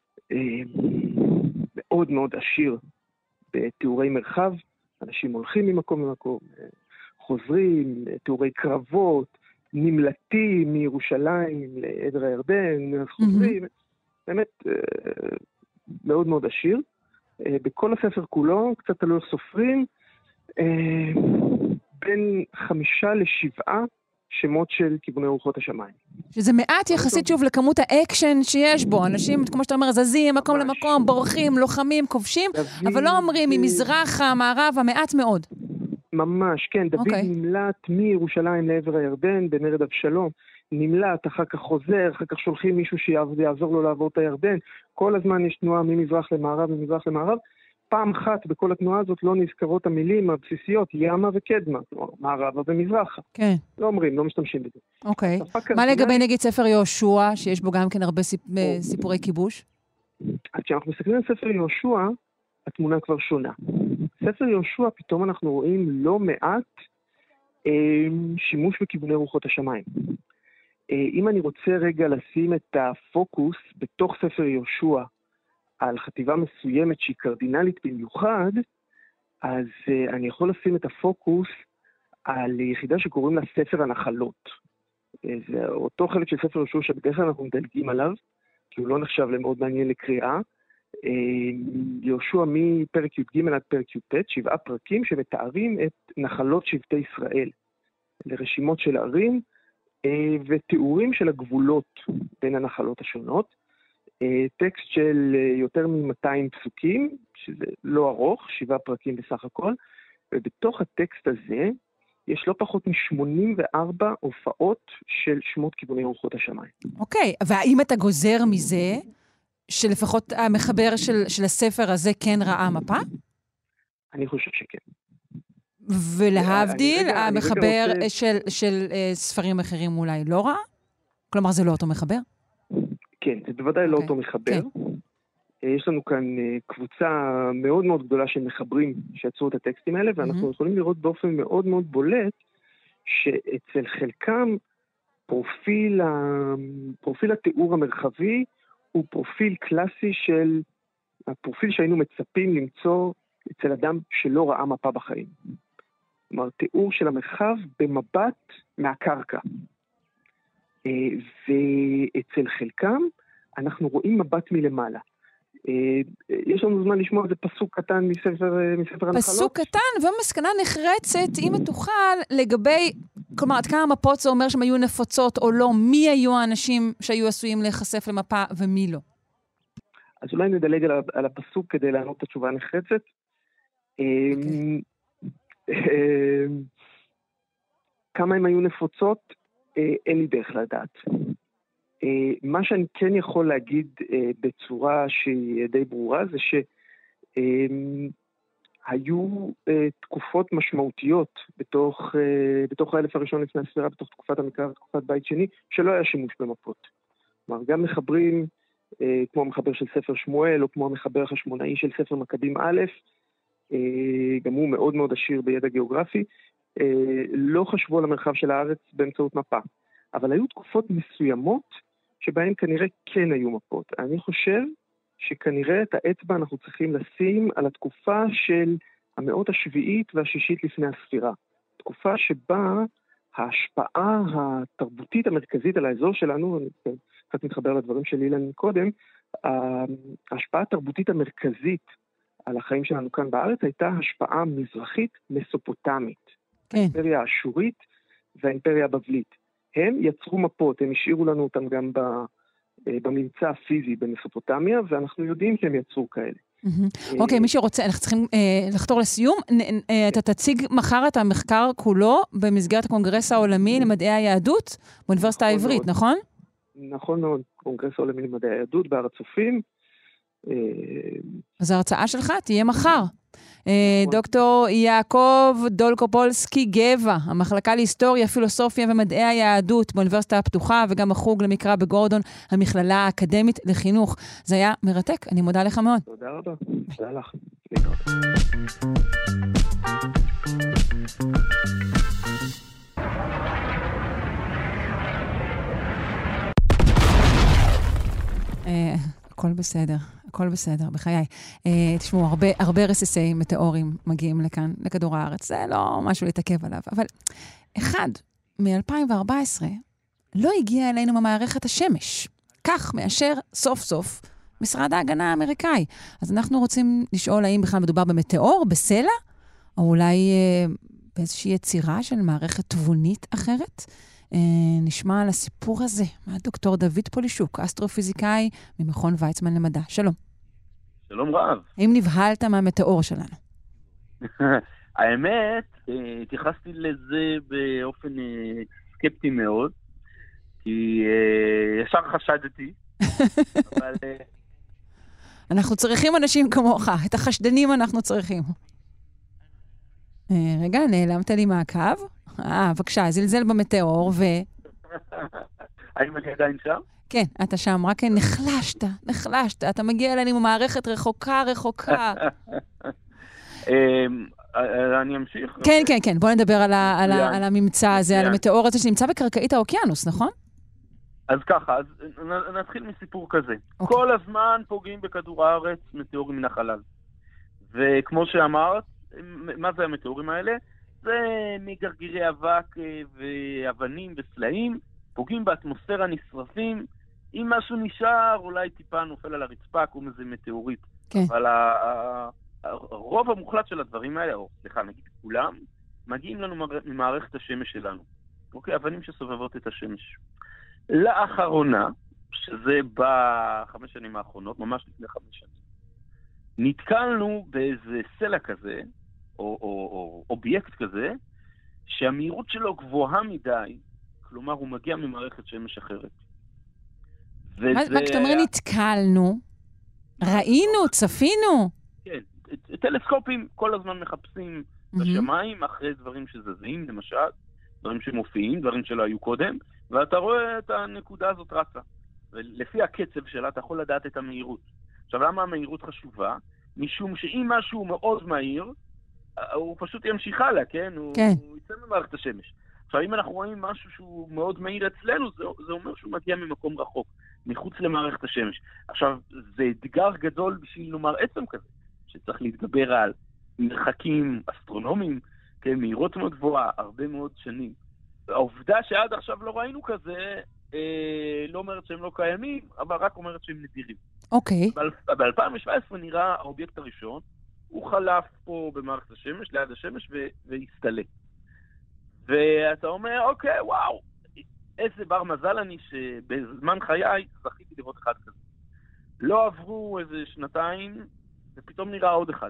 Speaker 11: מאוד מאוד עשיר בתיאורי מרחב, אנשים הולכים ממקום למקום, חוזרים, תיאורי קרבות, נמלטים מירושלים לעבר הירדן, חוזרים, באמת מאוד מאוד עשיר. בכל הספר כולו, קצת תלוי איך סופרים, בין חמישה לשבעה שמות של כיווני רוחות השמיים.
Speaker 2: שזה מעט יחסית שוב לכמות האקשן שיש בו. אנשים, כמו שאתה אומר, זזים מקום למקום, בורחים, לוחמים, כובשים, אבל לא אומרים ממזרח, המערב, המעט מאוד.
Speaker 11: ממש, כן. דוד נמלט מירושלים לעבר הירדן, במרד אבשלום. נמלט, אחר כך חוזר, אחר כך שולחים מישהו שיעזור לו לעבור את הירדן. כל הזמן יש תנועה ממזרח למערב, ממזרח למערב. פעם אחת בכל התנועה הזאת לא נזכרות המילים הבסיסיות, ימה וקדמה, מערבה ומזרחה.
Speaker 2: כן.
Speaker 11: לא אומרים, לא משתמשים בזה.
Speaker 2: אוקיי. מה לגבי נגיד ספר יהושע, שיש בו גם כן הרבה סיפורי כיבוש?
Speaker 11: אז כשאנחנו מסתכלים על ספר יהושע, התמונה כבר שונה. ספר יהושע, פתאום אנחנו רואים לא מעט שימוש בכיווני רוחות השמיים. אם אני רוצה רגע לשים את הפוקוס בתוך ספר יהושע, על חטיבה מסוימת שהיא קרדינלית במיוחד, אז uh, אני יכול לשים את הפוקוס על יחידה שקוראים לה ספר הנחלות. זה אותו חלק של ספר יהושע שבדרך כלל אנחנו מדלגים עליו, כי הוא לא נחשב למאוד מעניין לקריאה. יהושע מפרק י"ג עד פרק י"ט, שבעה פרקים שמתארים את נחלות שבטי ישראל, לרשימות של ערים ותיאורים של הגבולות בין הנחלות השונות. טקסט של יותר מ-מאתיים פסוקים, שזה לא ארוך, שבעה פרקים בסך הכל, ובתוך הטקסט הזה יש לא פחות מ-שמונים וארבע הופעות של שמות כיווני רוחות השמיים.
Speaker 2: אוקיי, והאם אתה גוזר מזה שלפחות המחבר של, של הספר הזה כן ראה מפה?
Speaker 11: אני חושב שכן.
Speaker 2: ולהבדיל, המחבר רוצה... של, של uh, ספרים אחרים אולי לא ראה? כלומר, זה לא אותו מחבר?
Speaker 11: כן, זה בוודאי okay. לא אותו מחבר. כן. יש לנו כאן קבוצה מאוד מאוד גדולה של מחברים שיצרו את הטקסטים האלה, ואנחנו mm-hmm. יכולים לראות באופן מאוד מאוד בולט שאצל חלקם פרופיל, פרופיל התיאור המרחבי הוא פרופיל קלאסי של הפרופיל שהיינו מצפים למצוא אצל אדם שלא ראה מפה בחיים. כלומר, תיאור של המרחב במבט מהקרקע. ואצל חלקם אנחנו רואים מבט מלמעלה. יש לנו זמן לשמוע איזה פסוק קטן מספר, מספר הנחלות.
Speaker 2: פסוק קטן ומסקנה נחרצת, אם תוכל, לגבי, כלומר, עד כמה מפות זה אומר שהן היו נפוצות או לא, מי היו האנשים שהיו עשויים להיחשף למפה ומי לא?
Speaker 11: אז אולי נדלג על, על הפסוק כדי לענות את התשובה הנחרצת. Okay. כמה הם היו נפוצות, אין לי דרך לדעת. מה שאני כן יכול להגיד בצורה שהיא די ברורה, זה שהיו תקופות משמעותיות בתוך, בתוך האלף הראשון לפני הספירה, בתוך תקופת המקרא ותקופת בית שני, שלא היה שימוש במפות. כלומר, גם מחברים, כמו המחבר של ספר שמואל, או כמו המחבר החשמונאי של ספר מקדים א', גם הוא מאוד מאוד עשיר בידע גיאוגרפי, לא חשבו על המרחב של הארץ באמצעות מפה. אבל היו תקופות מסוימות שבהן כנראה כן היו מפות. אני חושב שכנראה את האצבע אנחנו צריכים לשים על התקופה של המאות השביעית והשישית לפני הספירה. תקופה שבה ההשפעה התרבותית המרכזית על האזור שלנו, אני קצת מתחבר לדברים של אילן קודם, ההשפעה התרבותית המרכזית על החיים שלנו כאן בארץ הייתה השפעה מזרחית מסופוטמית. כן. האימפריה האשורית והאימפריה הבבלית. הם יצרו מפות, הם השאירו לנו אותם גם בממצא הפיזי במסופוטמיה, ואנחנו יודעים שהם יצרו כאלה.
Speaker 2: אוקיי, מי שרוצה, אנחנו צריכים לחתור לסיום. אתה תציג מחר את המחקר כולו במסגרת הקונגרס העולמי למדעי היהדות באוניברסיטה העברית, נכון?
Speaker 11: נכון מאוד, קונגרס העולמי למדעי היהדות בהר הצופים.
Speaker 2: אז ההרצאה שלך תהיה מחר. דוקטור יעקב דולקופולסקי גבע, המחלקה להיסטוריה, פילוסופיה ומדעי היהדות באוניברסיטה הפתוחה, וגם החוג למקרא בגורדון, המכללה האקדמית לחינוך. זה היה מרתק, אני מודה לך מאוד.
Speaker 11: תודה רבה, תודה לך.
Speaker 2: הכל בסדר. הכל בסדר, בחיי. Uh, תשמעו, הרבה, הרבה רסיסי מטאורים מגיעים לכאן, לכדור הארץ. זה לא משהו להתעכב עליו. אבל אחד, מ-אלפיים וארבע עשרה, לא הגיע אלינו ממערכת השמש. כך מאשר סוף סוף משרד ההגנה האמריקאי. אז אנחנו רוצים לשאול האם בכלל מדובר במטאור, בסלע, או אולי uh, באיזושהי יצירה של מערכת תבונית אחרת. Uh, נשמע על הסיפור הזה, מהדוקטור דוד פולישוק, אסטרופיזיקאי ממכון ויצמן למדע. שלום.
Speaker 12: שלום רב.
Speaker 2: האם נבהלת מהמטאור שלנו?
Speaker 12: האמת, התייחסתי לזה באופן סקפטי מאוד, כי ישר חשדתי. אבל...
Speaker 2: אנחנו צריכים אנשים כמוך, את החשדנים אנחנו צריכים. רגע, נעלמת לי מהקו? אה, בבקשה, זלזל במטאור ו...
Speaker 12: האם אני עדיין שם?
Speaker 2: כן, אתה שם, רק נחלשת, נחלשת. אתה מגיע אלינו ממערכת רחוקה, רחוקה.
Speaker 12: אני אמשיך?
Speaker 2: כן, כן, כן. בוא נדבר על הממצא הזה, על המטאור הזה שנמצא בקרקעית האוקיינוס, נכון?
Speaker 12: אז ככה, אז נתחיל מסיפור כזה. Okay. כל הזמן פוגעים בכדור הארץ מטאורים מן החלל. וכמו שאמרת, מה זה המטאורים האלה? זה מגרגירי אבק ואבנים וסלעים, פוגעים באטמוספירה, נשרפים, אם משהו נשאר, אולי טיפה נופל על הרצפה, כמו איזה מטאורית. Okay. אבל הרוב המוחלט של הדברים האלה, או סליחה, נגיד כולם, מגיעים לנו ממערכת השמש שלנו. אוקיי, אבנים שסובבות את השמש. לאחרונה, שזה בחמש שנים האחרונות, ממש לפני חמש שנים, נתקלנו באיזה סלע כזה, או, או, או אובייקט כזה, שהמהירות שלו גבוהה מדי, כלומר הוא מגיע ממערכת שמש אחרת.
Speaker 2: וזה... מה, מה כשאתה אומר נתקלנו? ראינו, צפינו?
Speaker 12: כן, טלסקופים כל הזמן מחפשים mm-hmm. בשמיים אחרי דברים שזזים, למשל, דברים שמופיעים, דברים שלא היו קודם, ואתה רואה את הנקודה הזאת רצה. ולפי הקצב שלה אתה יכול לדעת את המהירות. עכשיו, למה המהירות חשובה? משום שאם משהו מאוד מהיר, הוא פשוט ימשיך הלאה, כן? הוא, כן. הוא יצא ממערכת השמש. עכשיו, אם אנחנו רואים משהו שהוא מאוד מהיר אצלנו, זה, זה אומר שהוא מגיע ממקום רחוק, מחוץ למערכת השמש. עכשיו, זה אתגר גדול בשביל לומר עצם כזה, שצריך להתגבר על מרחקים אסטרונומיים, כן, מהירות מאוד גבוהה, הרבה מאוד שנים. העובדה שעד עכשיו לא ראינו כזה, אה, לא אומרת שהם לא קיימים, אבל רק אומרת שהם נדירים.
Speaker 2: אוקיי.
Speaker 12: ב-אלפיים שבע עשרה נראה האובייקט הראשון, הוא חלף פה במערכת השמש, ליד השמש, ו- והסתלה. ואתה אומר, אוקיי, וואו, איזה בר מזל אני שבזמן חיי זכיתי לראות אחד כזה. לא עברו איזה שנתיים, ופתאום נראה עוד אחד.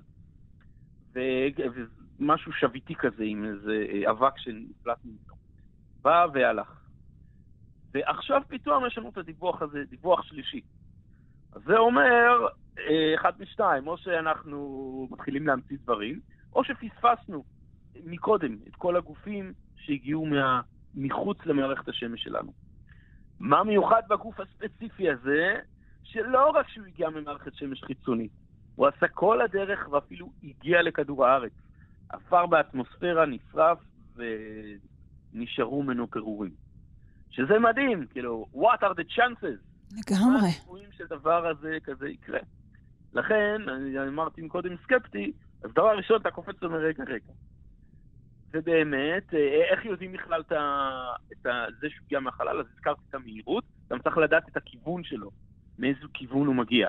Speaker 12: ומשהו שביטי כזה עם איזה אבק שנפלט ממנו. בא והלך. ועכשיו פתאום יש לנו את הדיווח הזה, דיווח שלישי. אז זה אומר, אחד משתיים, או שאנחנו מתחילים להמציא דברים, או שפספסנו מקודם את כל הגופים שהגיעו מה... מחוץ למערכת השמש שלנו. מה מיוחד בגוף הספציפי הזה, שלא רק שהוא הגיע ממערכת שמש חיצונית, הוא עשה כל הדרך ואפילו הגיע לכדור הארץ. עבר באטמוספירה, נשרף ונשארו ממנו פירורים. שזה מדהים, כאילו, what are the chances?
Speaker 2: לגמרי.
Speaker 12: מה הסיכויים שדבר הזה כזה יקרה? לכן, אני אמרתי קודם סקפטי, אז דבר ראשון, אתה קופץ לו מרגע רגע. ובאמת, איך יודעים בכלל את, את זה שהוא הגיע מהחלל? אז הזכרתי את המהירות, גם צריך לדעת את הכיוון שלו, מאיזו כיוון הוא מגיע.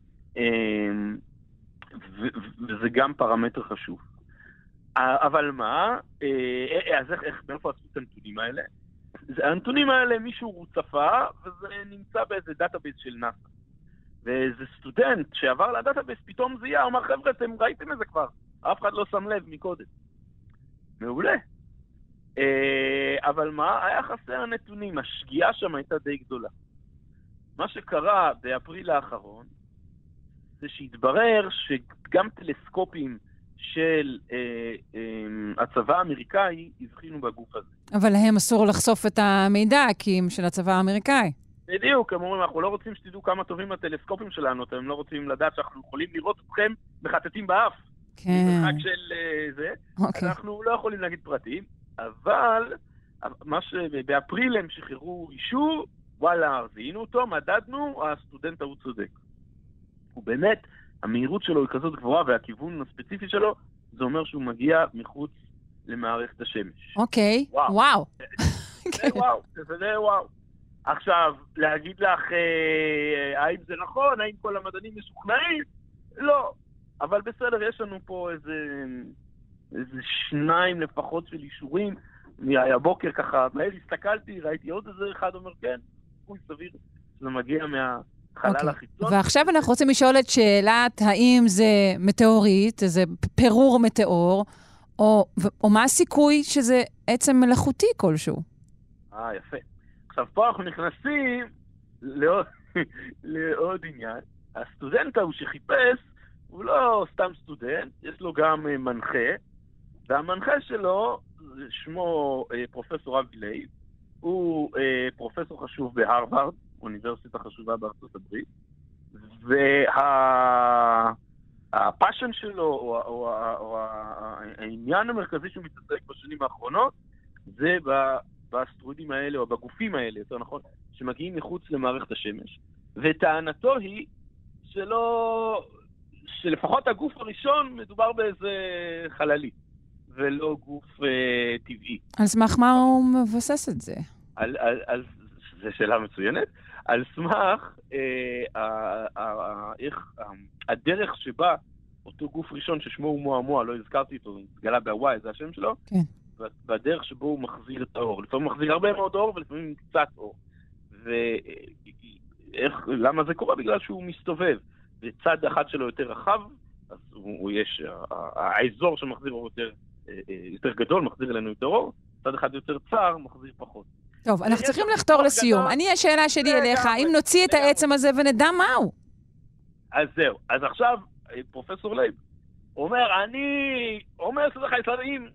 Speaker 12: וזה גם פרמטר חשוב. אבל מה? אז איך, איך מאיפה עשו את הנתונים האלה? הנתונים האלה מישהו צפה, וזה נמצא באיזה דאטאבייס של נאסא. ואיזה סטודנט שעבר לדאטאבייס פתאום זיהה, אומר, חבר'ה, אתם ראיתם את זה כבר, אף אחד לא שם לב מקודם. מעולה. אבל מה? היה חסר הנתונים, השגיאה שם הייתה די גדולה. מה שקרה באפריל האחרון, זה שהתברר שגם טלסקופים של אה, אה, הצבא האמריקאי הבחינו בגוף הזה.
Speaker 2: אבל להם אסור לחשוף את המידע, כי הם של הצבא האמריקאי.
Speaker 12: בדיוק, הם אומרים, אנחנו לא רוצים שתדעו כמה טובים הטלסקופים שלנו, אתם לא רוצים לדעת שאנחנו יכולים לראות אתכם מחטטים באף.
Speaker 2: כן.
Speaker 12: במרחק של uh, זה. אוקיי. אנחנו לא יכולים להגיד פרטים, אבל מה שבאפריל הם שחררו אישור, וואלה, זיהינו אותו, מדדנו, הסטודנט הוא צודק. הוא באמת, המהירות שלו היא כזאת גבוהה, והכיוון הספציפי שלו, זה אומר שהוא מגיע מחוץ למערכת השמש.
Speaker 2: אוקיי, וואו. וואו.
Speaker 12: זה וואו, זה וואו. עכשיו, להגיד לך, האם זה נכון, האם כל המדענים משוכנעים? לא. אבל בסדר, יש לנו פה איזה, איזה שניים לפחות של אישורים. מהבוקר ככה, מהר הסתכלתי, ראיתי עוד איזה אחד אומר, כן, סיכוי סביר, זה מגיע מהחלל okay. החיצון.
Speaker 2: ועכשיו אנחנו רוצים לשאול את שאלת, האם זה מטאורית, זה פירור מטאור, או, או מה הסיכוי שזה עצם מלאכותי כלשהו?
Speaker 12: אה, יפה. עכשיו פה אנחנו נכנסים לעוד, לעוד עניין. הסטודנט ההוא שחיפש, הוא לא סתם סטודנט, יש לו גם מנחה, והמנחה שלו, שמו פרופסור אבי לייב, הוא פרופסור חשוב בהרווארד, אוניברסיטה חשובה בארצות הברית, והפאשן שלו, או, או, או העניין המרכזי שהוא מתעסק בשנים האחרונות, זה באסטרואידים האלה, או בגופים האלה, יותר נכון, שמגיעים מחוץ למערכת השמש, וטענתו היא שלא, שלפחות הגוף הראשון מדובר באיזה חללי, ולא גוף אה, טבעי.
Speaker 2: על סמך מה הוא מבסס את זה?
Speaker 12: על, על, על, זו שאלה מצוינת. על סמך אה, אה, אה, איך, אה, הדרך שבה אותו גוף ראשון ששמו הוא מועמוע, לא הזכרתי אותו, התגלה בהוואי, זה השם שלו,
Speaker 2: כן.
Speaker 12: והדרך שבו הוא מחזיר את האור. לפעמים הוא מחזיר הרבה מאוד אור ולפעמים קצת אור. ואיך, למה זה קורה? בגלל שהוא מסתובב. וצד אחד שלו יותר רחב, אז הוא, הוא יש, האזור שמחזיר אור יותר, יותר גדול, מחזיר אלינו יותר אור, צד אחד יותר צר, מחזיר פחות.
Speaker 2: טוב, אנחנו צריכים לחתור לסיום. אני, השאלה שלי אליך, אם נוציא את העצם הזה ונדע מהו? אז
Speaker 12: זהו. אז עכשיו, פרופסור לייב אומר, אני אומר שזה חייסרים,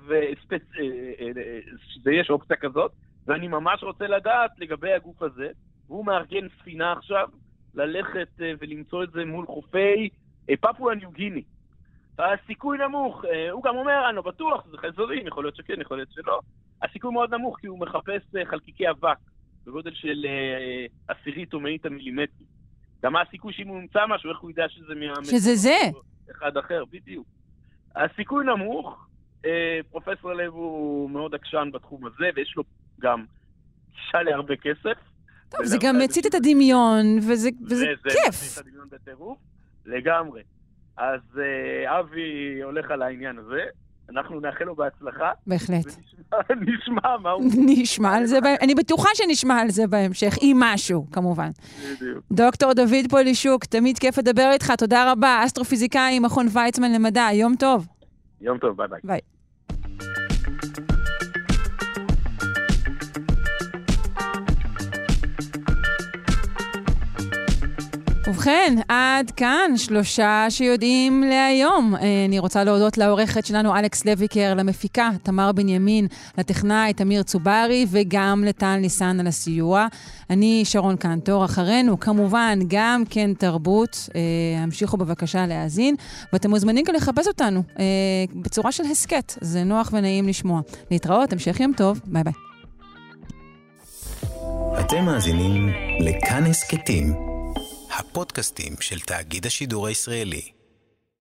Speaker 12: ויש אופציה כזאת, ואני ממש רוצה לדעת לגבי הגוף הזה, והוא מארגן ספינה עכשיו, ללכת ולמצוא את זה מול חופי פפואה ניו גיני. הסיכוי נמוך, הוא גם אומר, אני לא בטוח, זה חייזרים, יכול להיות שכן, יכול להיות שלא. הסיכוי מאוד נמוך, כי הוא מחפש חלקיקי אבק, בגודל של עשירית או מאית המילימטרי. גם הסיכוי שאם הוא נמצא משהו, איך הוא ידע שזה מה...
Speaker 2: שזה זה?
Speaker 12: אחד אחר, בדיוק. הסיכוי נמוך, פרופסור לב הוא מאוד עקשן בתחום הזה, ויש לו גם גישה להרבה כסף.
Speaker 2: טוב, זה גם מצית את הדמיון, וזה כיף.
Speaker 12: זה מצית את הדמיון בטירוף, לגמרי. אז אבי הולך על העניין הזה, אנחנו נאחל לו בהצלחה.
Speaker 2: בהחלט.
Speaker 12: ונשמע מה הוא...
Speaker 2: נשמע על זה, אני בטוחה שנשמע על זה בהמשך, עם משהו, כמובן. בדיוק. דוקטור דוד פולישוק, תמיד כיף לדבר איתך, תודה רבה, אסטרופיזיקאי, מכון ויצמן למדע, יום טוב.
Speaker 12: יום טוב, ביי ביי.
Speaker 2: ביי. ובכן, עד כאן שלושה שיודעים להיום. אני רוצה להודות לעורכת שלנו אלכס לויקר, למפיקה תמר בנימין, לטכנאי תמיר צוברי וגם לטל ניסן על הסיוע. אני שרון קנטור, אחרינו כמובן גם כן תרבות. המשיכו בבקשה להאזין, ואתם מוזמנים גם לחפש אותנו בצורה של הסקט. זה נוח ונעים לשמוע. להתראות, המשך יום טוב, ביי ביי.
Speaker 1: אתם מאזינים לכאן הסקטים, הפודקאסטים של תאגיד השידור הישראלי.